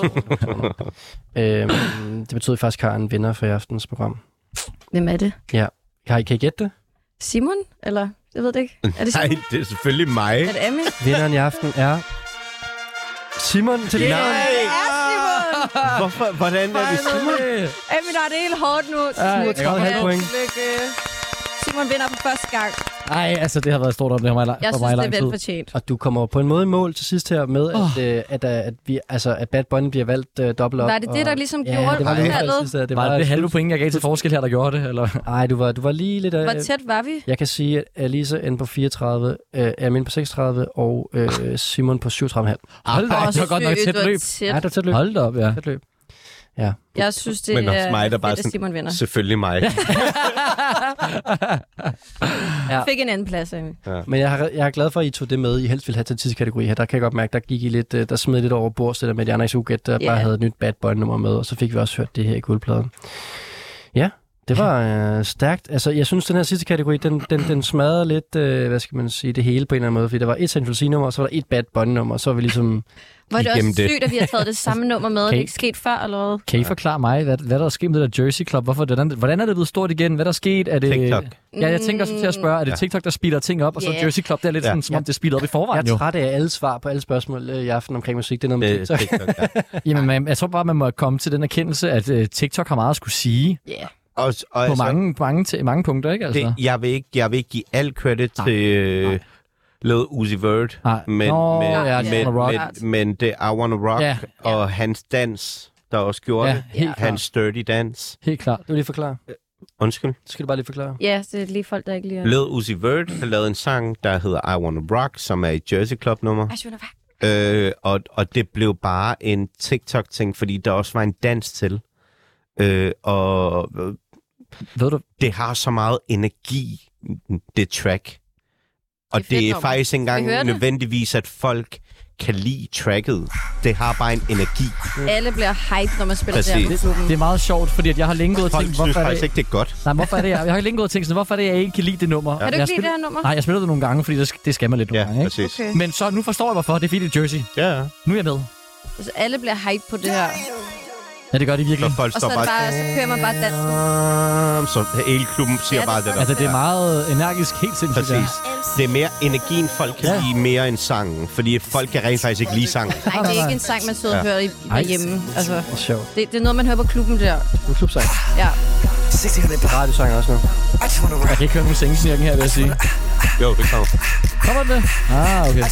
Det betyder faktisk, at jeg har en vinder for i aftens program. Hvem er det? Ja. Kan I gætte det? Simon? Eller? Jeg ved det ikke. Er det Simon? Nej, det er selvfølgelig mig. Er det Emmy? Vinderen i aften er Simon til det. Nej! Hvorfor? Hvordan er det Simon? Emmy, der er det helt hårdt nu. 37,5 point. Simon vinder for første gang. Nej, altså det har været stort op det her mig. Jeg synes, det er velfortjent. Og du kommer på en måde i mål til sidst her med, at Bad Bunny bliver valgt dobbelt op. Var det det, der ligesom gjorde det? Var det halve point, jeg gav til forskel her, der gjorde det? Eller? Nej, du var lige lidt... Hvor tæt var vi? Jeg kan sige, at Alisa endte på 34, Amin på 36 og Simon på 37,5. Hold da, det var godt nok tæt løb. Ja, det var tæt løb. Hold da op, ja. Tæt løb. Ja. Jeg synes, det er mig, der bare sådan, Simon vinder. Selvfølgelig mig. Fik en anden plads, Amy. Ja. Men jeg er glad for, at I tog det med, I helst ville have til tidskategori her. Der kan jeg godt mærke, der gik I lidt, der smed lidt over bords, det der med de andre i Suget, der bare havde et nyt Bad Bunny-nummer med, og så fik vi også hørt det her i guldpladen. Ja, det var stærkt. Altså, jeg synes, den her sidste kategori, den smadrede lidt, hvad skal man sige, det hele på en eller anden måde, fordi der var et Central C-nummer, og så var der et Bad Bunny-nummer, og så var vi ligesom... Var det også sygt, at vi har taget det samme nummer med, og det er ikke sket før, eller hvad? Kan I forklare mig, hvad der er sket med det der Jersey Club? Hvordan er det blevet stort igen? Hvad der er sket? Er det TikTok? Ja, jeg tænker også til at spørge, er det TikTok, der speeder ting op, og så Jersey Club, det er lidt sådan, som om det speeder op i forvejen. Jeg er træt af alle svar på alle spørgsmål i aften omkring musik. Det er noget med TikTok. Jamen, jeg tror bare, man må komme til den erkendelse, at TikTok har meget at skulle sige. Og på altså, mange punkter, ikke? Altså. Jeg vil ikke give al credit til... Led Uzi Vert, men det I Wanna Rock, og hans dans, der også gjorde det. Hans dirty dans. Helt klart. Du vil lige forklare. Undskyld. Det skal du bare lige forklare. Ja, det er lige folk, der ikke lige... Led Uzi Vert har lavet en sang, der hedder I Wanna Rock, som er et Jersey Club nummer. Og det blev bare en TikTok-ting, fordi der også var en dans til. Og ved du? Det har så meget energi, det track. Og det er faktisk ikke engang nødvendigvis, at folk kan lide tracket. Det har bare en energi. Alle bliver hype, når man spiller det er meget sjovt, fordi at jeg har længe gået og tænkt, hvorfor er det ikke det er godt. Nej, hvorfor er det? Jeg har længe gået og tænkt, hvorfor er det, jeg ikke kan lide det nummer? Kan du ikke lide det her nummer? Nej, jeg spiller det nogle gange, fordi det skal man lidt nogle gange. Ikke? Præcis. Okay. Men så nu forstår jeg, hvorfor. Det er fordi det er Jersey. Ja. Nu er jeg med. Altså, alle bliver hype på det her. Ja, det gør de virkelig. Så folk Og så, står bare, så kører man bare dansen. Så hele klubben siger bare det der. Altså, det er meget energisk, helt sindssygt. Præcis. Det er mere energien, folk kan lide mere end sangen. Fordi folk kan rent faktisk ikke lide sangen. Nej, det er ikke en sang, man sidder og hører derhjemme. Altså, sjovt. Det er noget, man hører på klubben der. En klubsang. Ja. Radiosang også nu. Jeg kan ikke høre nogen sengesnirken her, vil jeg sige. Jo, det kommer. Kommer det? Ah, okay.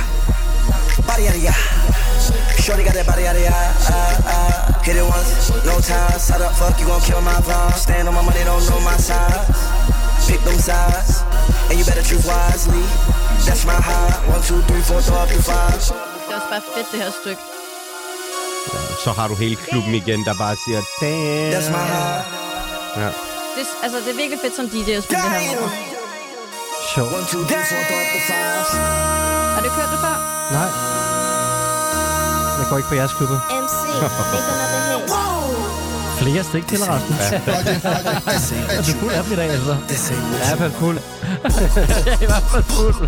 Shorty got that body out of ya. Hit it once, no time. Side up, fuck, you gon' kill my vibe. Stand on my money, don't know my size. Pick them sides, and you better choose wisely. That's my high. 1, 2, 3, 4, throw up to 5. Det er også bare fedt, det her stykke. Så har du hele klubben igen, der bare siger, damn. That's my high. Ja. Det er virkelig fedt som DJ at spille det her nummer. Sjovt. 1, 2, 3, 4, throw up to 5. Har du kørt det før? Nej. Jeg går ikke på jeres klubber. MC, make another hit. Flere stik til, Rasmus. Ja. Er du fuld af dem i dag, altså? Jeg er i hvert fald fuld. Jeg er i hvert fald fuld.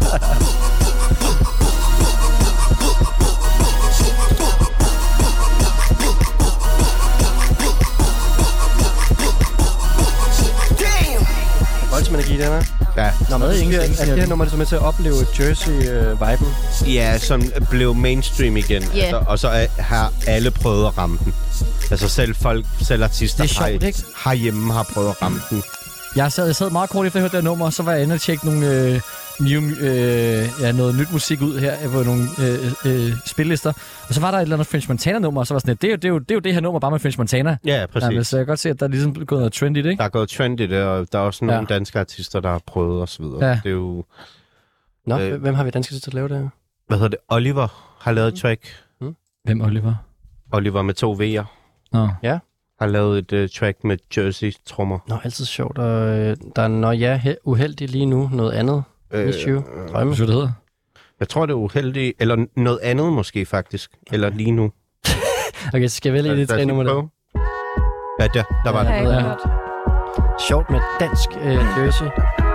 Voldsom energi, den her. Ja. Nå, men er det her nummer, det så med til at opleve Jersey-viben? Ja, som blev mainstream igen. Yeah. Altså, og så har alle prøvet at ramme den. Altså selv artister Det er sjovt, ikke? herhjemme har prøvet at ramme den. Jeg sad meget kort efter at høre det nummer, og så var jeg inde og tjekke nogle noget nyt musik ud her på nogle spillister. Og så var der et eller andet French Montana-nummer, og så var sådan, det er jo det her nummer, bare med French Montana. Ja, præcis. Jamen, så jeg kan godt se, at der er ligesom gået noget trendy, ikke? Der er gået trendy det, og der er også nogle danske artister, der har prøvet og så videre. Ja. Det er jo... Nå, hvem har vi danske til at lave det her? Hvad hedder det? Oliver har lavet et track. Hvem Oliver? Oliver med 2 V'er. Nå. Ja. Har lavet et track med Jersey-trommer. Nå, altid sjovt. Og der er uheldig lige nu. Noget andet. Issue. Drømme. Hvad det hedder? Jeg tror, det er uheldigt. Eller noget andet måske, faktisk. Eller lige nu. Okay, så skal jeg vælge de 3 nummer der. Ja, der var det. Ja. Sjovt med dansk Jersey.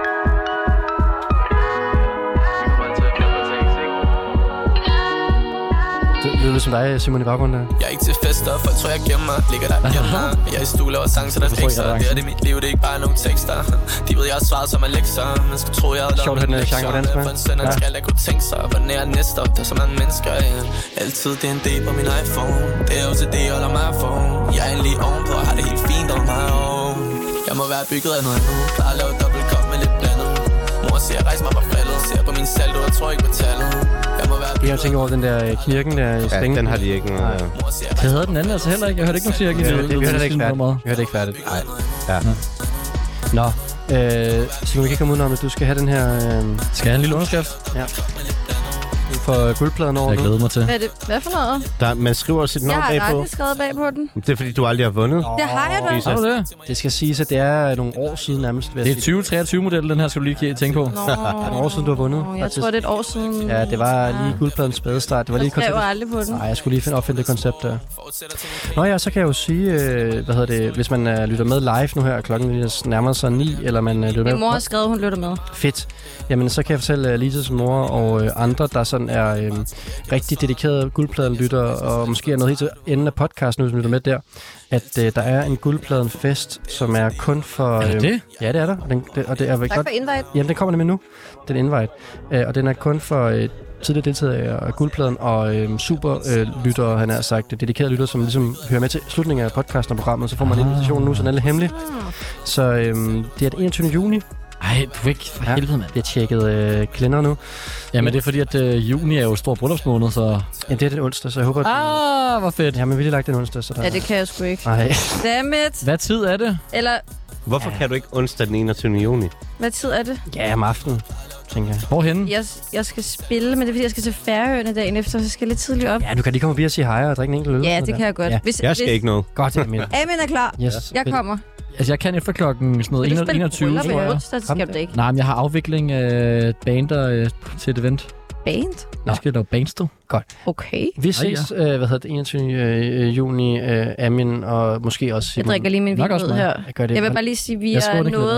Det lyder som dig, Simon, i baggrunden der. Jeg er ikke til fester, for jeg tror, jeg gemmer mig. Ligger der hjemme. Jeg er i stue, laver sang, så der er ekstra. Det er mit liv, det er ikke bare nogle tekster. De ved, jeg har svaret som Alexa. Man skal tro, jeg har lavet nogle lektioner. For en søn, han skal ikke kunne tænke sig. Hvor nær næster, der er så mange mennesker. Altid det er en del på min iPhone. Det er OCD, holder mig phone. Jeg er lige ovenpå, har det helt fint over mig. Jeg må være bygget af noget andet. Klar at lave dobbeltkop med lidt blandet. Mor siger, rejs mig på faldet. Ser på min saldo, jeg tror ikke på tallet. Jeg har tænkt over den der knirken der i stængen. Ja, den har de ikke noget. Jeg havde den anden altså heller ikke. Jeg hørte ikke nogen cirka. Vi hørte det ikke færdigt. Vi hørte det ikke færdigt. Nej. Ja. Nå, så vi kan komme ud om, at du skal have den her... Skal jeg have en lille underskrift? Ja. For guldpladen over. Jeg glæder mig til. Hvad for noget? Man skriver sit navn bagpå. Jeg har aldrig skrevet bag på den. Det er fordi, du aldrig har vundet. Det har jeg da. Har du det? Det skal siges, at det er nogle år siden nærmest. Det er 2023-model, den her skal du lige tænke på. Det er nogle år siden, du har vundet. Jeg tror, det er et år siden. Ja, det var lige guldpladens spædestart. Det var lige jeg skrev aldrig på den. Nej, jeg skulle lige opfinde det koncept der. Nå ja, så kan jeg jo sige, hvis man lytter med live nu her, klokken nærmer sig 9, eller man lytter med... Min mor har skrevet, hun lytter med. Fedt. Jamen, så kan jeg fortælle Lises mor og andre, der sådan er rigtig dedikerede guldpladenlytter, og måske er noget helt til enden af podcasten, hvis man lytter med der, at der er en guldpladenfest, som er kun for... Er det? Ja, det er der. Og det er tak for invite. Jamen, den kommer nemlig nu, den invite. Og den er kun for tidligere deltagere af guldpladen og superlyttere, han har sagt, dedikerede lytter, som ligesom hører med til slutningen af podcasten og programmet, så får man en invitation nu, så den er lidt hemmelig. Så det er den 21. juni. Ej, du ikke for helvede, mand. Vi har tjekket kalender nu. Jamen, det er fordi, at juni er jo stor bryllupsmåned, så... Ja, det er den onsdag, så jeg håber, at... hvor fedt. Ja, men vi har lagt den onsdag, så der... Ja, det kan jeg sgu ikke. Nej. Dammit. Hvad tid er det? Eller... Hvorfor kan du ikke onsdag den 21. juni? Hvad tid er det? Ja, om aftenen, tænker jeg. Hvorhenne? Jeg skal spille, men det er fordi, jeg skal til Færøerne dagen efter, så jeg skal lidt tidligt op. Ja, du kan lige komme forbi og sige hej og drikke en enkelt øl. Ja, det kan jeg godt. Ja. Jeg skal ikke noget. Godt, Amin. Amin er klar. Yes. Jeg kommer. Altså, jeg kan efter klokken sådan noget 21, tror jeg. Onsdag, skal du ikke. Nej, men jeg har afvikling af bander til et event. Band? Jeg skal lave bandstå. Godt. Okay. Vi ses, 21. juni, Amin, og måske også Simon. Jeg drikker lige min vin ud her. Jeg vil bare lige sige, at vi er nået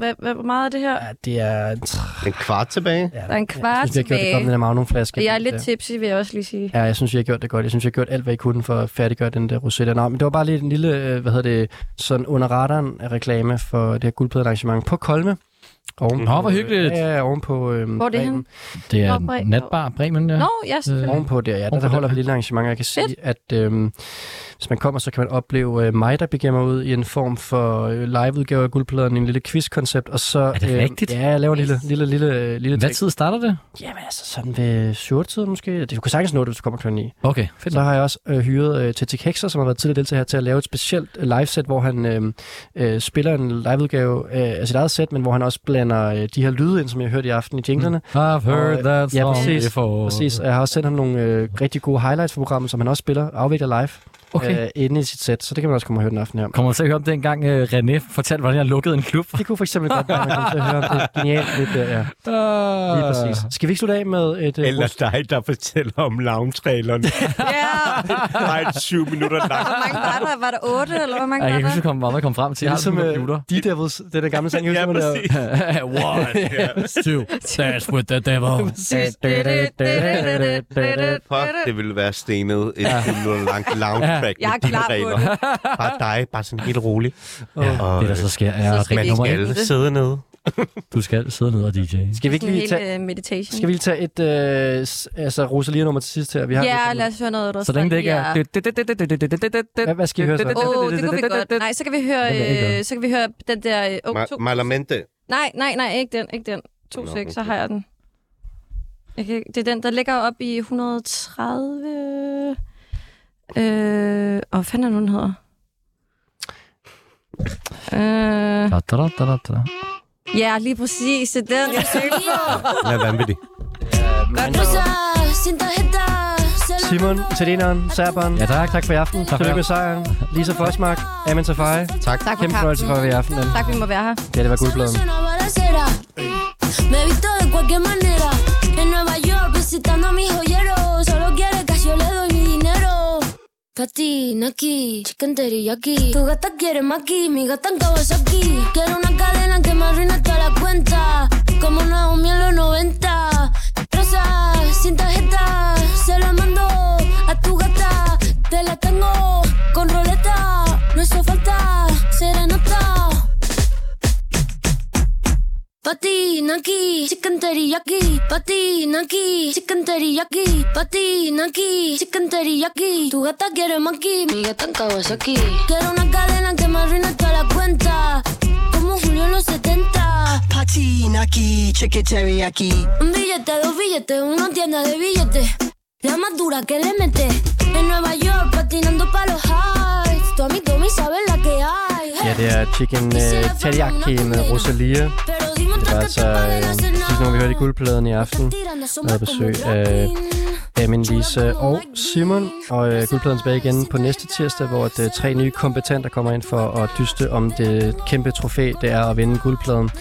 Hvor meget er det her? Ja, det er en kvart tilbage. Ja, der er en kvart tilbage. Jeg synes, vi har gjort det godt med den Magnum-flaske. Jeg er lidt tipsy, vil jeg også lige sige. Ja, jeg synes, vi har gjort det godt. Jeg synes, vi har gjort alt, hvad I kunne for at færdiggøre den der rosette. Nå, men det var bare lige en lille, sådan under radaren reklame for det her guldpladearrangement på Kolme. Hvor hyggeligt. Ja, ovenpå hvor er det henne? Det er Natbar Bremen, ja. Nå, ja, selvfølgelig. Ovenpå der, ja. Der holder vi et lille arrangement, jeg kan sige, at hvis man kommer, så kan man opleve mig, der begiver mig ud i en form for liveudgave af guldpladerne, en lille quiz-koncept, og så... Er det rigtigt? Ja, jeg laver en lille Hvad tid starter det? Jamen altså, sådan ved 7-tiden måske. Det kunne sagtens nå det, hvis du kommer kl. 9. Okay, fedt. Så har jeg også hyret Tetik Hekser, som har været tidligere deltager her, til at lave et specielt live-set, hvor han spiller en liveudgave af sit eget set, men hvor han også blander de her lyde ind, som jeg har hørt i aften i jinglerne. I've heard that song præcis. Jeg har også sendt ham nogle rigtig gode highlights for programmet, som han også spiller, afvikler live. Okay. Inde i sit sæt, så det kan man også komme og høre den aften her. Kommer man til at høre om det engang René fortalte, hvordan jeg lukkede en klub? Det kunne for eksempel godt være, man kommer til at høre om det. Genialt lidt der, ja. Lige præcis. Skal vi ikke slutte af med et... Eller dig, der fortæller om lounge-trailerne. Ja! Nej, 7 minutter lang. Hvor mange var der? Var der 8, eller hvor mange var der? Jeg kan huske, hvor man kom frem til. Jeg har ligesom D-Devils, det er den gamle sang. Ja, præcis. One, two, that's with the devil. Fuck, det ville være stenet et 7 minutter langt lounge. Jeg er klar på det. Bare dig, bare sådan helt rolig. Ja, og det der så sker er... Så skal sidde nede. Du skal sidde nede og DJ. Skal vi ikke lige tage meditation? Skal vi lige tage et Rosalia-nummer til sidst her? Vi har ja, lad os høre noget. Så længe det ikke er... Hvad skal vi høre så? Det kunne vi godt. Nej, så kan vi høre den der... Malamente. Nej, ikke den. 2-6, så har jeg den. Det er den, der ligger op i 130... hvad fanden er den hedder? Ja, lige præcis. Det er den, jeg søger på. Hvad vanvittigt. Simon, italieneren, serberen. Ja, tak for i aften. Tillykke med sejren. Lisa Forsmark, Amin Safari. Tak. Kæmpe fornøjelse for at være i aften. Tak, vi må være her. Ja, det var guldpladen. Me he visto de cualquier manera. En Nueva York visitando a mi joyero. Solo quiere que yo le doy mi dinero. Patina aquí, chicken teriyaki. Tu gata quiere maki, mi gata en Kawasaki. Quiero una cadena que me arruine toda la cuenta. Como Naomi en los 90. Rosa, sin tarjeta, se la mando a tu gata. Te la tengo con roleta. No hizo falta serenata. Patina aquí, chicken teriyaki. Patina aquí, chicken teriyaki. Patina aquí, chicken teriyaki. Tu gata quiere maki, mi gata en Kawasaki. Quiero una cadena que me arruine toda la cuenta. Como Julio en los 70. Patina aquí, chicken teriyaki. Un billete, 2 billetes, una tienda de billetes. La más dura que le mete. En Nueva York patinando pa' los highs. Tu amigo me sabe la que hay. Ja, det er Chicken Teriyaki med Rosalia. Det var altså sidste nummer, vi hørte i guldpladen i aften. Jeg havde besøg af Amin, Lisa og Simon. Og guldpladen tilbage igen på næste tirsdag, hvor 3 nye kompetenter kommer ind for at dyste om det kæmpe trofæ, det er at vinde guldpladen.